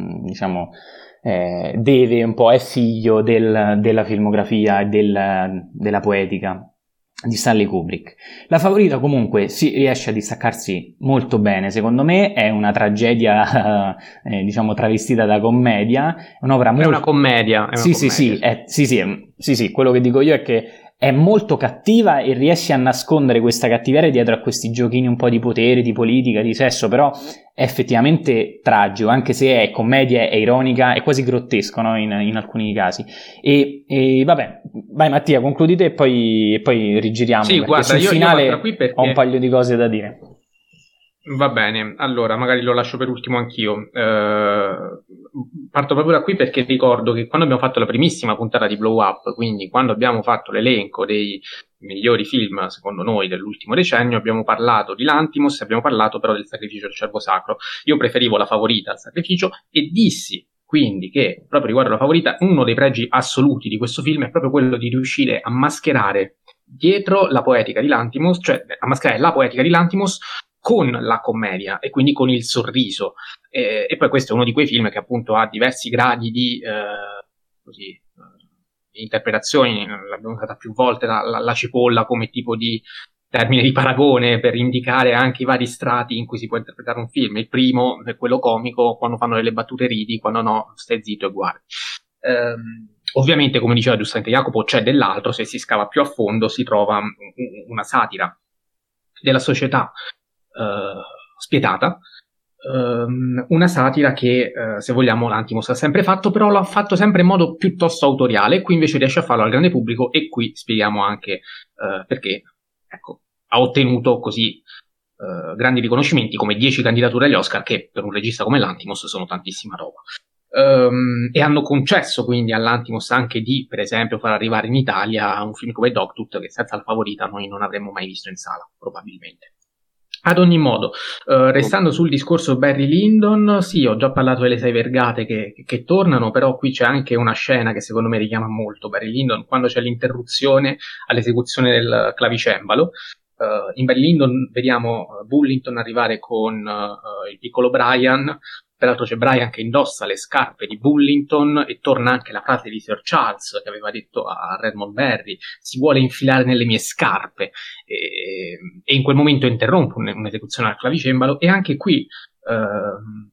Speaker 2: figlio della filmografia e della poetica di Stanley Kubrick. La Favorita comunque si riesce a distaccarsi molto bene, secondo me. È una tragedia diciamo travestita da commedia, un'opera
Speaker 1: è una commedia.
Speaker 2: Sì, quello che dico io è che è molto cattiva e riesce a nascondere questa cattiveria dietro a questi giochini un po' di potere, di politica, di sesso, però è effettivamente tragico, anche se è commedia, è ironica, è quasi grottesco, no? in alcuni casi. E vabbè, vai Mattia, concludi te e poi rigiriamo.
Speaker 1: Sì, guarda,
Speaker 2: sul finale
Speaker 1: perché
Speaker 2: ho un paio di cose da dire.
Speaker 1: Va bene, allora magari lo lascio per ultimo anch'io. Parto proprio da qui perché ricordo che quando abbiamo fatto la primissima puntata di Blow Up, quindi quando abbiamo fatto l'elenco dei migliori film, secondo noi, dell'ultimo decennio. Abbiamo parlato di Lanthimos, abbiamo parlato però del Sacrificio del Cervo Sacro. Io preferivo La Favorita al Sacrificio e dissi quindi che, proprio riguardo La Favorita, uno dei pregi assoluti di questo film è proprio quello di riuscire a mascherare dietro la poetica di Lanthimos, cioè a mascherare la poetica di Lanthimos con la commedia e quindi con il sorriso. E poi questo è uno di quei film che appunto ha diversi gradi di interpretazioni. L'abbiamo usata più volte la cipolla come tipo di termine di paragone per indicare anche i vari strati in cui si può interpretare un film. Il primo è quello comico, quando fanno delle battute ridi, quando no stai zitto e guardi. Ovviamente, come diceva giustamente Jacopo, c'è dell'altro. Se si scava più a fondo si trova una satira della società spietata, una satira che, se vogliamo, Lanthimos ha sempre fatto, però l'ha fatto sempre in modo piuttosto autoriale. Qui invece riesce a farlo al grande pubblico, e qui spieghiamo anche perché, ecco, ha ottenuto così grandi riconoscimenti, come 10 candidature agli Oscar, che per un regista come Lanthimos sono tantissima roba. E hanno concesso quindi a Lanthimos anche di, per esempio, far arrivare in Italia un film come Dogtooth, che senza La Favorita noi non avremmo mai visto in sala, probabilmente. Ad ogni modo, restando sul discorso Barry Lyndon, sì, ho già parlato delle 6 vergate che tornano, però qui c'è anche una scena che secondo me richiama molto Barry Lyndon, quando c'è l'interruzione all'esecuzione del clavicembalo. In Barry Lyndon vediamo Bullington arrivare con il piccolo Brian. Peraltro c'è Brian che indossa le scarpe di Bullington, e torna anche la frase di Sir Charles che aveva detto a Redmond Barry: si vuole infilare nelle mie scarpe, e in quel momento interrompe un'esecuzione al clavicembalo. E anche qui come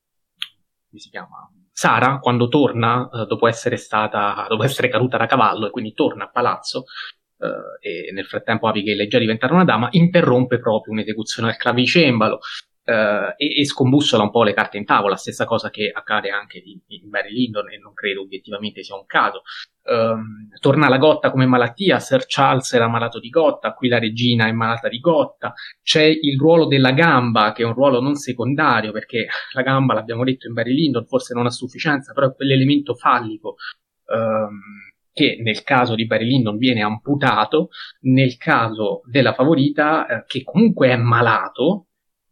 Speaker 1: si chiama? Sara, quando torna dopo essere caduta da cavallo, e quindi torna a palazzo, e nel frattempo Abigail è già diventata una dama, interrompe proprio un'esecuzione al clavicembalo e scombussola un po' le carte in tavola. Stessa cosa che accade anche in Barry Lyndon, e non credo obiettivamente sia un caso. Torna la gotta come malattia. Sir Charles era malato di gotta, qui la regina è malata di gotta. C'è il ruolo della gamba, che è un ruolo non secondario, perché la gamba, l'abbiamo detto in Barry Lyndon, forse non a sufficienza, però è quell'elemento fallico che nel caso di Barry Lyndon viene amputato. Nel caso della Favorita, che comunque è malato,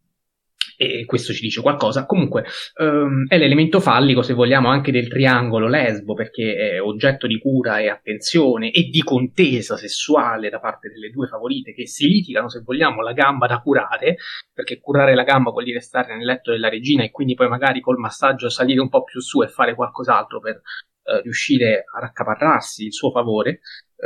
Speaker 1: e questo ci dice qualcosa, comunque è l'elemento fallico, se vogliamo, anche del triangolo lesbo, perché è oggetto di cura e attenzione e di contesa sessuale da parte delle due favorite, che si litigano, se vogliamo, la gamba da curare, perché curare la gamba vuol dire stare nel letto della regina e quindi poi magari col massaggio salire un po' più su e fare qualcos'altro per riuscire a raccaparrarsi il suo favore.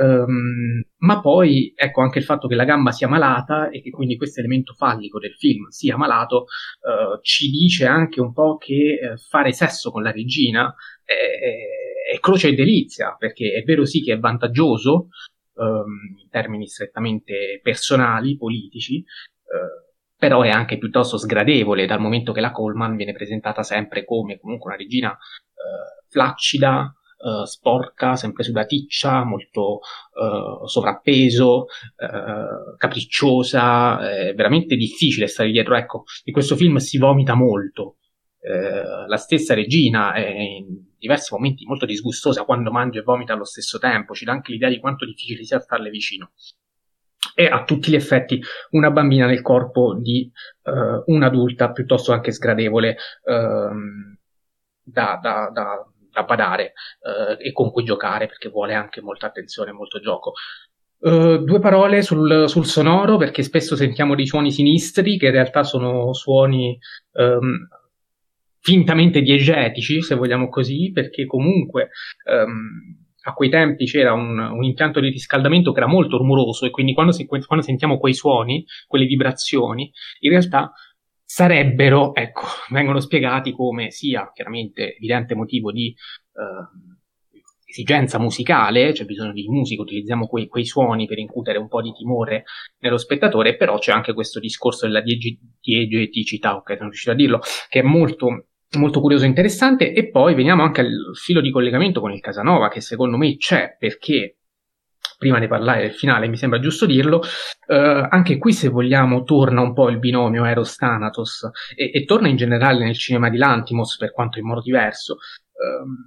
Speaker 1: Ma poi ecco anche il fatto che la gamba sia malata e che quindi questo elemento fallico del film sia malato ci dice anche un po' che fare sesso con la regina è croce e delizia, perché è vero sì che è vantaggioso in termini strettamente personali, politici, però è anche piuttosto sgradevole, dal momento che la Coleman viene presentata sempre come comunque una regina flaccida, sporca, sempre sudaticcia, molto sovrappeso, capricciosa. È veramente difficile stare dietro. Ecco, in questo film si vomita molto. La stessa regina è in diversi momenti molto disgustosa quando mangia e vomita allo stesso tempo. Ci dà anche l'idea di quanto difficile sia starle vicino. È a tutti gli effetti una bambina nel corpo di un'adulta piuttosto anche sgradevole da badare e con cui giocare, perché vuole anche molta attenzione e molto gioco. Due parole sul sonoro, perché spesso sentiamo dei suoni sinistri che in realtà sono suoni fintamente diegetici, se vogliamo così, perché comunque a quei tempi c'era un impianto di riscaldamento che era molto rumoroso, e quindi quando sentiamo quei suoni, quelle vibrazioni, in realtà sarebbero, ecco, vengono spiegati come sia chiaramente evidente motivo di esigenza musicale, c'è bisogno di musica, utilizziamo quei suoni per incutere un po' di timore nello spettatore, però c'è anche questo discorso della diegeticità, ok, sono riuscito a dirlo, che è molto, molto curioso e interessante. E poi veniamo anche al filo di collegamento con il Casanova, che secondo me c'è, perché prima di parlare del finale mi sembra giusto dirlo, anche qui, se vogliamo, torna un po' il binomio Eros-Thanatos e torna in generale nel cinema di Lanthimos, per quanto in modo diverso.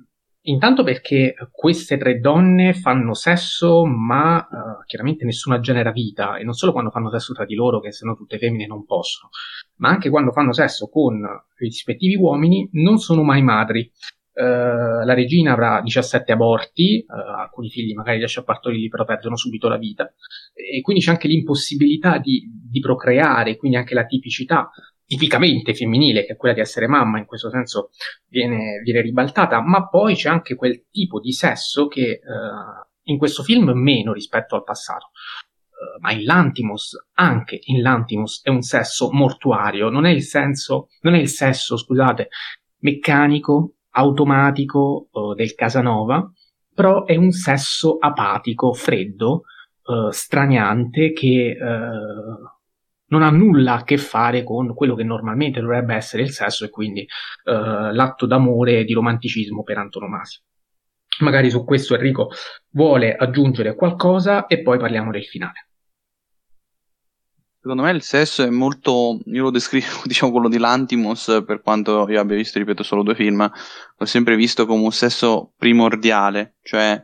Speaker 1: Intanto perché queste tre donne fanno sesso, ma chiaramente nessuna genera vita, e non solo quando fanno sesso tra di loro, che sennò tutte femmine non possono, ma anche quando fanno sesso con i rispettivi uomini non sono mai madri. La regina avrà 17 aborti, alcuni figli magari riesce a partorire, però perdono subito la vita, e quindi c'è anche l'impossibilità di procreare, quindi anche la tipicità tipicamente femminile, che è quella di essere mamma, in questo senso viene ribaltata, ma poi c'è anche quel tipo di sesso che in questo film meno rispetto al passato. Ma in l'Antimos, anche in l'Antimos, è un sesso mortuario, non è il sesso, scusate, meccanico, automatico del Casanova, però è un sesso apatico, freddo, straniante, che non ha nulla a che fare con quello che normalmente dovrebbe essere il sesso, e quindi l'atto d'amore e di romanticismo per antonomasia. Magari su questo Enrico vuole aggiungere qualcosa e poi parliamo del finale.
Speaker 3: Secondo me il sesso è molto, io lo descrivo, diciamo, quello di Lantimos, per quanto io abbia visto, ripeto, solo 2 film, l'ho sempre visto come un sesso primordiale, cioè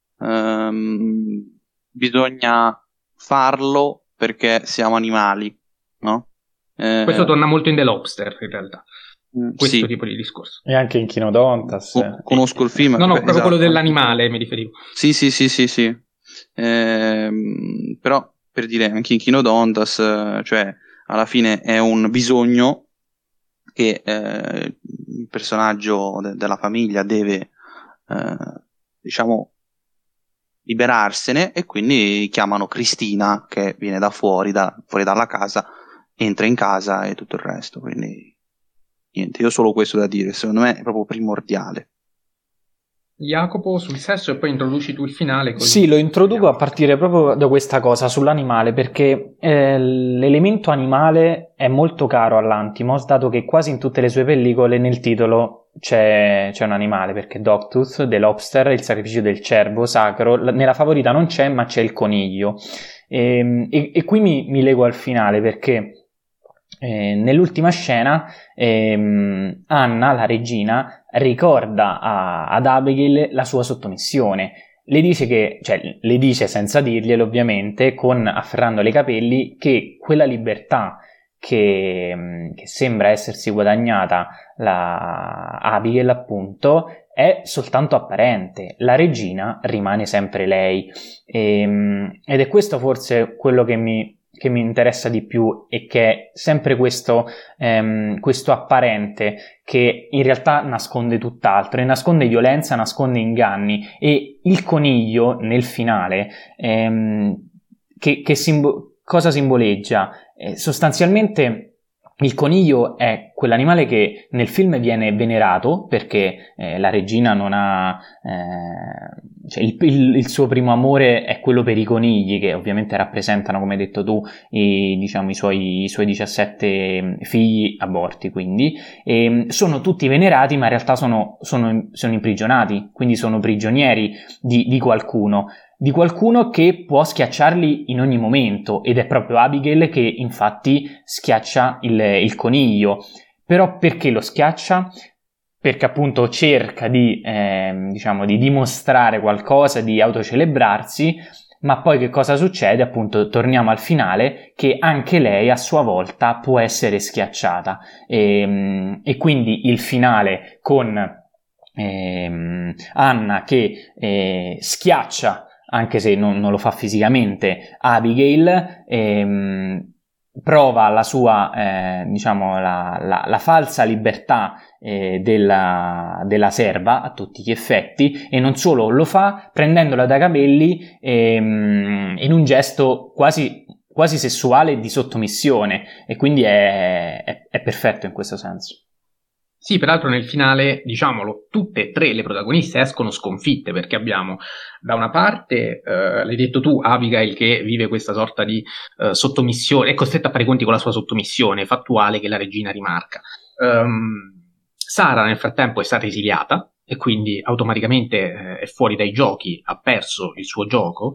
Speaker 3: bisogna farlo perché siamo animali, no?
Speaker 1: Questo torna molto in The Lobster, in realtà, questo
Speaker 3: sì.
Speaker 1: tipo di discorso.
Speaker 2: E anche in Chinodontas.
Speaker 3: Conosco il film.
Speaker 1: No, proprio
Speaker 3: esatto,
Speaker 1: quello dell'animale mi riferivo.
Speaker 3: Sì. Però, per dire, anche in Chinodontas, cioè, alla fine è un bisogno che il personaggio della famiglia deve, diciamo, liberarsene, e quindi chiamano Cristina, che viene da fuori dalla casa, entra in casa e tutto il resto. Quindi, niente, io ho solo questo da dire. Secondo me è proprio primordiale.
Speaker 1: Jacopo, sul sesso, e poi introduci tu il finale. Così.
Speaker 2: Sì, lo introduco a partire proprio da questa cosa sull'animale, perché l'elemento animale è molto caro all'Antimos, dato che quasi in tutte le sue pellicole nel titolo c'è un animale, perché Dogtooth, The Lobster, il sacrificio del cervo sacro, nella favorita non c'è, ma c'è il coniglio. E qui mi lego al finale, perché nell'ultima scena Anna, la regina, ricorda ad Abigail la sua sottomissione. Le dice senza dirglielo, ovviamente, afferrandole i capelli, che quella libertà che sembra essersi guadagnata la Abigail, appunto, è soltanto apparente. La regina rimane sempre lei, ed è questo forse quello che mi interessa di più, e che è sempre questo apparente che in realtà nasconde tutt'altro, e nasconde violenza, nasconde inganni. E il coniglio nel finale cosa simboleggia? Sostanzialmente il coniglio è quell'animale che nel film viene venerato, perché la regina non ha cioè il suo primo amore è quello per i conigli, che ovviamente rappresentano, come hai detto tu, i suoi 17 figli aborti. Quindi sono tutti venerati, ma in realtà sono imprigionati, quindi sono prigionieri di qualcuno che può schiacciarli in ogni momento, ed è proprio Abigail che infatti schiaccia il coniglio. Però perché lo schiaccia? Perché appunto cerca di dimostrare qualcosa, di autocelebrarsi. Ma poi che cosa succede? Appunto, torniamo al finale, che anche lei a sua volta può essere schiacciata, e quindi il finale con Anna che schiaccia, anche se non lo fa fisicamente, Abigail, prova la sua la falsa libertà della serva a tutti gli effetti, e non solo, lo fa prendendola dai capelli in un gesto quasi sessuale, di sottomissione, e quindi è perfetto in questo senso.
Speaker 1: Sì, peraltro nel finale, diciamolo, tutte e tre le protagoniste escono sconfitte, perché abbiamo da una parte, l'hai detto tu, Abigail, che vive questa sorta di sottomissione, è costretta a fare i conti con la sua sottomissione fattuale che la regina rimarca. Sara nel frattempo è stata esiliata e quindi automaticamente è fuori dai giochi, ha perso il suo gioco,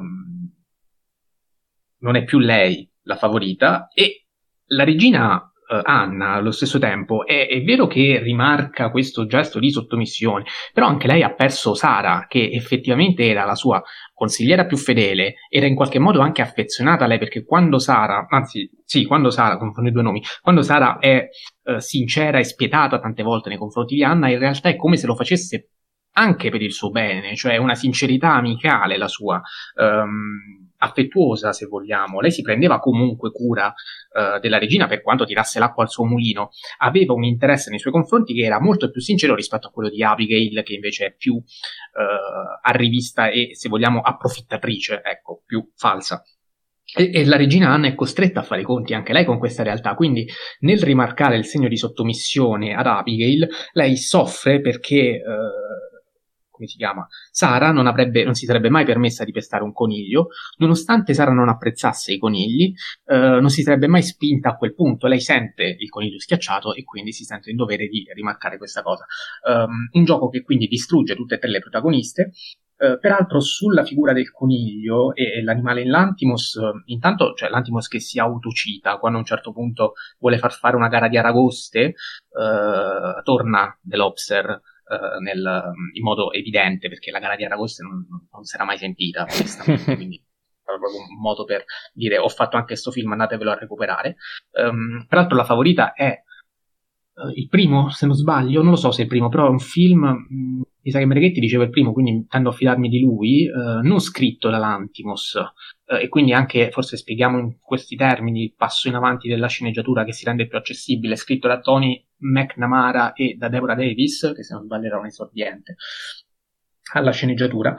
Speaker 1: non è più lei la favorita, e la regina Anna allo stesso tempo. È vero che rimarca questo gesto di sottomissione, però anche lei ha perso Sara, che effettivamente era la sua consigliera più fedele, era in qualche modo anche affezionata a lei, perché quando Sara, anzi sì, quando Sara, confondo i due nomi, quando Sara è sincera e spietata tante volte nei confronti di Anna, in realtà è come se lo facesse anche per il suo bene, cioè una sincerità amicale la sua, affettuosa se vogliamo. Lei si prendeva comunque cura della regina, per quanto tirasse l'acqua al suo mulino, aveva un interesse nei suoi confronti che era molto più sincero rispetto a quello di Abigail, che invece è più arrivista e, se vogliamo, approfittatrice, ecco, più falsa. E la regina Anna è costretta a fare i conti anche lei con questa realtà, quindi nel rimarcare il segno di sottomissione ad Abigail, lei soffre perché come si chiama? Sara non si sarebbe mai permessa di pestare un coniglio, nonostante Sara non apprezzasse i conigli, non si sarebbe mai spinta a quel punto. Lei sente il coniglio schiacciato e quindi si sente in dovere di rimarcare questa cosa. Un gioco che quindi distrugge tutte e tre le protagoniste. Peraltro sulla figura del coniglio e l'animale in Lantimos, intanto c'è Lantimos che si autocita quando a un certo punto vuole far fare una gara di aragoste, torna The Lobster in modo evidente, perché la gara di aragoste non si era mai sentita, onestamente, quindi era proprio un modo per dire: ho fatto anche sto film, andatevelo a recuperare. Peraltro la favorita è il primo, se non sbaglio, non lo so se è il primo, però è un film, mi sa che Mereghetti diceva il primo, quindi tendo a fidarmi di lui, non scritto da Lantimos, e quindi anche, forse spieghiamo in questi termini, il passo in avanti della sceneggiatura che si rende più accessibile, scritto da Tony McNamara e da Deborah Davis, che se non sbaglio era un esordiente alla sceneggiatura.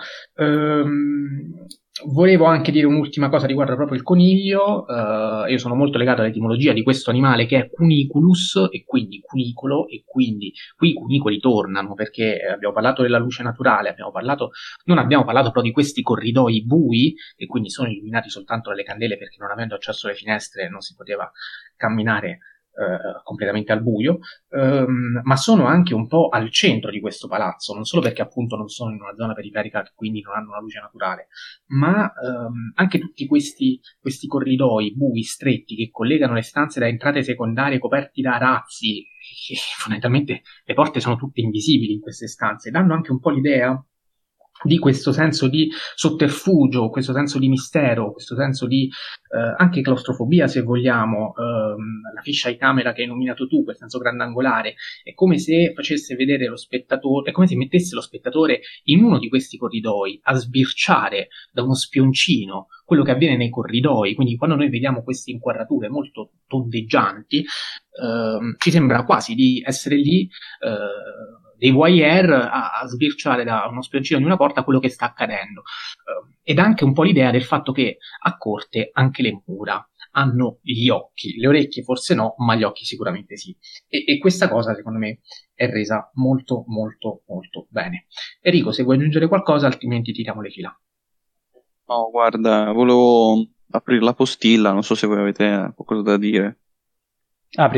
Speaker 1: Volevo anche dire un'ultima cosa riguardo proprio il coniglio. Io sono molto legato all'etimologia di questo animale, che è cuniculus, e quindi cunicolo, e quindi qui i cunicoli tornano, perché abbiamo parlato della luce naturale, non abbiamo parlato però di questi corridoi bui, che quindi sono illuminati soltanto dalle candele, perché non avendo accesso alle finestre non si poteva camminare completamente al buio, ma sono anche un po' al centro di questo palazzo, non solo perché appunto non sono in una zona periferica, quindi non hanno una luce naturale, ma anche tutti questi corridoi bui stretti che collegano le stanze da entrate secondarie coperti da razzi, che fondamentalmente le porte sono tutte invisibili in queste stanze, danno anche un po' l'idea di questo senso di sotterfugio, questo senso di mistero, questo senso di anche claustrofobia, se vogliamo. La fisheye camera che hai nominato tu, quel senso grandangolare, è come se facesse vedere lo spettatore, è come se mettesse lo spettatore in uno di questi corridoi a sbirciare da uno spioncino quello che avviene nei corridoi. Quindi quando noi vediamo queste inquadrature molto tondeggianti, ci sembra quasi di essere lì dei voyeur a sbirciare da uno spioncino di una porta quello che sta accadendo, ed anche un po' l'idea del fatto che a corte anche le mura hanno gli occhi, le orecchie forse no, ma gli occhi sicuramente sì, e questa cosa secondo me è resa molto molto molto bene. Enrico, se vuoi aggiungere qualcosa, altrimenti tiriamo le fila.
Speaker 3: No, guarda, volevo aprire la postilla, non so se voi avete qualcosa da dire.
Speaker 2: Apri.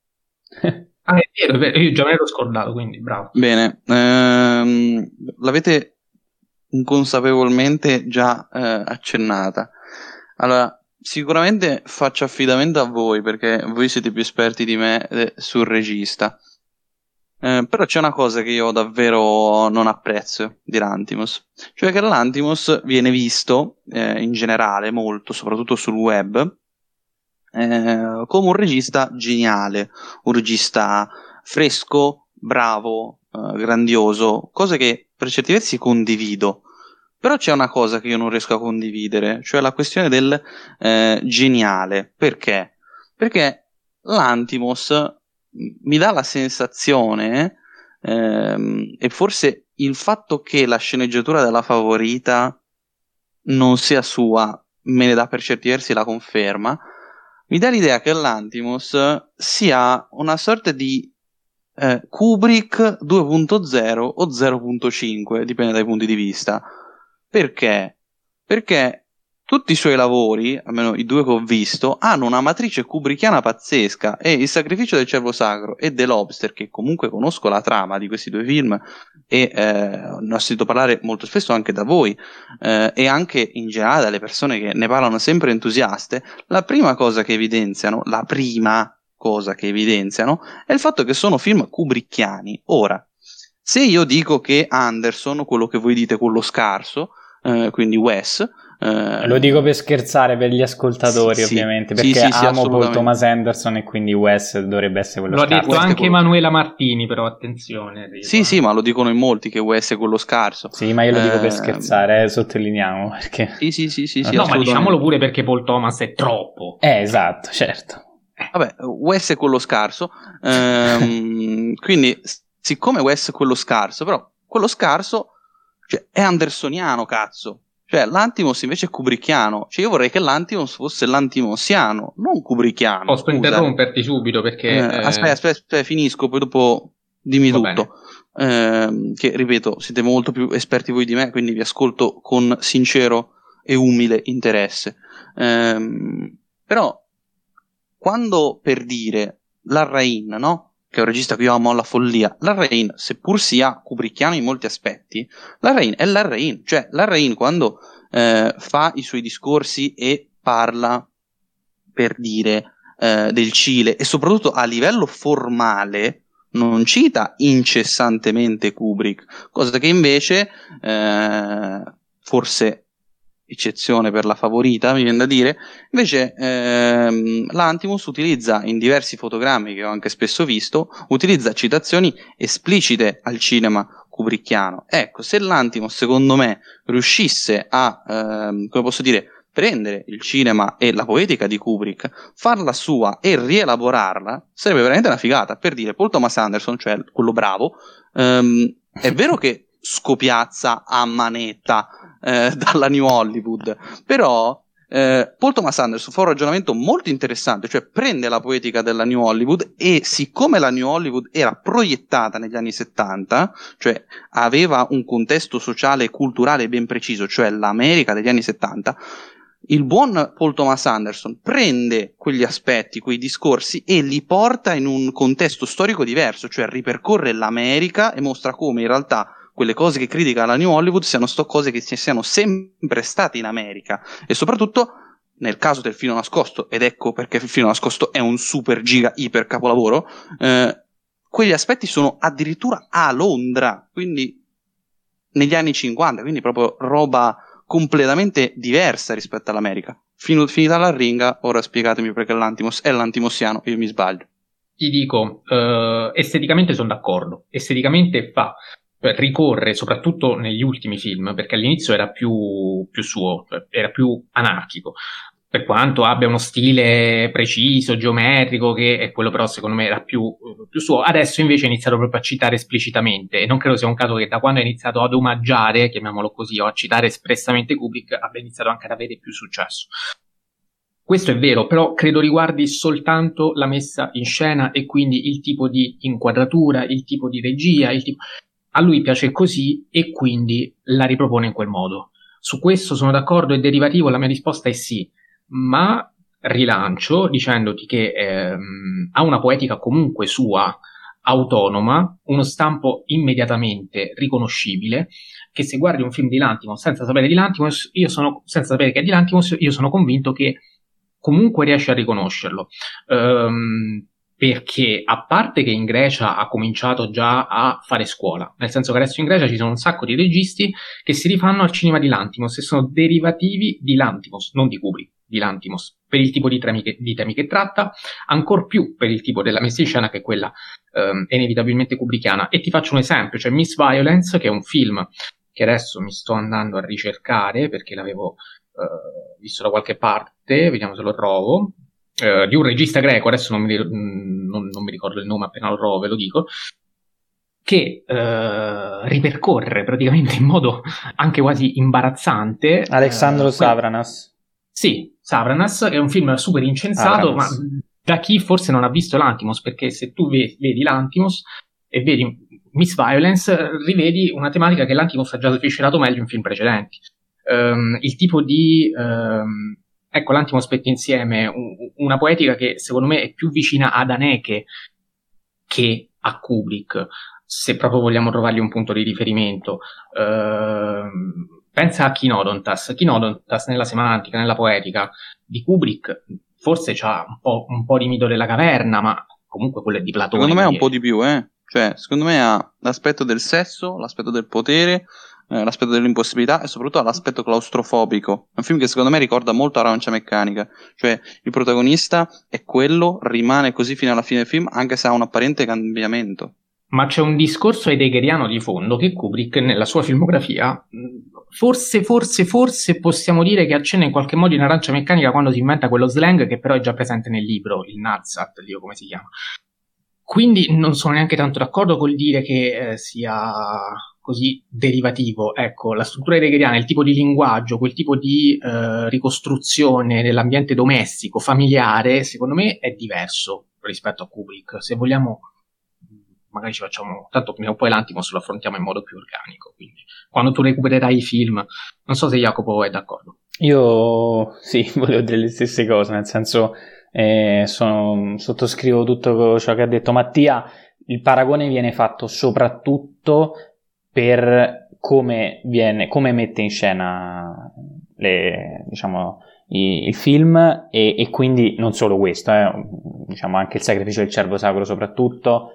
Speaker 1: Ah, è vero, io già me l'ero scordato, quindi bravo.
Speaker 3: Bene, l'avete inconsapevolmente già accennata. Allora, sicuramente faccio affidamento a voi, perché voi siete più esperti di me sul regista. Però c'è una cosa che io davvero non apprezzo di Lanthimos, cioè che Lanthimos viene visto in generale molto, soprattutto sul web, come un regista geniale, un regista fresco, bravo, grandioso, cose che per certi versi condivido. Però c'è una cosa che io non riesco a condividere, cioè la questione del geniale. Perché? Perché Lanthimos mi dà la sensazione, e forse il fatto che la sceneggiatura della Favorita non sia sua me ne dà per certi versi la conferma, mi dà l'idea che Lanthimos sia una sorta di Kubrick 2.0 o 0.5, dipende dai punti di vista. Perché? Perché tutti i suoi lavori, almeno i due che ho visto, hanno una matrice kubrickiana pazzesca, e Il sacrificio del cervo sacro e The Lobster, che comunque conosco la trama di questi due film e ne ho sentito parlare molto spesso anche da voi, e anche in generale dalle persone che ne parlano sempre entusiaste, la prima cosa che evidenziano, la prima, cosa che evidenziano è il fatto che sono film kubrickiani. Ora, se io dico che Anderson, quello che voi dite quello scarso, quindi Wes,
Speaker 2: lo dico per scherzare per gli ascoltatori,
Speaker 3: sì,
Speaker 2: ovviamente,
Speaker 3: sì,
Speaker 2: perché
Speaker 3: sì,
Speaker 2: amo Paul
Speaker 3: assolutamente.
Speaker 2: Thomas Anderson e quindi Wes dovrebbe essere quello
Speaker 1: Lo ha
Speaker 2: scarso.
Speaker 1: detto
Speaker 3: Wes è
Speaker 1: anche
Speaker 3: quello-
Speaker 1: Emanuela Martini, però attenzione, Enrico,
Speaker 3: Sì, sì, ma lo dicono in molti che Wes è quello scarso.
Speaker 2: Sì, ma io lo dico per scherzare, sottolineiamo, perché...
Speaker 3: Sì,
Speaker 1: No, ma
Speaker 3: assolutamente.
Speaker 1: diciamolo pure perché Paul Thomas è troppo.
Speaker 2: Esatto, certo.
Speaker 3: Vabbè, Wes è quello scarso, quindi siccome Wes è quello scarso, però quello scarso, cioè, è andersoniano, cazzo. Cioè, l'Antimos invece è kubrickiano. Cioè, io vorrei che l'Antimos fosse l'antimosiano, non kubrickiano.
Speaker 1: Posso
Speaker 3: Scusa.
Speaker 1: interromperti subito perché...
Speaker 3: Aspetta, finisco, poi dopo dimmi
Speaker 1: Va
Speaker 3: tutto. Che, ripeto, siete molto più esperti voi di me, quindi vi ascolto con sincero e umile interesse. Però, quando, per dire, Larrain, no? Che è un regista che io amo alla follia, Larrain, seppur sia kubrickiano in molti aspetti, Larrain è Larrain. Cioè, Larrain quando fa i suoi discorsi e parla, per dire, del Cile, e soprattutto a livello formale non cita incessantemente Kubrick, cosa che invece forse eccezione per La Favorita, mi viene da dire, invece l'Antimos utilizza in diversi fotogrammi che ho anche spesso visto, utilizza citazioni esplicite al cinema kubrickiano. Ecco, se l'Antimos secondo me riuscisse a, come posso dire, prendere il cinema e la poetica di Kubrick, farla sua e rielaborarla, sarebbe veramente una figata. Per dire, Paul Thomas Anderson, cioè quello bravo, è vero che scopiazza a manetta dalla New Hollywood, però Paul Thomas Anderson fa un ragionamento molto interessante, cioè prende la poetica della New Hollywood e siccome la New Hollywood era proiettata negli anni 70, cioè aveva un contesto sociale e culturale ben preciso, cioè l'America degli anni 70, il buon Paul Thomas Anderson prende quegli aspetti, quei discorsi e li porta in un contesto storico diverso, cioè ripercorre l'America e mostra come in realtà quelle cose che critica la New Hollywood siano cose che siano sempre state in America, e soprattutto nel caso del Filo Nascosto, ed ecco perché il Filo Nascosto è un super giga iper capolavoro, quegli aspetti sono addirittura a Londra, quindi negli anni 50, quindi proprio roba completamente diversa rispetto all'America. Finita la ringa, ora spiegatemi perché l'Antimos è l'antimosiano, io mi sbaglio.
Speaker 1: Ti dico, esteticamente sono d'accordo, esteticamente ricorre soprattutto negli ultimi film, perché all'inizio era più suo, era più anarchico, per quanto abbia uno stile preciso, geometrico, che è quello però secondo me era più suo. Adesso invece ha iniziato proprio a citare esplicitamente, e non credo sia un caso che da quando ha iniziato ad omaggiare, chiamiamolo così, o a citare espressamente Kubrick, abbia iniziato anche ad avere più successo. Questo è vero, però credo riguardi soltanto la messa in scena e quindi il tipo di inquadratura, il tipo di regia, a lui piace così e quindi la ripropone in quel modo. Su questo sono d'accordo, è derivativo, la mia risposta è sì, ma rilancio dicendoti che ha una poetica comunque sua, autonoma, uno stampo immediatamente riconoscibile, che se guardi un film di Lanthimos senza sapere di Lanthimos, senza sapere che è di Lanthimos, io sono convinto che comunque riesce a riconoscerlo. Perché a parte che in Grecia ha cominciato già a fare scuola, nel senso che adesso in Grecia ci sono un sacco di registi che si rifanno al cinema di Lanthimos e sono derivativi di Lanthimos, non di Kubrick, di Lanthimos, per il tipo di temi che tratta, ancor più per il tipo della messa in scena che è quella inevitabilmente kubrickiana. E ti faccio un esempio, cioè Miss Violence, che è un film che adesso mi sto andando a ricercare perché l'avevo visto da qualche parte, vediamo se lo trovo, di un regista greco, adesso non mi ricordo il nome, appena lo trovo ve lo dico, che ripercorre praticamente in modo anche quasi imbarazzante
Speaker 2: Alexandros Savranas.
Speaker 1: Sì, Savranas, che è un film super incensato, ma da chi forse non ha visto Lanthimos, perché se tu vedi Lanthimos e vedi Miss Violence, rivedi una tematica che Lanthimos ha già sviscerato meglio in film precedenti. Il tipo di ecco, Lanthimos mette insieme una poetica che secondo me è più vicina ad Haneke che a Kubrick, se proprio vogliamo trovargli un punto di riferimento. Pensa a Chinodontas nella semantica, nella poetica di Kubrick forse c'ha un po' di mito della caverna, ma comunque quello è di Platone.
Speaker 3: Secondo me ha un po' di più, Cioè, secondo me ha l'aspetto del sesso, l'aspetto del potere, l'aspetto dell'impossibilità e soprattutto l'aspetto claustrofobico. È un film che secondo me ricorda molto Arancia Meccanica. Cioè, il protagonista è quello, rimane così fino alla fine del film, anche se ha un apparente cambiamento.
Speaker 1: Ma c'è un discorso heideggeriano di fondo che Kubrick nella sua filmografia forse possiamo dire che accenna in qualche modo in Arancia Meccanica quando si inventa quello slang che però è già presente nel libro, il Nadsat, Dio come si chiama. Quindi non sono neanche tanto d'accordo col dire che sia così derivativo. Ecco, la struttura heideggeriana, il tipo di linguaggio, quel tipo di ricostruzione dell'ambiente domestico, familiare, secondo me è diverso rispetto a Kubrick. Se vogliamo, magari ci facciamo, tanto prima o poi l'Antimos lo affrontiamo in modo più organico, quindi quando tu recupererai i film, non so se Jacopo è d'accordo.
Speaker 2: Io sì, volevo dire le stesse cose, nel senso sottoscrivo tutto ciò che ha detto Mattia. Il paragone viene fatto soprattutto per come mette in scena il film e quindi non solo questo, diciamo anche il sacrificio del cervo sacro soprattutto,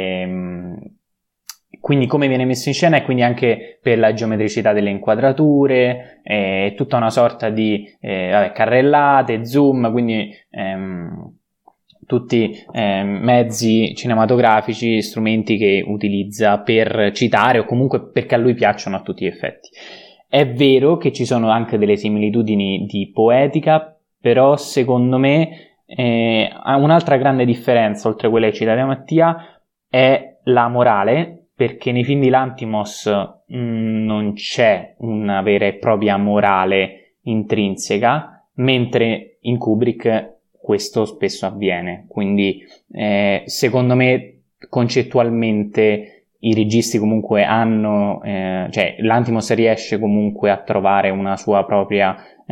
Speaker 2: quindi come viene messo in scena e quindi anche per la geometricità delle inquadrature, tutta una sorta di carrellate, zoom, quindi tutti mezzi cinematografici, strumenti che utilizza per citare o comunque perché a lui piacciono a tutti gli effetti. È vero che ci sono anche delle similitudini di poetica, però secondo me un'altra grande differenza, oltre a quella che citava Mattia, è la morale, perché nei film di Lanthimos non c'è una vera e propria morale intrinseca, mentre in Kubrick questo spesso avviene. Quindi secondo me concettualmente i registi comunque hanno, cioè Lanthimos riesce comunque a trovare una sua propria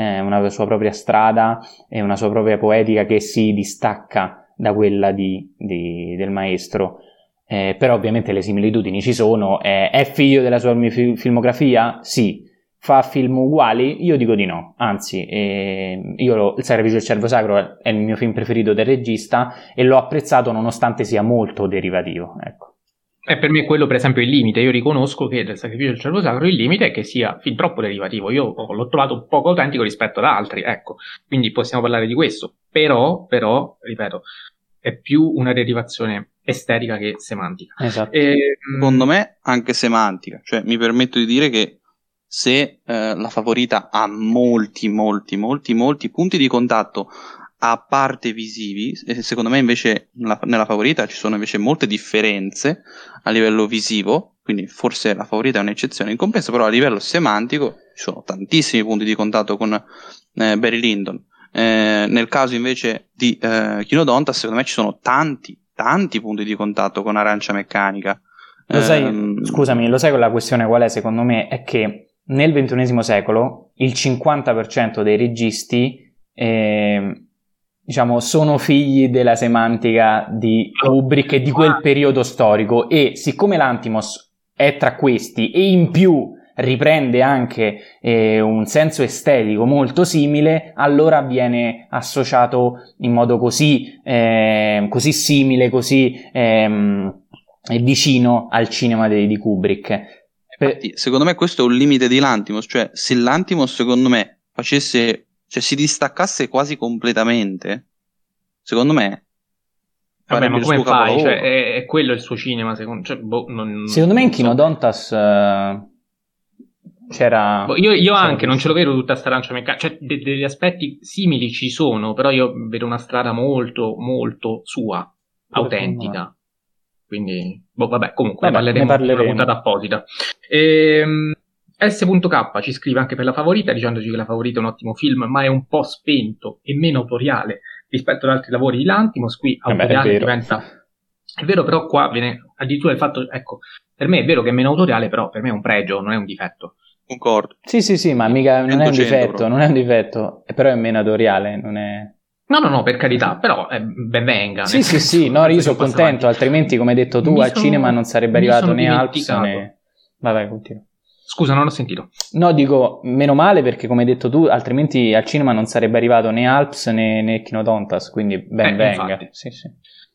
Speaker 2: strada e una sua propria poetica che si distacca da quella del maestro. Però ovviamente le similitudini ci sono. È figlio della sua filmografia? Sì. Fa film uguali? Io dico di no, anzi il sacrificio del cervo sacro è il mio film preferito del regista e l'ho apprezzato nonostante sia molto derivativo, ecco.
Speaker 1: E per me quello per esempio è il limite. Io riconosco che del sacrificio del cervo sacro il limite è che sia fin troppo derivativo. Io l'ho trovato poco autentico rispetto ad altri, ecco, quindi possiamo parlare di questo, però ripeto, è più una derivazione estetica che semantica.
Speaker 2: Esatto.
Speaker 3: Secondo me anche semantica, cioè mi permetto di dire che se La Favorita ha molti punti di contatto a parte visivi, secondo me invece nella Favorita ci sono invece molte differenze a livello visivo, quindi forse La Favorita è un'eccezione. In compenso però a livello semantico ci sono tantissimi punti di contatto con Barry Lyndon. Nel caso invece di Chinodontas secondo me ci sono tanti punti di contatto con Arancia Meccanica.
Speaker 2: Lo sai quella questione qual è secondo me? È che nel XXI secolo il 50% dei registi sono figli della semantica di Kubrick e di quel periodo storico, e siccome Lanthimos è tra questi e in più riprende anche un senso estetico molto simile, allora viene associato in modo così simile, così vicino al cinema di Kubrick.
Speaker 3: Infatti, secondo me questo è un limite di Lanthimos, cioè se Lanthimos secondo me si distaccasse quasi completamente, secondo me
Speaker 1: vabbè, ma come fai? Cioè, è quello il suo cinema, secondo
Speaker 2: me in Chinodontas c'era...
Speaker 1: Io anche non ce lo vedo tutta sta Arancia Meccanica, cioè degli aspetti simili ci sono, però io vedo una strada molto molto sua, autentica. Quindi, vabbè, comunque ne parleremo in una puntata apposita. S.K. ci scrive anche per La Favorita, dicendoci che La Favorita è un ottimo film, ma è un po' spento e meno autoriale rispetto ad altri lavori di Lanthimos. Qui autoriale diventa... È vero, però qua viene addirittura il fatto, ecco, per me è vero che è meno autoriale, però per me è un pregio, non è un difetto.
Speaker 3: Concordo.
Speaker 2: Sì, ma mica non è un difetto, non è un difetto, però è meno autoriale, non è...
Speaker 1: No, per carità, però ben venga.
Speaker 2: Sì, no, io sono contento, altrimenti come hai detto tu al cinema non sarebbe arrivato né Alps né... Vabbè, continua.
Speaker 1: Scusa, non ho sentito.
Speaker 2: No, dico, meno male, perché come hai detto tu, altrimenti al cinema non sarebbe arrivato né Alps né Kinotontas, quindi ben venga.
Speaker 1: Infatti.
Speaker 2: Sì, sì.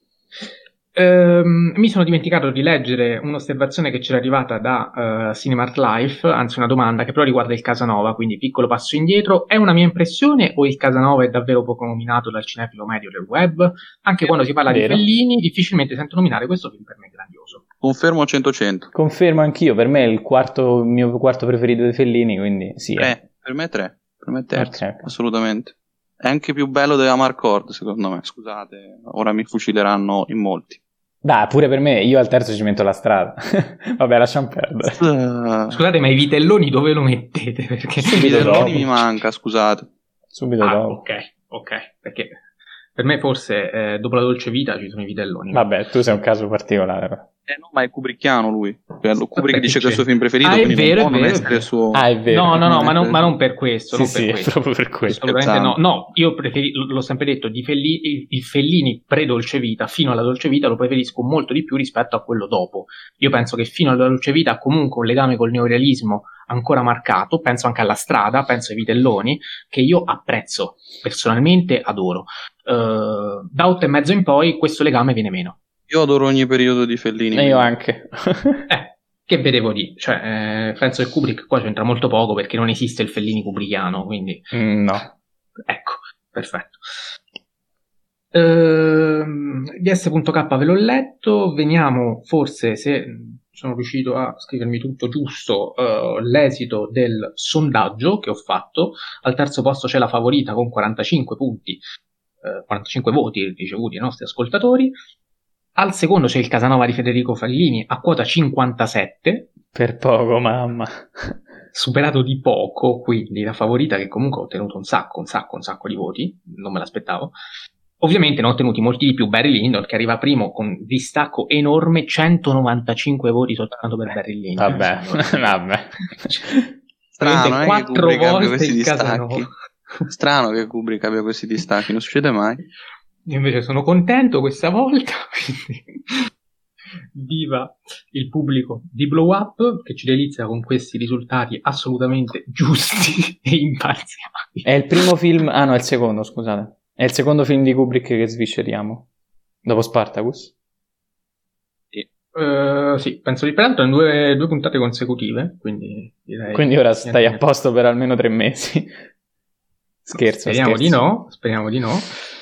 Speaker 1: Mi sono dimenticato di leggere un'osservazione che c'era arrivata da Cinemark Life, anzi una domanda che però riguarda il Casanova, quindi piccolo passo indietro. È una mia impressione o il Casanova è davvero poco nominato dal cinefilo medio del web? Anche quando si parla
Speaker 2: Vero.
Speaker 1: di Fellini difficilmente sento nominare questo film, per me è grandioso.
Speaker 3: Confermo 100-100.
Speaker 2: Confermo anch'io, per me è il mio quarto preferito dei Fellini, quindi sì.
Speaker 3: Per me 3, per me terzo,
Speaker 2: Ok.
Speaker 3: assolutamente. È anche più bello della Marcord, secondo me, scusate, ora mi fucileranno in molti.
Speaker 2: Dai, pure per me, io al terzo ci metto La Strada. Vabbè, lasciamo perdere.
Speaker 1: Scusate, ma i vitelloni dove lo mettete? Perché
Speaker 3: I vitelloni mi manca, scusate.
Speaker 2: Subito dopo.
Speaker 1: Ok, perché per me forse dopo la dolce vita ci sono i vitelloni.
Speaker 2: Vabbè, tu sei un caso particolare.
Speaker 3: No, ma è kubrickiano lui. Kubrick dice che è il suo film preferito,
Speaker 1: è
Speaker 3: quindi
Speaker 1: vero,
Speaker 3: non
Speaker 1: è
Speaker 3: essere il suo...
Speaker 2: Ah, è vero.
Speaker 1: No, ma non per questo.
Speaker 2: Sì,
Speaker 1: non per
Speaker 2: sì,
Speaker 1: questo.
Speaker 2: proprio per questo.
Speaker 1: Assolutamente no. No, io l'ho sempre detto, il Fellini pre-dolce vita, fino alla dolce vita, lo preferisco molto di più rispetto a quello dopo. Io penso che fino alla dolce vita ha comunque un legame col neorealismo ancora marcato, penso anche alla Strada, penso ai vitelloni, che io apprezzo, personalmente adoro. Da 8 e mezzo in poi questo legame viene meno.
Speaker 3: Io adoro ogni periodo di Fellini.
Speaker 2: E io anche.
Speaker 1: Che vedevo di, cioè, penso che Kubrick qua c'entra molto poco perché non esiste il Fellini kubrickiano, quindi
Speaker 2: No.
Speaker 1: Ecco, perfetto. DS.K ve l'ho letto, veniamo forse, se sono riuscito a scrivermi tutto giusto, l'esito del sondaggio che ho fatto. Al terzo posto c'è la favorita con 45 punti, 45 voti ricevuti ai nostri ascoltatori. Al secondo c'è il Casanova di Federico Fellini a quota 57.
Speaker 2: Per poco, mamma.
Speaker 1: Superato di poco, quindi la favorita che comunque ha ottenuto un sacco di voti, non me l'aspettavo. Ovviamente ne ha ottenuti molti di più Barry Lyndon, che arriva primo con distacco enorme, 195 voti soltanto per Barry Lyndon.
Speaker 2: Vabbè.
Speaker 3: Strano,
Speaker 1: 4 volte il
Speaker 3: Casanova.
Speaker 1: Casanova.
Speaker 3: Strano che Kubrick abbia questi distacchi, non succede mai.
Speaker 1: Io invece sono contento questa volta, quindi viva il pubblico di Blow Up che ci delizia con questi risultati assolutamente giusti e imparziali.
Speaker 2: È il primo film, no, è il secondo, scusate. È il secondo film di Kubrick che svisceriamo dopo Spartacus?
Speaker 1: Sì, penso di peraltro in due puntate consecutive, quindi direi...
Speaker 2: Quindi ora stai a posto per almeno 3 mesi. Scherzo.
Speaker 1: Speriamo di no.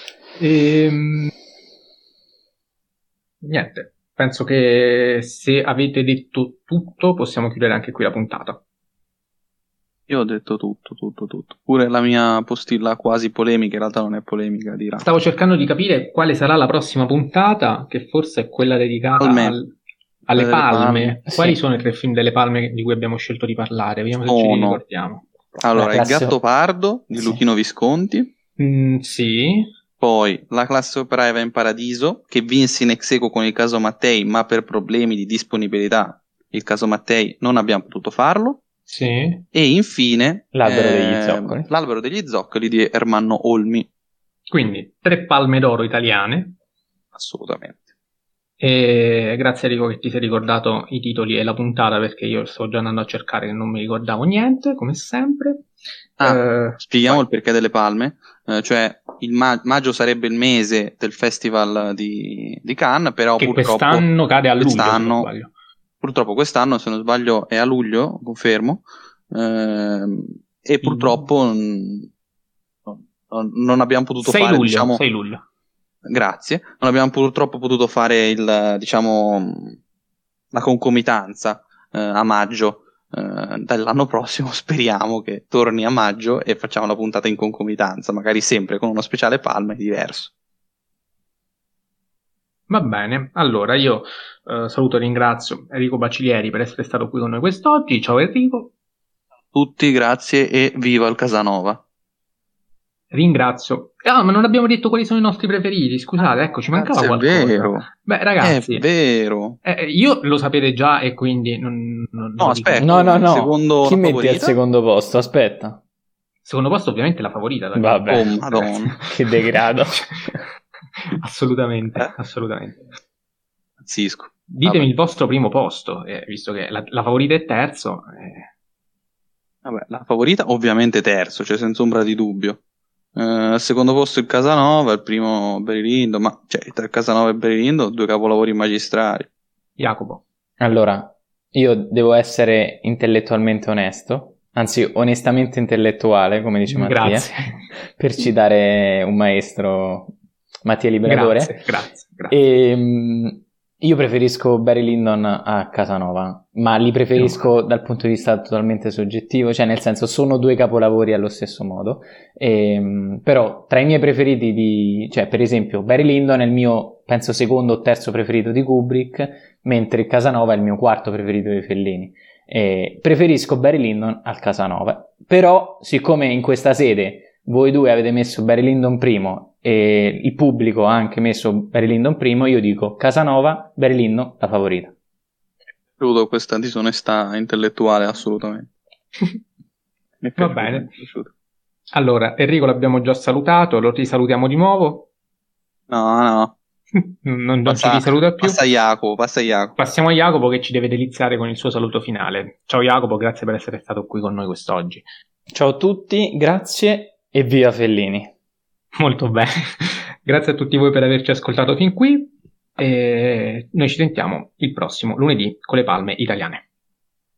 Speaker 1: Niente, penso che se avete detto tutto possiamo chiudere anche qui la puntata.
Speaker 3: Io ho detto tutto. Pure la mia postilla quasi polemica, in realtà non è polemica, dirà.
Speaker 1: Stavo cercando di capire quale sarà la prossima puntata, che forse è quella dedicata alle palme. Quali sono i 3 film delle palme di cui abbiamo scelto di parlare? Vediamo se ci ricordiamo.
Speaker 3: Allora, Il Gattopardo di Luchino Visconti.
Speaker 1: Sì.
Speaker 3: Poi La classe operaia in paradiso, che vinse in ex aequo con Il caso Mattei, ma per problemi di disponibilità Il caso Mattei non abbiamo potuto farlo.
Speaker 1: Sì.
Speaker 3: E infine
Speaker 2: L'albero
Speaker 3: degli zoccoli di Ermanno Olmi.
Speaker 1: Quindi 3 palme d'oro italiane.
Speaker 3: Assolutamente.
Speaker 1: E grazie Enrico che ti sei ricordato i titoli e la puntata, perché io stavo già andando a cercare e non mi ricordavo niente, come sempre.
Speaker 3: Spieghiamo il perché delle palme. Cioè il maggio sarebbe il mese del festival di Cannes, però
Speaker 1: che
Speaker 3: purtroppo
Speaker 1: quest'anno cade a luglio, se non sbaglio.
Speaker 3: Purtroppo quest'anno, se non sbaglio, è a luglio, confermo, e purtroppo non abbiamo potuto
Speaker 1: 6
Speaker 3: fare,
Speaker 1: luglio,
Speaker 3: diciamo,
Speaker 1: 6 luglio.
Speaker 3: Grazie. Non abbiamo purtroppo potuto fare la concomitanza a maggio dell'anno prossimo. Speriamo che torni a maggio e facciamo la puntata in concomitanza, magari sempre con uno speciale palme diverso.
Speaker 1: Va bene, allora io saluto e ringrazio Enrico Bacilieri per essere stato qui con noi quest'oggi. Ciao Enrico.
Speaker 3: Tutti, grazie e viva il Casanova.
Speaker 1: Ringrazio. Ma non abbiamo detto quali sono i nostri preferiti, scusate, ecco, ci mancava qualcosa.
Speaker 3: È vero.
Speaker 1: Beh, ragazzi,
Speaker 3: è vero.
Speaker 1: Io lo sapete già e quindi non
Speaker 3: aspetta.
Speaker 2: No.
Speaker 3: Secondo
Speaker 2: chi metti
Speaker 3: favorita?
Speaker 2: al secondo posto? Aspetta.
Speaker 1: Secondo posto ovviamente la favorita.
Speaker 2: Vabbè,
Speaker 3: oh, Madonna.
Speaker 2: Che degrado.
Speaker 1: Assolutamente.
Speaker 3: Pazzesco.
Speaker 1: Ditemi il vostro primo posto, visto che la favorita è terzo.
Speaker 3: Vabbè, la favorita ovviamente terzo, cioè senza ombra di dubbio. Al secondo posto il Casanova, il primo Barry Lyndon, ma cioè, tra Casanova e Barry Lyndon due capolavori magistrali.
Speaker 1: Jacopo.
Speaker 2: Allora, io devo essere intellettualmente onesto, anzi onestamente intellettuale, come dice Mattia,
Speaker 1: Grazie.
Speaker 2: per citare un maestro, Mattia Liberatore.
Speaker 1: Grazie.
Speaker 2: E, io preferisco Barry Lyndon a Casanova, ma li preferisco dal punto di vista totalmente soggettivo, cioè nel senso sono due capolavori allo stesso modo, però tra i miei preferiti cioè per esempio Barry Lyndon è il mio, penso, secondo o terzo preferito di Kubrick, mentre Casanova è il mio quarto preferito di Fellini. Preferisco Barry Lyndon al Casanova, però siccome in questa sede voi due avete messo Barry Lyndon primo e il pubblico ha anche messo Barry Lyndon primo, io dico Casanova, Barry Lyndon la favorita.
Speaker 3: Saluto questa disonestà intellettuale assolutamente.
Speaker 1: Va bene. Allora, Enrico l'abbiamo già salutato, lo risalutiamo di nuovo?
Speaker 3: No.
Speaker 1: Non ci risaluta più.
Speaker 3: Passa Jacopo.
Speaker 1: Passiamo a Jacopo che ci deve deliziare con il suo saluto finale. Ciao Jacopo, grazie per essere stato qui con noi quest'oggi.
Speaker 2: Ciao a tutti, grazie e viva Fellini.
Speaker 1: Molto bene. Grazie a tutti voi per averci ascoltato fin qui e noi ci sentiamo il prossimo lunedì con le palme italiane.